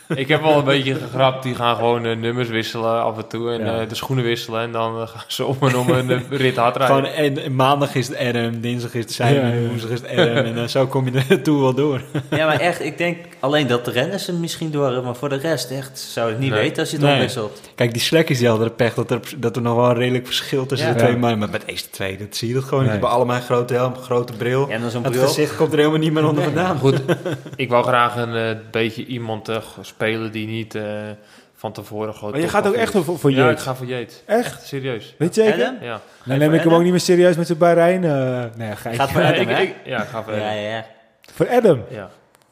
Ik heb wel een beetje gegrapt. Die gaan gewoon uh, nummers wisselen af en toe. En Ja. uh, de schoenen wisselen. En dan uh, gaan ze om en om een uh, rit hard rijden. Gewoon, en, en maandag is het Adam, dinsdag is het Simon, Ja, ja. woensdag is het Adam. En uh, zo kom je er toe wel door. Ja, maar echt, ik denk alleen dat de renners hem misschien door hebben. Maar voor de rest, echt, zou het niet Nee. weten als je het Nee. omwisselt. Kijk, die Slackers die hadden de pech dat er, dat er nog wel een redelijk verschil tussen Ja. de twee Ja. mannen. Maar met deze twee, dat zie je dat gewoon. Nee. Die hebben allemaal een grote helm, een grote bril. Ja, en dan zo'n Het bril. gezicht komt er helemaal niet meer onder vandaan. Goed, ik wou graag een uh, beetje iemand uh, spelen die niet uh, van tevoren groot. Maar je gaat ook echt voor, voor Ja, ik Yates. ga voor Yates. Echt? Serieus. Weet je zeker? Adam? Ja. Dan neem ik hem ook niet meer serieus met zijn Bahrein. Uh, nee, ga Gaat voor Ja, Adam, ik, hè? ik, ja, ik ga voor Ja, Adam. ja, ja. Voor Adam. Ja.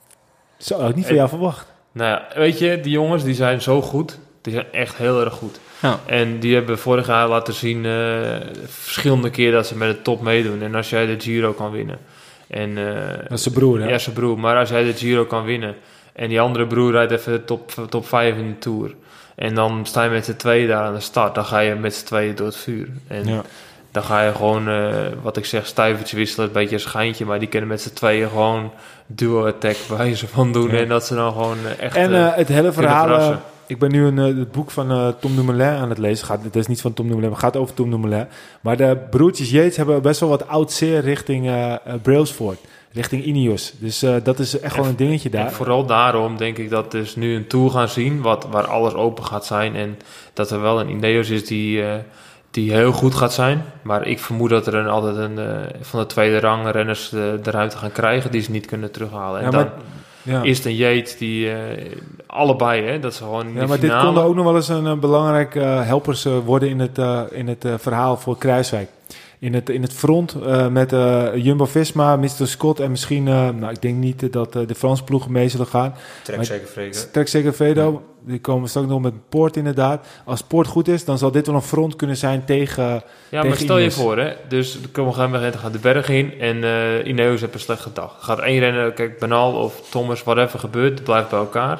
Zo, had ik niet van En- jou verwacht. Nou ja, weet je, die jongens die zijn zo goed. Die zijn echt heel erg goed. Ja. En die hebben vorig jaar laten zien uh, verschillende keer dat ze met de top meedoen. En als jij de Giro kan winnen. En, uh, Dat is zijn broer, hè? ja, zijn broer. Maar als jij de Giro kan winnen. En die andere broer rijdt even de top, top vijf in de Tour. En dan sta je met z'n tweeën daar aan de start. Dan ga je met z'n tweeën door het vuur. En Ja. dan ga je gewoon, uh, wat ik zeg, stuivertje wisselen. Een beetje een schijntje. Maar die kunnen met z'n tweeën gewoon duo-attack bij ze van doen. Ja. En dat ze dan gewoon uh, echt... En uh, uh, het hele verhaal... uh, verrassen. ik ben nu een, uh, het boek van uh, Tom Dumoulin aan het lezen. Gaat, het is niet van Tom Dumoulin, maar het gaat over Tom Dumoulin. Maar de broertjes Yates hebben best wel wat oud zeer richting uh, uh, Brailsford. Richting Ineos. Dus uh, dat is echt gewoon een dingetje daar. En vooral daarom denk ik dat dus nu een Tour gaan zien wat, waar alles open gaat zijn. En dat er wel een Ineos is die, uh, die heel goed gaat zijn. Maar ik vermoed dat er een, altijd een, uh, van de tweede rang renners de, de ruimte gaan krijgen die ze niet kunnen terughalen. En Ja, dan maar- Ja. is het een Yates die uh, allebei, hè, dat ze gewoon in Ja, de maar dit finale... konden ook nog wel eens een, uh, belangrijke uh, helpers uh, worden in het, uh, in het uh, verhaal voor Kruiswijk. In het, in het front uh, met uh, Jumbo-Visma, mister Scott en misschien... Uh, nou, ik denk niet dat uh, de Franse ploegen mee zullen gaan. Trek Maar- zeker vreken. Trek zeker Vedo, die komen straks nog met Poort inderdaad. Als Poort goed is, dan zal dit wel een front kunnen zijn tegen... Ja, maar tegen stel je Ineos. voor, hè. Dus op een gegeven moment gaat de berg in en uh, Ineos heeft een slechte dag. Gaat één renner, kijk, Bernal of Thomas, whatever gebeurt, het blijft bij elkaar.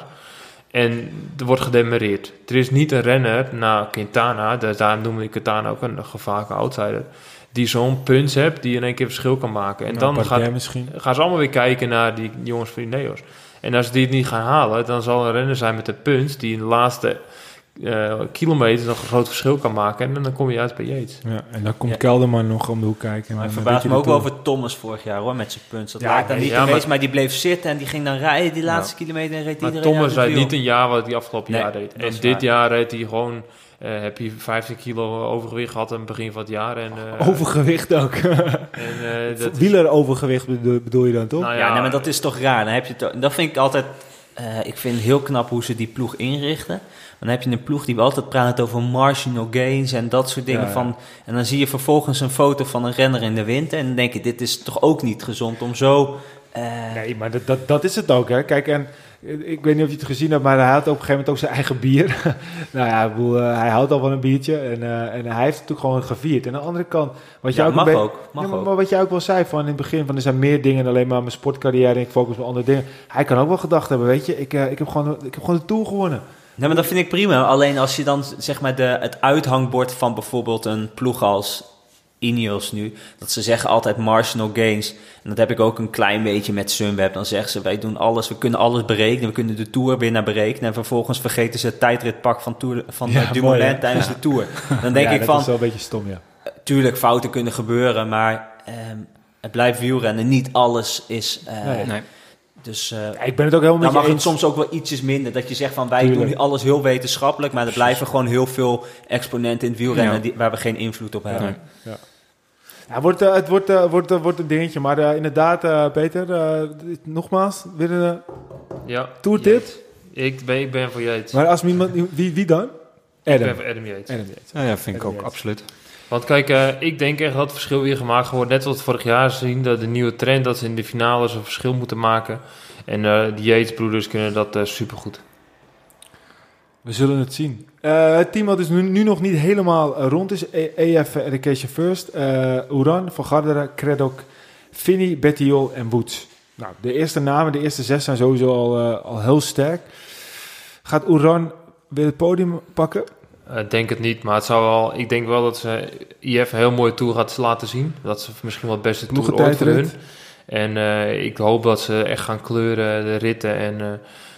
En er wordt gedemereerd. Er is niet een renner, na Quintana, dus daarom noemen we Quintana ook een gevaarlijke outsider, die zo'n punch hebt, die in één keer verschil kan maken. En Nou, dan Bardet gaat, misschien. gaan ze allemaal weer kijken naar die jongens van Ineos. En als die het niet gaan halen, dan zal een renner zijn met een punch die in de laatste uh, kilometer nog een groot verschil kan maken. En dan kom je uit bij Yates. Ja, en dan komt Ja. Kelderman nog om de hoek kijken. Maar En ik dan verbaas weet me je ook de wel Tour. over Thomas vorig jaar hoor, met zijn punts. Dat Ja, lijkt dan nee, niet ja, geweest, maar- maar die bleef zitten en die ging dan rijden die laatste kilometer en reed Maar iedereen Thomas uit het rijdt wiel. niet een jaar wat hij afgelopen Nee, jaar deed. dat En is dit waar. jaar reed hij gewoon... Uh, heb je vijftien kilo overgewicht gehad aan het begin van het jaar. En, uh, Overgewicht ook. en, uh, dat is- Wielerovergewicht bedoel, bedoel je dan toch? Nou Ja, nee, maar dat is toch raar. Dan heb je het, dat vind ik altijd... Uh, ik vind het heel knap hoe ze die ploeg inrichten. Dan heb je een ploeg die altijd praat over marginal gains en dat soort dingen. Ja, ja. Van, en dan zie je vervolgens een foto van een renner in de winter. En dan denk je, dit is toch ook niet gezond om zo... Uh, Nee, maar dat, dat, dat is het ook, hè. Kijk, en ik weet niet of je het gezien hebt, maar hij had op een gegeven moment ook zijn eigen bier. nou ja, ik bedoel, uh, hij houdt al van een biertje en, uh, en hij heeft het natuurlijk gewoon gevierd. En aan de andere kant... Wat ja, jij ook mag een be- ook. Mag ja, maar, ook. maar wat jij ook wel zei van in het begin, van er zijn meer dingen dan alleen maar mijn sportcarrière en ik focus op andere dingen. Hij kan ook wel gedacht hebben, weet je, ik, uh, ik, heb, gewoon, ik heb gewoon de Tour gewonnen. Nee, maar dat vind ik prima. Alleen als je dan zeg maar de, het uithangbord van bijvoorbeeld een ploeg als Ineos nu, dat ze zeggen altijd marginal gains. En dat heb ik ook een klein beetje met Sunweb. Dan zeggen ze, wij doen alles, we kunnen alles berekenen. We kunnen de Tourwinnaar berekenen. En vervolgens vergeten ze het tijdritpak van, tour, van Ja, ja, Dumoulin mooi, hè? tijdens de Tour. Dan denk ja, ik dat van, is wel een beetje stom, ja. tuurlijk fouten kunnen gebeuren, maar um, het blijft wielrennen. Niet alles is... Uh, Nee. Nee. Dus uh, Ja, ik ben het ook helemaal dan met mag je het eens. soms ook wel ietsjes minder. Dat je zegt van wij Tuurlijk. doen alles heel wetenschappelijk, maar er blijven gewoon heel veel exponenten in het wielrennen Ja. die, waar we geen invloed op hebben. Nee. Ja, wordt, uh, het wordt, uh, wordt, uh, wordt een dingetje, maar uh, inderdaad, uh, Peter, uh, dit- nogmaals, weer een uh, ja, tourtip. Yates. Ik ben, ik ben voor Yates. Maar als iemand, wie, wie dan? Ik Adam. ben voor Adam Yates. Adam Yates. Ja, ja, vind ik Adam ook, Yates. absoluut. Want kijk, uh, ik denk echt dat het verschil weer gemaakt wordt. Net wat vorig jaar zien, dat de nieuwe trend dat ze in de finales een verschil moeten maken. En uh, de Yates-broeders kunnen dat uh, supergoed. We zullen het zien. Uh, het team wat dus nu, nu nog niet helemaal uh, rond is, E- E F Education First, uh, Uran, Van Garderen, Craddock, Finney, Bettiol en Woods. Nou, de eerste namen, de eerste zes zijn sowieso al, uh, al heel sterk. Gaat Uran weer het podium pakken? Ik uh, denk het niet, maar het zou wel, ik denk wel dat ze I F een heel mooi tour gaat laten zien. Dat ze misschien wel het beste tour ooit voor hun. En uh, ik hoop dat ze echt gaan kleuren, de ritten. En uh,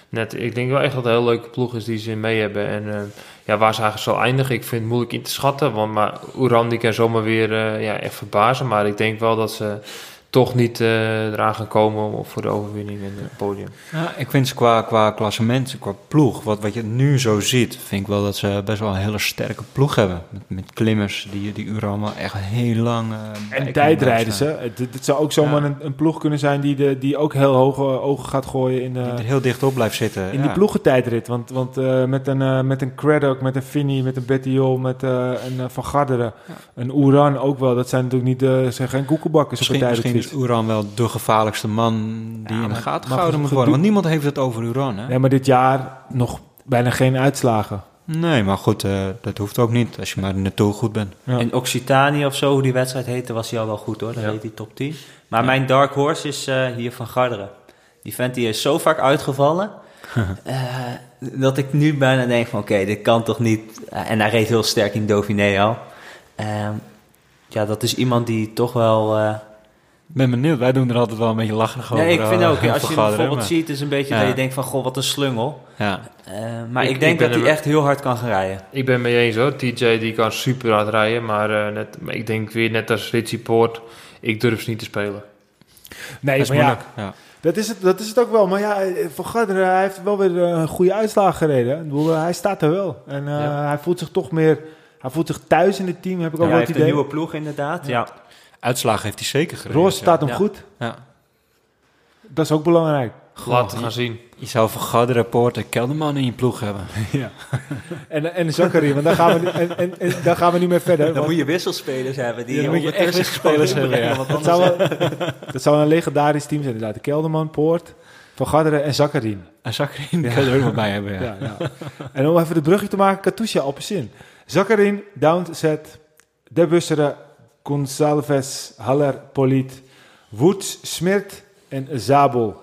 net, ik denk wel echt dat het een heel leuke ploeg is die ze mee hebben. En uh, ja, waar ze eigenlijk zal eindigen, ik vind het moeilijk in te schatten. Want maar Oeran die kan zomaar weer uh, ja, echt verbazen. Maar ik denk wel dat ze toch niet uh, eraan gaan komen voor de overwinning in het podium. Ja, ik vind ze qua, qua klassement, qua ploeg, wat, wat je nu zo ziet, vind ik wel dat ze best wel een hele sterke ploeg hebben. Met, met klimmers die, die Uran wel echt heel lang... Uh, en tijdrijders, hè. Het, het zou ook zomaar ja. een, een ploeg kunnen zijn die, de, die ook heel hoge ogen gaat gooien. In, uh, die er heel dichtop blijft zitten. In ja. die ploegentijdrit. Want, want uh, met een, uh, met een Craddock, met een Finney, met een Bettiol, met uh, een uh, Van Garderen, ja. een Oeran ook wel. Dat zijn natuurlijk niet, uh, zijn geen koekenbakkers misschien, op een tijdrit. Misschien is Uran wel de gevaarlijkste man die ja, in de gaten gehouden moet worden. Want niemand heeft het over Uran, hè? Nee, maar dit jaar nog bijna geen uitslagen. Nee, maar goed, uh, dat hoeft ook niet als je maar in de Tour goed bent. Ja. In Occitanie of zo, hoe die wedstrijd heette, was hij al wel goed hoor. Dan ja. reed hij top tien. Maar ja. mijn dark horse is uh, hier Van Garderen. Die vent die is zo vaak uitgevallen... uh, dat ik nu bijna denk van oké, okay, dit kan toch niet... Uh, en hij reed heel sterk in Dauphiné al. Uh, ja, dat is iemand die toch wel... Uh, Ik ben benieuwd, wij doen er altijd wel een beetje lacherig over. Nee, ik vind ook, uh, als je hem bijvoorbeeld maar. ziet, is een beetje ja. dat je denkt van, goh, wat een slungel. Ja. Uh, maar ik, ik denk ik dat hij echt heel hard kan gaan rijden. Ik ben mee eens hoor, T J die kan super hard rijden, maar, uh, net, maar ik denk weer net als Richie Poort, ik durf ze niet te spelen. Nee, dat is maar moeilijk. Ja, ja. Dat is, het, dat is het ook wel, maar ja, Van Garderen, hij heeft wel weer een goede uitslag gereden. Ik bedoel, hij staat er wel en uh, ja. hij voelt zich toch meer, hij voelt zich thuis in het team, heb ik ook ja, wel het idee. Hij heeft een nieuwe ploeg inderdaad, ja. ja. Uitslagen heeft hij zeker gereden. Roos staat hem ja. goed. Ja. Dat is ook belangrijk. Laten we gaan zien. Je zou Van Garderen, Poort en Kelderman in je ploeg hebben. Ja. en, en Zachary, want daar gaan, we, en, en, en, daar gaan we niet meer verder. Dan want... moet je wisselspelers hebben. Die ja, dan moet je echt wisselspelers hebben. Ja. Dat, zou wel, dat zou een legendarisch team zijn inderdaad. De Kelderman, Poort, Van Garderen en Zachary. En Zachary, die ja. kan je er ook nog bij hebben. Ja. Ja, ja. En om even de brugje te maken, Katusha op een zin. Zachary, Downset, De Busseren, Gonçalves, Haller, Poliet, Woods, Smirt en Zabel.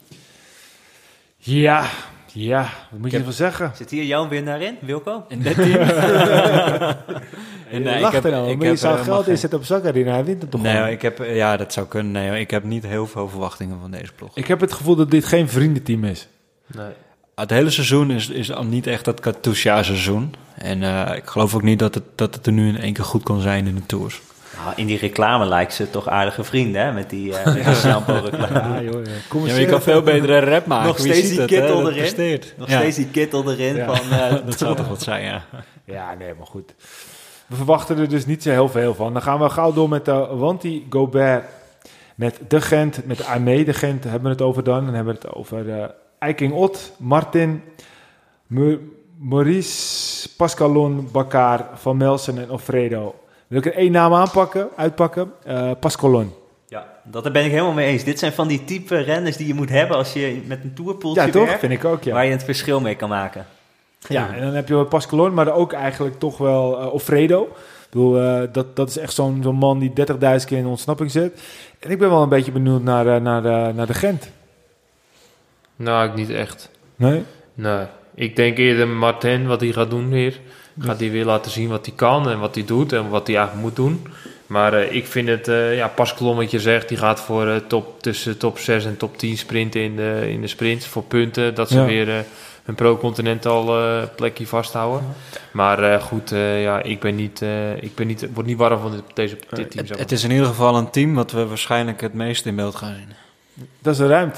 Ja, ja, wat moet je ervan zeggen? Zit hier jouw winnaar in, Wilco? In dat team? en, nee, ik heb, nou, ik maar je zou geld inzetten op Zachary, hij wint het toch nee, gewoon? Ik heb, ja, dat zou kunnen. Nee, ik heb niet heel veel verwachtingen van deze ploeg. Ik heb het gevoel dat dit geen vriendenteam is. Nee. Het hele seizoen is, is al niet echt dat Katusha-seizoen. En uh, ik geloof ook niet dat het, dat het er nu in één keer goed kon zijn in de Tours. Nou, in die reclame lijkt ze toch aardige vrienden, hè? Met die, uh, ja. shampoo-reclame. Ja, joh, ja. Kom ja, je kan veel betere rap maken. Nog steeds die kittel erin. Presteert. Nog ja. steeds die kittel erin. Ja. Van, uh, dat zou toch wat zijn, ja. Ja, nee, maar goed. We verwachten er dus niet zo heel veel van. Dan gaan we gauw door met de Wanty Gobert. Met De Gent, met Aimee De Gent hebben we het over dan. Dan hebben we het over uh, Eiking Ot, Martin, M- Maurice, Pascalon, Bakar, Van Melsen en Offredo. Wil ik er één naam aanpakken, uitpakken? Uh, Pascalon. Ja, dat ben ik helemaal mee eens. Dit zijn van die type renners die je moet hebben als je met een tourpoeltje ja, toch? werkt, Vind ik ook, ja. waar je het verschil mee kan maken. Ja, en dan heb je Pascalon, maar ook eigenlijk toch wel uh, Offredo. Ik bedoel, uh, dat, dat is echt zo'n, zo'n man die dertigduizend keer in de ontsnapping zit. En ik ben wel een beetje benieuwd naar, uh, naar, uh, naar de Gent. Nou, ik niet echt. Nee? Nee. Ik denk eerder Martin, wat hij gaat doen weer. Gaat hij weer laten zien wat hij kan en wat hij doet en wat hij eigenlijk moet doen. Maar uh, ik vind het, uh, ja, Pascalon wat je zegt, die gaat voor uh, top, tussen top zes en top tien sprinten in de, in de sprints. Voor punten, dat ze ja. weer uh, hun pro-continental uh, plekje vasthouden. Ja. Maar uh, goed, uh, ja, ik ben niet, uh, ik ben niet, word niet warm van dit, deze, dit team. Uh, het, het is in ieder geval een team wat we waarschijnlijk het meest in beeld gaan zien. Dat is een ruimte.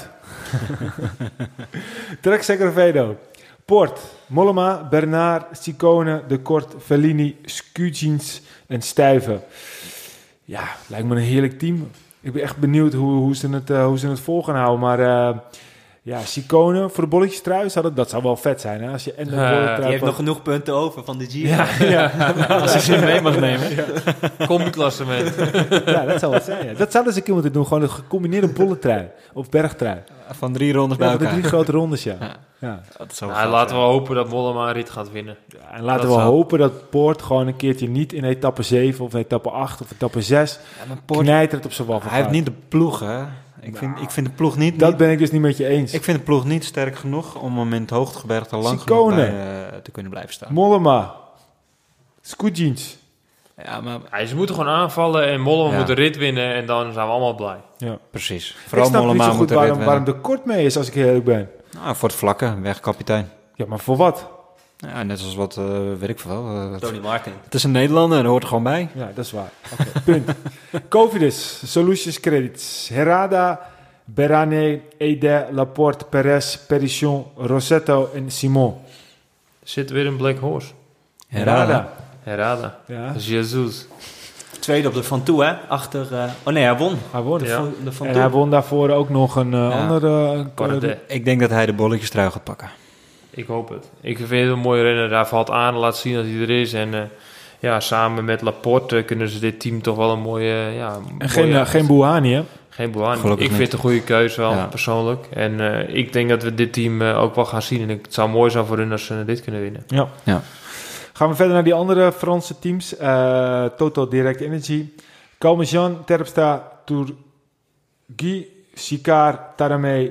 Trek Segafredo. Port, Mollema, Bernard, Ciccone, De Kort, Fellini, Skujins en Stuyven. Ja, lijkt me een heerlijk team. Ik ben echt benieuwd hoe, hoe, ze, het, uh, hoe ze het vol gaan houden. Maar uh, ja, Ciccone voor de bolletjes trui, dat, dat zou wel vet zijn. Hè? Als je en de uh, die heeft nog genoeg punten over van de Giro. Ja, ja. Als je ze mee mag nemen. Ja. Combi-klassement. Ja, dat zou wat zijn. Ja. Dat zouden ze een keer moeten doen. Gewoon een gecombineerde bolletrui of bergtrui. Van drie rondes ja, bij elkaar. Van de drie grote rondes, ja. ja. ja. Dat zou nou, laten we hopen dat Mollema een rit gaat winnen. Ja, en laten dat we zou... hopen dat Poort gewoon een keertje niet in etappe zeven of etappe acht of etappe zes ja, Poort... knijtert op zijn waffel. Hij heeft niet de ploeg, hè? Ik, nou, vind, ik vind de ploeg niet... Dat niet, ben ik dus niet met je eens. Ik vind de ploeg niet sterk genoeg om hem in het hoogtegebergte lang genoeg bij, uh, te kunnen blijven staan. Mollema. Skujins. Ja, maar... Ja, ze moeten gewoon aanvallen en Mollema ja. moet de rit winnen en dan zijn we allemaal blij. Ja, precies. Vooral ik snap Mollema niet zo goed waarom, waarom de Kort mee is, als ik heel eerlijk ben. Nou, voor het vlakke, wegkapitein. Ja, maar voor wat? Ja, net zoals wat, uh, weet ik veel. Uh, Tony Martin. Het is een Nederlander, dat hoort er gewoon bij. Ja, dat is waar. Oké, okay, punt. Cofidis, Solutions Credits, Herada, Berane, Ede, Laporte, Perez, Perichon, Rossetto en Simon. Er zit weer een Black Horse. Herada. Herada. Ja. Jesus. Tweede op de Van Toe, hè? Achter... Uh, oh nee, hij won. Hij won. De Ja. Van, de Van En Toe. hij won daarvoor ook nog een uh, Ja. andere... Bardet. Ik denk dat hij de bolletjes trui gaat pakken. Ik hoop het. Ik vind het een mooie renner. Hij valt aan, laat zien dat hij er is. En uh, ja, samen met Laporte kunnen ze dit team toch wel een mooie... Uh, ja, En geen, uh, geen Bouhanni, hè? Geen Bouhanni. Gelukkig Ik vind niet. het een goede keuze wel, Ja. persoonlijk. En uh, ik denk dat we dit team uh, ook wel gaan zien. En het zou mooi zijn voor hun als ze dit kunnen winnen. Ja. Ja. Gaan we verder naar die andere Franse teams. Uh, Total Direct Energy. Calmejean, Terpstra, Tourguy, Sicard, Taramé,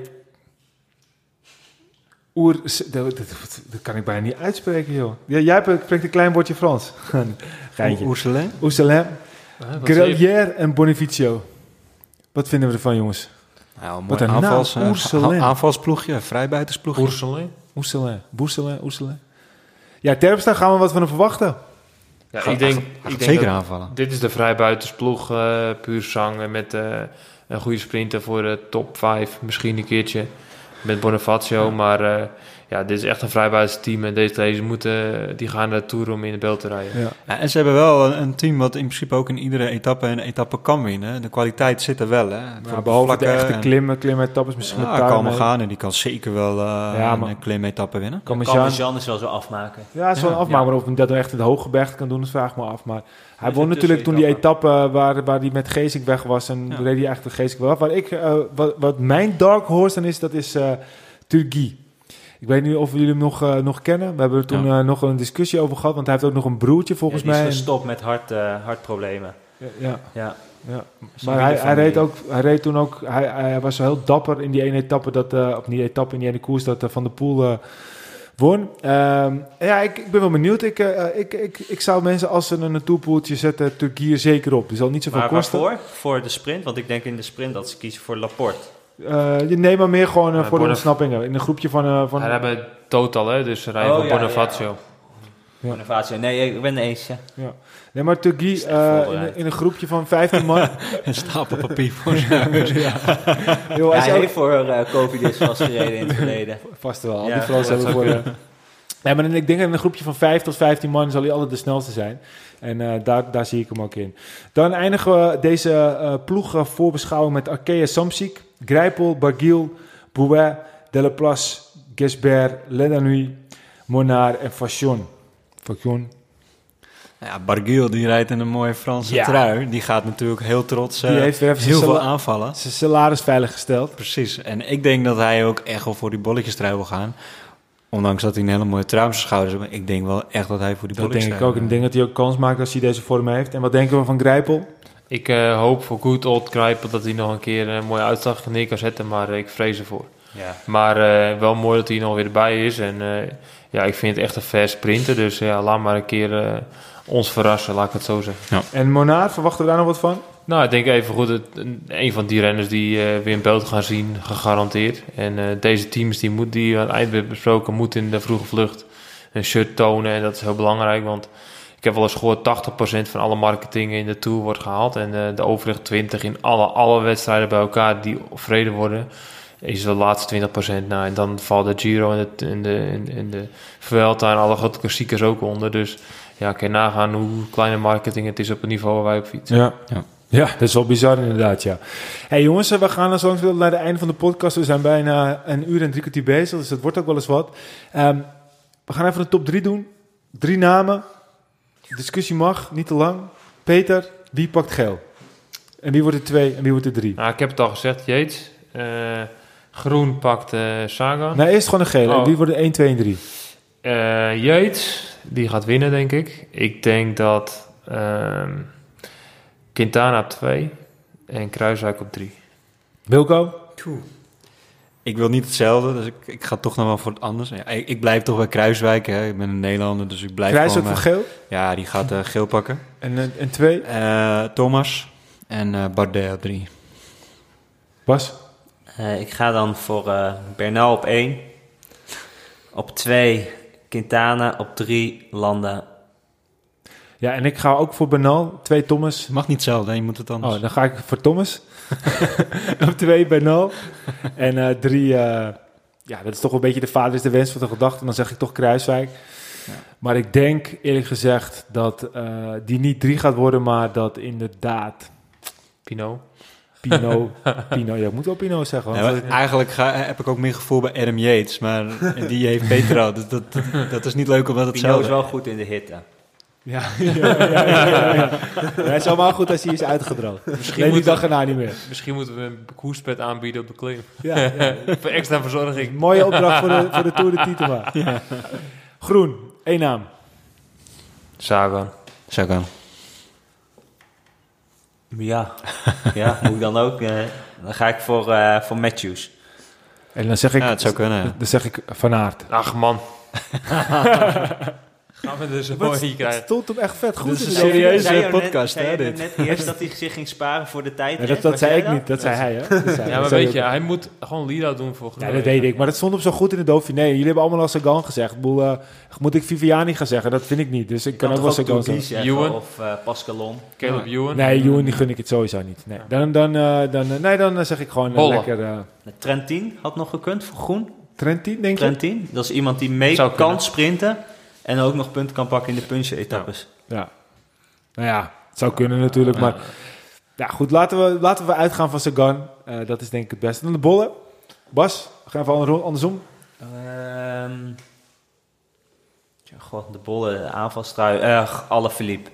Oer... Dat, dat, dat kan ik bijna niet uitspreken, joh. Ja, jij spreekt een klein woordje Frans. Geintje. Oerselin? Ourselin, Uh, wat zeg je? Grelier en Bonificio. Wat vinden we ervan, jongens? Nou, een Wat mooi een naam, aanvals, uh, Oerselin. aanvalsploegje, vrijbuitersploegje. Oerselin? Ourselin, Bourselin, Ourselin. Ja, Terpstra, gaan we wat van hem verwachten? Ja, Ga- ik denk, hij ik gaat denk zeker dat- aanvallen. Dit is de vrijbuitersploeg, uh, puur zang met uh, een goede sprinter voor de top vijf, misschien een keertje met Bonifacio. Ja. Maar uh, ja, dit is echt een vrijbuitersteam en deze, deze moeten, die gaan naar de Tour om in de beeld te rijden. Ja. Ja, en ze hebben wel een, een team wat in principe ook in iedere etappe een etappe kan winnen. De kwaliteit zit er wel, hè. Ja, behalve de echte en- klimmen, klimetappes misschien Ja, met Kalme Taramé. gaan en die kan zeker wel uh, Ja, maar- een klimetappe winnen. Calmejean- Calmejean is wel zo afmaken. Ja, het is wel Ja, een afmaak, maar of hij dat nou echt het hooggebergte kan doen, dat vraag ik me af. Maar hij is won een natuurlijk toen die tussenetappe. etappe waar, waar hij met Geesink weg was en Ja. reed hij eigenlijk de Geesink wel af. Waar ik, uh, wat, wat mijn dark horse dan is, dat is uh, Turguy. Ik weet niet of jullie hem nog, uh, nog kennen. We hebben er toen Ja. uh, nog een discussie over gehad, want hij heeft ook nog een broertje volgens Ja, die mij. is gestopt met hart, uh, hartproblemen. Ja, ja, Ja. ja. Zo'n Maar hij, hij, wielerfamilie. reed ook, hij reed toen ook, hij, hij was zo heel dapper in die ene etappe, dat, uh, op die etappe in die ene koers, dat uh, Van der Poel uh, won. Um, ja, ik, ik ben wel benieuwd. Ik, uh, ik, ik, ik zou mensen, als ze een natuurpoeltje zetten, Turkije zeker op. Die zal niet zoveel Maar kosten. waarvoor? Voor de sprint? Want ik denk in de sprint dat ze kiezen voor Laporte. Uh, je neemt maar meer gewoon uh, Ja, voor de Bonif- ontsnappingen. In een groepje van... Uh, van Hij hebben totaal, hè, dus ze rijden Oh, voor ja, Bonifacio. Ja. Bonifacio. Nee, ik ben het eens. Ja. ja. Nee, maar Turkije Slecht uh, in, voorbereid. in een groepje van vijftien man. Een stapel papier voor zijn huis. ja. Yo, Ja, hij hij zou- heeft voor uh, Cofidis vastgereden in het verleden. Vast wel. Al Ja, die Fransen dat hebben zou voor... Uh, nee, maar ik denk dat in een groepje van vijf tot vijftien man zal hij altijd de snelste zijn. En uh, daar, daar zie ik hem ook in. Dan eindigen we deze uh, ploeg uh, voorbeschouwing met Arkea Samsic, Grijpel, Barguil, Bouet, Delaplace, Gesbert, Ledanui, Monard en Fashion. Fashion. Ja, Barguil die rijdt in een mooie Franse Ja. trui. Die gaat natuurlijk heel trots uh, Die heeft weer even heel zijn veel sala- aanvallen. Zijn salaris veiliggesteld. Precies. En ik denk dat hij ook echt wel voor die bolletjes trui wil gaan. Ondanks dat hij een hele mooie trui op zijn schouders heeft. Maar ik denk wel echt dat hij voor die Dat bolletjes denk ik ook. En ik denk dat hij ook kans maakt als hij deze vorm heeft. En wat denken we van Grijpel? Ik uh, hoop voor Good Old Grijpel dat hij nog een keer een mooie uitslag neer kan zetten, maar ik vrees ervoor. Ja. Maar uh, wel mooi dat hij nog weer erbij is. En uh, ja, ik vind het echt een fair sprinter. Dus ja, laat maar een keer uh, ons verrassen, laat ik het zo zeggen. En Monard, verwachten we daar nog wat van? Nou, ik denk even goed, dat een- een van die renners die uh, weer in beeld gaan zien, gegarandeerd. En uh, deze teams die, moet, die aan het eind werd besproken, moeten in de vroege vlucht een shirt tonen. En dat is heel belangrijk, want ik heb wel eens gehoord, tachtig procent van alle marketing in de Tour wordt gehaald. En uh, de overige twintig in alle, alle wedstrijden bij elkaar die verreden worden, is de laatste twintig procent. Nou, en dan valt de Giro en de, en de, en, en de Vuelta en alle grote klassiekers ook onder. Dus ja, kan je nagaan hoe kleine marketing het is op het niveau waar wij op fietsen. Ja. Ja. Ja, dat is wel bizar inderdaad, ja. Hey jongens, we gaan dan zo langzaam naar het einde van de podcast. We zijn bijna een uur en drie kwartier bezig, dus dat wordt ook wel eens wat. Um, we gaan even een top drie doen. Drie namen. De discussie mag, niet te lang. Peter, wie pakt geel? En wie wordt er twee en wie wordt er drie? Nou, ik heb het al gezegd, Yates. Uh, groen pakt uh, Sagan. Nou, eerst gewoon een gele. Oh. En wie wordt er één, twee en drie? Uh, Yates, die gaat winnen, denk ik. Ik denk dat uh, Quintana op twee en Kruiswijk op drie. Wilco? Ik wil niet hetzelfde, dus ik, ik ga toch nog wel voor het anders. Ja, ik, ik blijf toch bij Kruiswijk. Hè. Ik ben een Nederlander, dus ik blijf Kruiswijk gewoon... voor uh, geel. Ja, die gaat uh, geel pakken. En, uh, en twee? Uh, Thomas en uh, Bardet op drie. Bas? Uh, ik ga dan voor uh, Bernal op één, Op twee Quintana, op drie Landa. Ja, en ik ga ook voor Bernal. Twee Thomas. Het mag niet zelden, je moet het anders. Oh, dan ga ik voor Thomas. Op twee Bernal. En uh, drie, uh, ja, dat is toch een beetje de vader is de wens van de gedachte. Dan zeg ik toch Kruiswijk. Ja. Maar ik denk eerlijk gezegd dat uh, die niet drie gaat worden, maar dat inderdaad... Pinot. Pinot. Pinot, ja, ik moet wel Pinot zeggen. Want ja, eigenlijk ga, heb ik ook meer gevoel bij Adam Yates, maar die heeft Petra. Dus dat, dat, dat is niet leuk omdat het Pinot is wel goed in de hitte. Ja, ja, ja, ja, ja, ja, ja. Hij is allemaal goed als hij is uitgedroogd. Misschien nee, die dag erna niet meer. Misschien moeten we een koerspet aanbieden op de klim. Ja, ja. Voor extra verzorging. Mooie opdracht voor de, voor de Tour de Titema. Ja. Groen, één naam. Sagan. Sagan. Ja, ja, moet ik dan ook. Uh, dan ga ik voor, uh, voor Matthews. En dan zeg ik, ja, het zou kunnen. Dan zeg ik Van Aert. Ach man. Gaan we dus een mooie krijgen. Het stond hem echt vet goed. Dit is een serieuze podcast, net, hè? Zei dit. net eerst dat hij zich ging sparen voor de tijd. Ja, dat dat zei ik dat? niet, dat zei hij, hè? Dat zei ja, maar weet je, hij moet gewoon Lira doen voor Ja, dat weet ik, maar dat stond hem zo goed in de Dauphiné. Jullie hebben allemaal al Sagan gezegd. Boel, uh, moet ik Viviani gaan zeggen? Dat vind ik niet. Dus ik kan, kan ook wel Sagan zeggen. Ewan of uh, Pascalon. Caleb ja. Ewan. Nee, Ewan die gun ik het sowieso niet. Nee, dan, dan, uh, dan, uh, nee, dan uh, zeg ik gewoon uh, lekker... Uh, Trentin had nog gekund voor groen. Trentin, denk ik? Trentin, dat is iemand die mee kan kunnen. sprinten... En ook nog punten kan pakken in de punchen-etappes. Ja. ja. Nou ja, het zou kunnen natuurlijk. Ja. Maar ja, goed, laten we, laten we uitgaan van Sagan. Uh, dat is denk ik het beste. Dan de bollen. Bas, gaan we even andersom? Um, ja, god, de bollen, de aanvalstrui. Uh, Alaphilippe.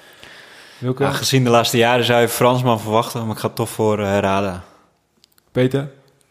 Welke? Ja, gezien de laatste jaren zou je Fransman verwachten. Maar ik ga toch voor uh, Herrada. Peter?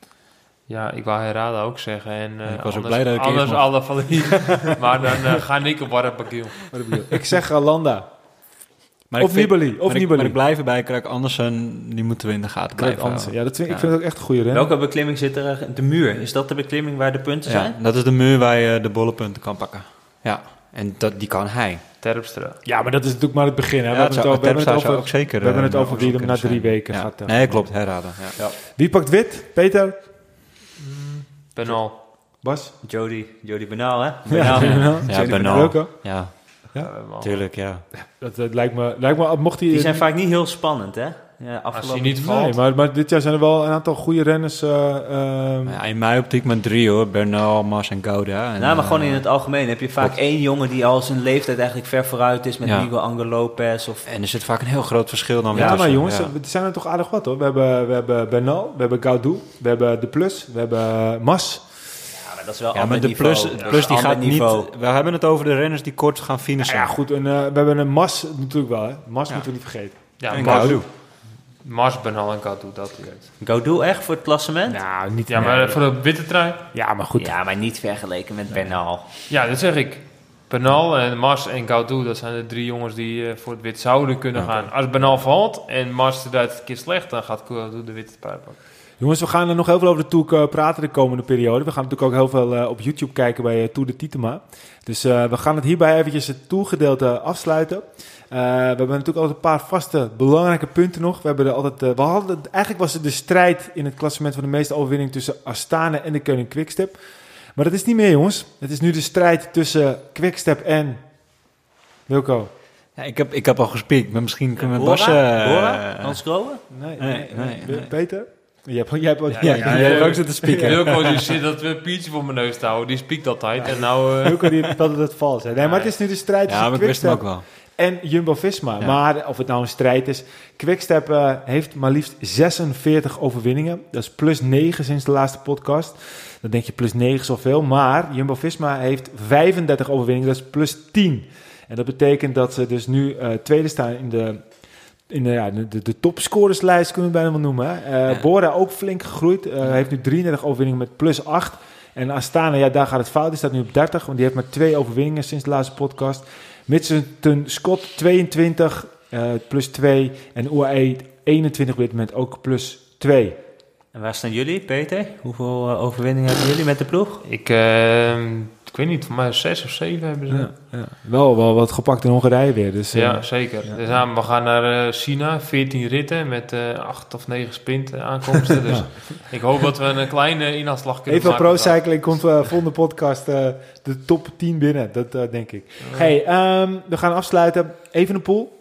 Ja, ik wou Herrada ook zeggen. En, uh, ik was anders, ook blij dat ik anders alle van die. Maar dan uh, ga ik op Warabakil. Ik zeg uh, Landa. Maar of Nibali. Of maar, Nibali. Ik, maar ik blijf erbij. Kijk, Andersen, die moeten we in de gaten blijven houden. Ja, dat vind, ja. Ik vind het ook echt een goede renner. Welke beklimming zit er? De muur. Is dat de beklimming waar de punten ja, zijn? Dat is de muur waar je de bollenpunten kan pakken. Ja, en dat, die kan hij. Terpstra. Ja, maar dat is natuurlijk maar het begin. Hè? Ja, we hebben het over, we hebben het over, ook zeker, we hebben het over wie hem na drie zijn. weken ja. gaat. Uh, nee, klopt. Herrada. Ja. Ja. Wie pakt wit? Peter? Mm, Bernal. Bas? Jody. Jody Bernal, hè? Bernal. Ja, ja, Bernal. Ja. Ja, tuurlijk, ja. Dat, dat lijkt me, lijkt me, mocht hij... Die zijn vaak niet heel spannend, hè? Ja, Als hij niet valt. Nee, maar, maar dit jaar zijn er wel een aantal goede renners. Uh, um... ja, in mijn optiek met drie hoor. Bernal, Mas en Gauda. En, nou, maar gewoon in het algemeen heb je vaak wat? één jongen die al zijn leeftijd eigenlijk ver vooruit is met ja. Miguel Angel Lopez. Of... En er zit vaak een heel groot verschil dan weer ja, tussen. Maar jongens, ja. er zijn er toch aardig wat hoor. We hebben, we hebben Bernal, we hebben Gaudu, we hebben De Plus, we hebben Mas. Dat is wel ja, maar de niveau. plus, ja, plus die gaat niveau. niet... We hebben het over de renners die kort gaan finishen. Ja, ja goed. En, uh, we hebben een Mas natuurlijk wel, hè. Mas ja. moeten we niet vergeten. Ja, en Mas, Mas, Bernal en Gaudu, dat direct. Gaudu echt voor het klassement? Nou, niet... Ja, maar nee, voor de witte trui? Ja, maar goed. Ja, maar niet vergeleken met nee. Bernal. Ja, dat zeg ik. Bernal en Mas en Gaudu, dat zijn de drie jongens die uh, voor het wit zouden kunnen okay. gaan. Als Bernal valt en Mas eruit een keer slecht, dan gaat Gaudu de witte trui pakken. Jongens, we gaan er nog heel veel over de Tour praten de komende periode. We gaan natuurlijk ook heel veel uh, op YouTube kijken bij uh, Tour de Titema. Dus uh, we gaan het hierbij eventjes het Tourgedeelte afsluiten. Uh, we hebben natuurlijk altijd een paar vaste belangrijke punten nog. We hebben er altijd, uh, we hadden, eigenlijk was het de strijd in het klassement van de meeste overwinning tussen Astana en de Koning Quickstep. Maar dat is niet meer, jongens. Het is nu de strijd tussen Quickstep en Wilco. Ja, ik, heb, ik heb al gespiekt, maar misschien kunnen we Bora? Bas... Uh, Bora? Hans Groen? Nee, nee, nee, nee, nee. Peter? Je hebt, jij hebt, ja, ja, ja, jij hebt ook zitten spieken. Wilco die zit dat een piertje voor mijn neus te houden. Die spiekt altijd. Ja, en nou... Uh... Wilco die dat het vals is. Nee, maar het is nu de strijd tussen ja, Quickstep ook wel. en Jumbo-Visma. Ja. Maar of het nou een strijd is... Quickstep uh, heeft maar liefst zesenveertig overwinningen. Dat is plus negen sinds de laatste podcast. Dan denk je plus negen zoveel. Maar Jumbo-Visma heeft vijfendertig overwinningen. Dat is plus tien. En dat betekent dat ze dus nu uh, tweede staan in de... In de, ja, de, de topscorerslijst kunnen we bijna wel noemen. Hè. Uh, ja. Bora ook flink gegroeid. Hij uh, heeft nu drieëndertig overwinningen met plus acht. En Astana, ja, daar gaat het fout. Die staat nu op dertig, want die heeft maar twee overwinningen sinds de laatste podcast. Mitchelton Scott tweeëntwintig, uh, plus twee. En U A E eenentwintig op dit moment ook plus twee. En waar staan jullie, Peter? Hoeveel uh, overwinningen hebben jullie met de ploeg? Ik uh, ik weet niet, voor mij zes of zeven hebben ze. Ja, ja. Wel, wel wat gepakt in Hongarije weer. Dus, ja, uh, zeker. Ja. Dus nou, we gaan naar uh, China, veertien ritten met uh, acht of negen sprint aankomsten. Dus ja. Ik hoop dat we een kleine inhaalslag kunnen Even maken. Pro Cycling komt uh, volgende podcast uh, de top tien binnen, dat uh, denk ik. Ja. Hey, um, we gaan afsluiten. Evenepoel.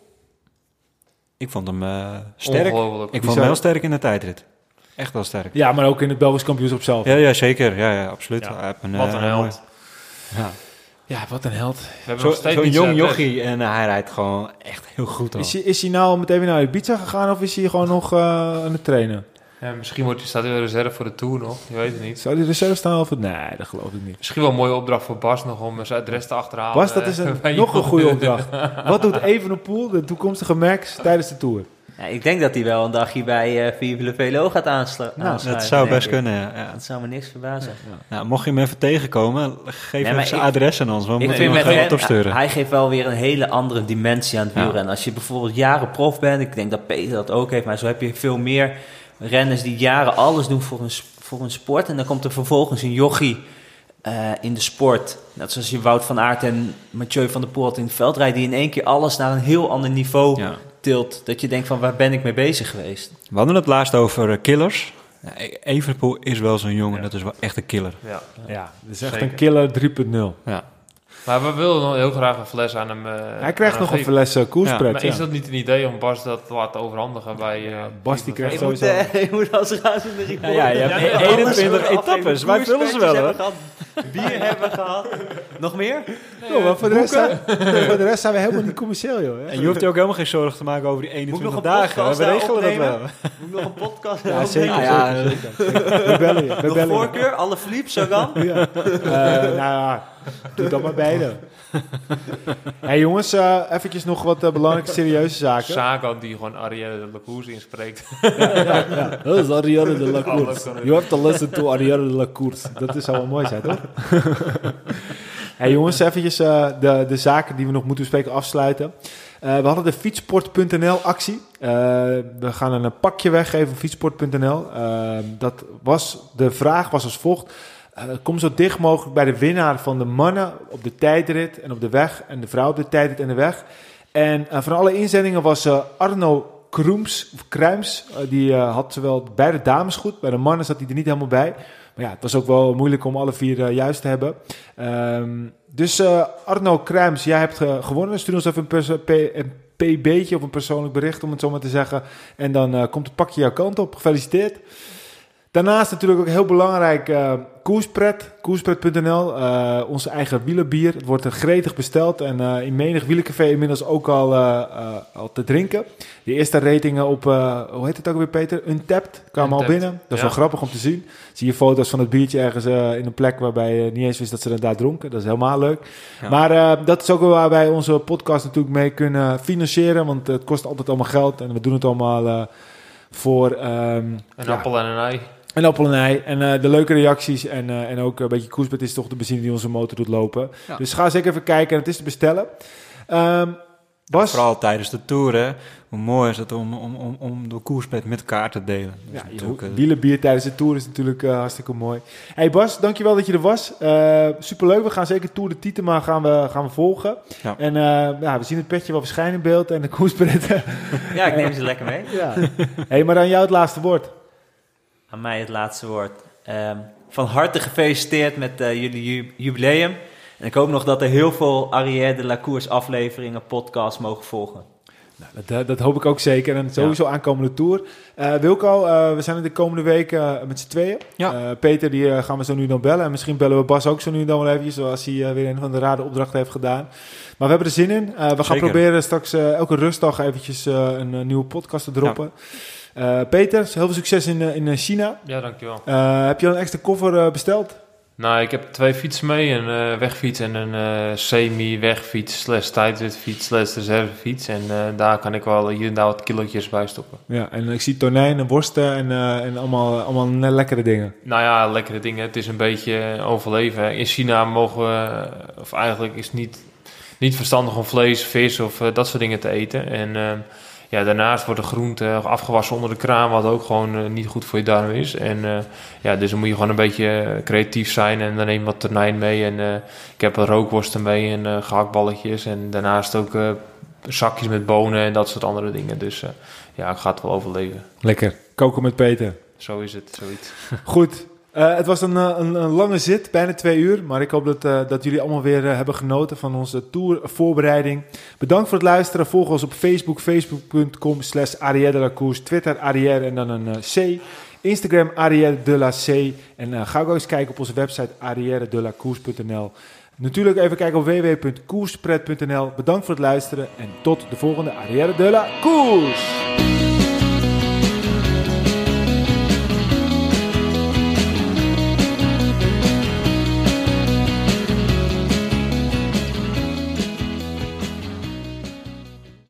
Ik vond hem uh, sterk. Ongelooflijk. Ik vond hem heel sterk in de tijdrit. Echt wel sterk. Ja, maar ook in het Belgisch kampioenschap zelf. Ja, ja zeker. Ja, ja absoluut. Ja. Hij een, wat een uh, held. Ja. ja, wat een held. Zo'n zo jong jochie en uh, hij rijdt gewoon echt heel goed. Is hij, is hij nou meteen weer naar Ibiza gegaan of is hij gewoon nog uh, aan het trainen? Ja, misschien wordt hij, staat hij in reserve voor de Tour nog. Je weet het niet. Zou hij reserve staan of... Nee, dat geloof ik niet. Misschien wel een mooie opdracht voor Bas nog om zijn adres te achterhalen. Bas, dat is een, nog een goede opdracht. Wat doet Evenepoel, de toekomstige Max, tijdens de Tour? Ja, ik denk dat hij wel een dagje bij uh, Vive Le Velo gaat aansluiten. Nou, dat zou best ik. kunnen, ja. ja. Dat zou me niks verbazen. Ja. Ja. Nou, mocht je hem even tegenkomen, geef nee, hem zijn ik, adres aan ons. We moeten hem hem opsturen. Hij geeft wel weer een hele andere dimensie aan het wielrennen. Ja. Als je bijvoorbeeld jaren prof bent, ik denk dat Peter dat ook heeft, maar zo heb je veel meer renners die jaren alles doen voor een, voor een sport. En dan komt er vervolgens een jochie uh, in de sport. Net zoals je Wout van Aert en Mathieu van der Poel in het veld rijdt, die in één keer alles naar een heel ander niveau ja. tilt. Dat je denkt van, waar ben ik mee bezig geweest? We hadden het laatst over uh, killers. Ja, Evenepoel is wel zo'n jongen, ja. dat is wel echt een killer. Ja, ja dat is echt Zeker. een killer drie punt nul. Ja. Maar we willen nog heel graag een fles aan hem uh, Hij krijgt nog een fles uh, koerspret. Ja. Maar is dat niet een idee om Bas dat te laten overhandigen bij... Uh, Bas die krijgt je sowieso... Moet, uh, je moet als razende report... Ja, ja, je hebt ja, eenentwintig etappes. Wij vullen ze wel, hoor. Bier hebben we gehad. Nog meer? Nee, no, maar voor de, rest zijn, voor de rest zijn we helemaal niet commercieel, joh. Hè? En je hoeft je ook helemaal geen zorgen te maken over die eenentwintig dagen. We regelen dat wel. Moet ik nog een podcast Ja, zeker. Ja, zeker, zeker. We bellen je. We nog bellen voorkeur? Alle Philippe, zo dan? Ja. Uh, nou ja, doe dat maar beide. Hey jongens, uh, eventjes nog wat uh, belangrijke serieuze zaken. Sagan die gewoon Arielle de la Course inspreekt. Ja, ja, ja. Dat is Arielle de la Course. You have to listen to Arielle de la Course. Dat zou wel mooi zijn, toch? Hey jongens, eventjes uh, de, de zaken die we nog moeten bespreken afsluiten. Uh, we hadden de fietsport punt n l actie. Uh, we gaan een pakje weggeven van fietsport punt n l. Uh, dat was, de vraag was als volgt. Uh, kom zo dicht mogelijk bij de winnaar van de mannen op de tijdrit en op de weg. En de vrouw op de tijdrit en de weg. En uh, van alle inzendingen was uh, Arno Kroems, of Kruims. Uh, die uh, had zowel bij de dames goed. Bij de mannen zat hij er niet helemaal bij. Maar ja, het was ook wel moeilijk om alle vier uh, juist te hebben. Um, dus uh, Arno Kruims, jij hebt uh, gewonnen. Stuur ons even een, perso- P- een P B'tje of een persoonlijk bericht, om het zo maar te zeggen. En dan uh, komt het pakje jouw kant op. Gefeliciteerd. Daarnaast natuurlijk ook heel belangrijk uh, Koerspret, koerspret punt n l, uh, onze eigen wielerbier. Het wordt gretig besteld en uh, in menig wielercafé inmiddels ook al, uh, uh, al te drinken. De eerste ratingen op, uh, hoe heet het ook weer Peter? Untapped kwamen al binnen. Dat is ja. wel grappig om te zien. Zie je foto's van het biertje ergens uh, in een plek waarbij je niet eens wist dat ze dat daar dronken. Dat is helemaal leuk. Ja. Maar uh, dat is ook waar wij onze podcast natuurlijk mee kunnen financieren, want het kost altijd allemaal geld en we doen het allemaal uh, voor... Um, een ja. appel en een ei. Een appel en ei. En uh, de leuke reacties. En, uh, en ook een beetje koersbed is toch de benzine die onze motor doet lopen. Ja. Dus ga zeker even kijken. En het is te bestellen. Um, Bas? Vooral tijdens de Tour, hè. Hoe mooi is het om, om, om, om de koersbed met elkaar te delen. Ja, uh, wielenbier tijdens de Tour is natuurlijk uh, hartstikke mooi. Hey Bas, dankjewel dat je er was. Uh, superleuk. We gaan zeker Tour de Tietema gaan we, gaan we volgen. Ja. En uh, ja, we zien het petje wel verschijnen in beeld. En de koersbed. Ja, ik neem ze lekker mee. Ja. Hey, maar dan jou het laatste woord. Aan mij het laatste woord. Um, van harte gefeliciteerd met uh, jullie ju- jubileum. En ik hoop nog dat er heel veel Arrière de la Course afleveringen, podcasts mogen volgen. Nou, dat, dat hoop ik ook zeker. En sowieso ja. aankomende Tour. Uh, Wilco, uh, we zijn er de komende weken uh, met z'n tweeën. Ja. Uh, Peter, die uh, gaan we zo nu dan bellen. En misschien bellen we Bas ook zo nu dan wel eventjes, zoals hij uh, weer een van de rare opdrachten heeft gedaan. Maar we hebben er zin in. Uh, we zeker. gaan proberen straks uh, elke rustdag eventjes uh, een uh, nieuwe podcast te droppen. Ja. Uh, Peter, heel veel succes in, uh, in China. Ja, dankjewel. Uh, heb je al een extra koffer uh, besteld? Nou, ik heb twee fietsen mee. Een uh, wegfiets en een uh, semi-wegfiets slash tijdritfiets slash reservefiets. En uh, daar kan ik wel hier en daar wat kilootjes bij stoppen. Ja, en ik zie tonijn en worsten en, uh, en allemaal, allemaal lekkere dingen. Nou ja, lekkere dingen. Het is een beetje overleven. In China mogen we, of eigenlijk is het niet, niet verstandig om vlees, vis of uh, dat soort dingen te eten. En... Uh, ja, daarnaast wordt de groente afgewassen onder de kraan, wat ook gewoon uh, niet goed voor je darmen is. En uh, ja, dus dan moet je gewoon een beetje creatief zijn en dan neem wat tonijn mee. En uh, ik heb rookworsten mee en uh, gehaktballetjes en daarnaast ook uh, zakjes met bonen en dat soort andere dingen. Dus uh, ja, ik ga het wel overleven. Lekker. Koken met Peter. Zo is het, zoiets. Goed. Uh, het was een, een, een lange zit, bijna twee uur. Maar ik hoop dat, uh, dat jullie allemaal weer uh, hebben genoten van onze tourvoorbereiding. Bedankt voor het luisteren. Volg ons op Facebook, facebook.com slash Arrière de la Course. Twitter Arrière en dan een uh, C. Instagram Arrière de la C. En uh, ga ook eens kijken op onze website arrière de la course punt n l. Natuurlijk even kijken op w w w punt koerspret punt n l. Bedankt voor het luisteren en tot de volgende Arrière de la Course.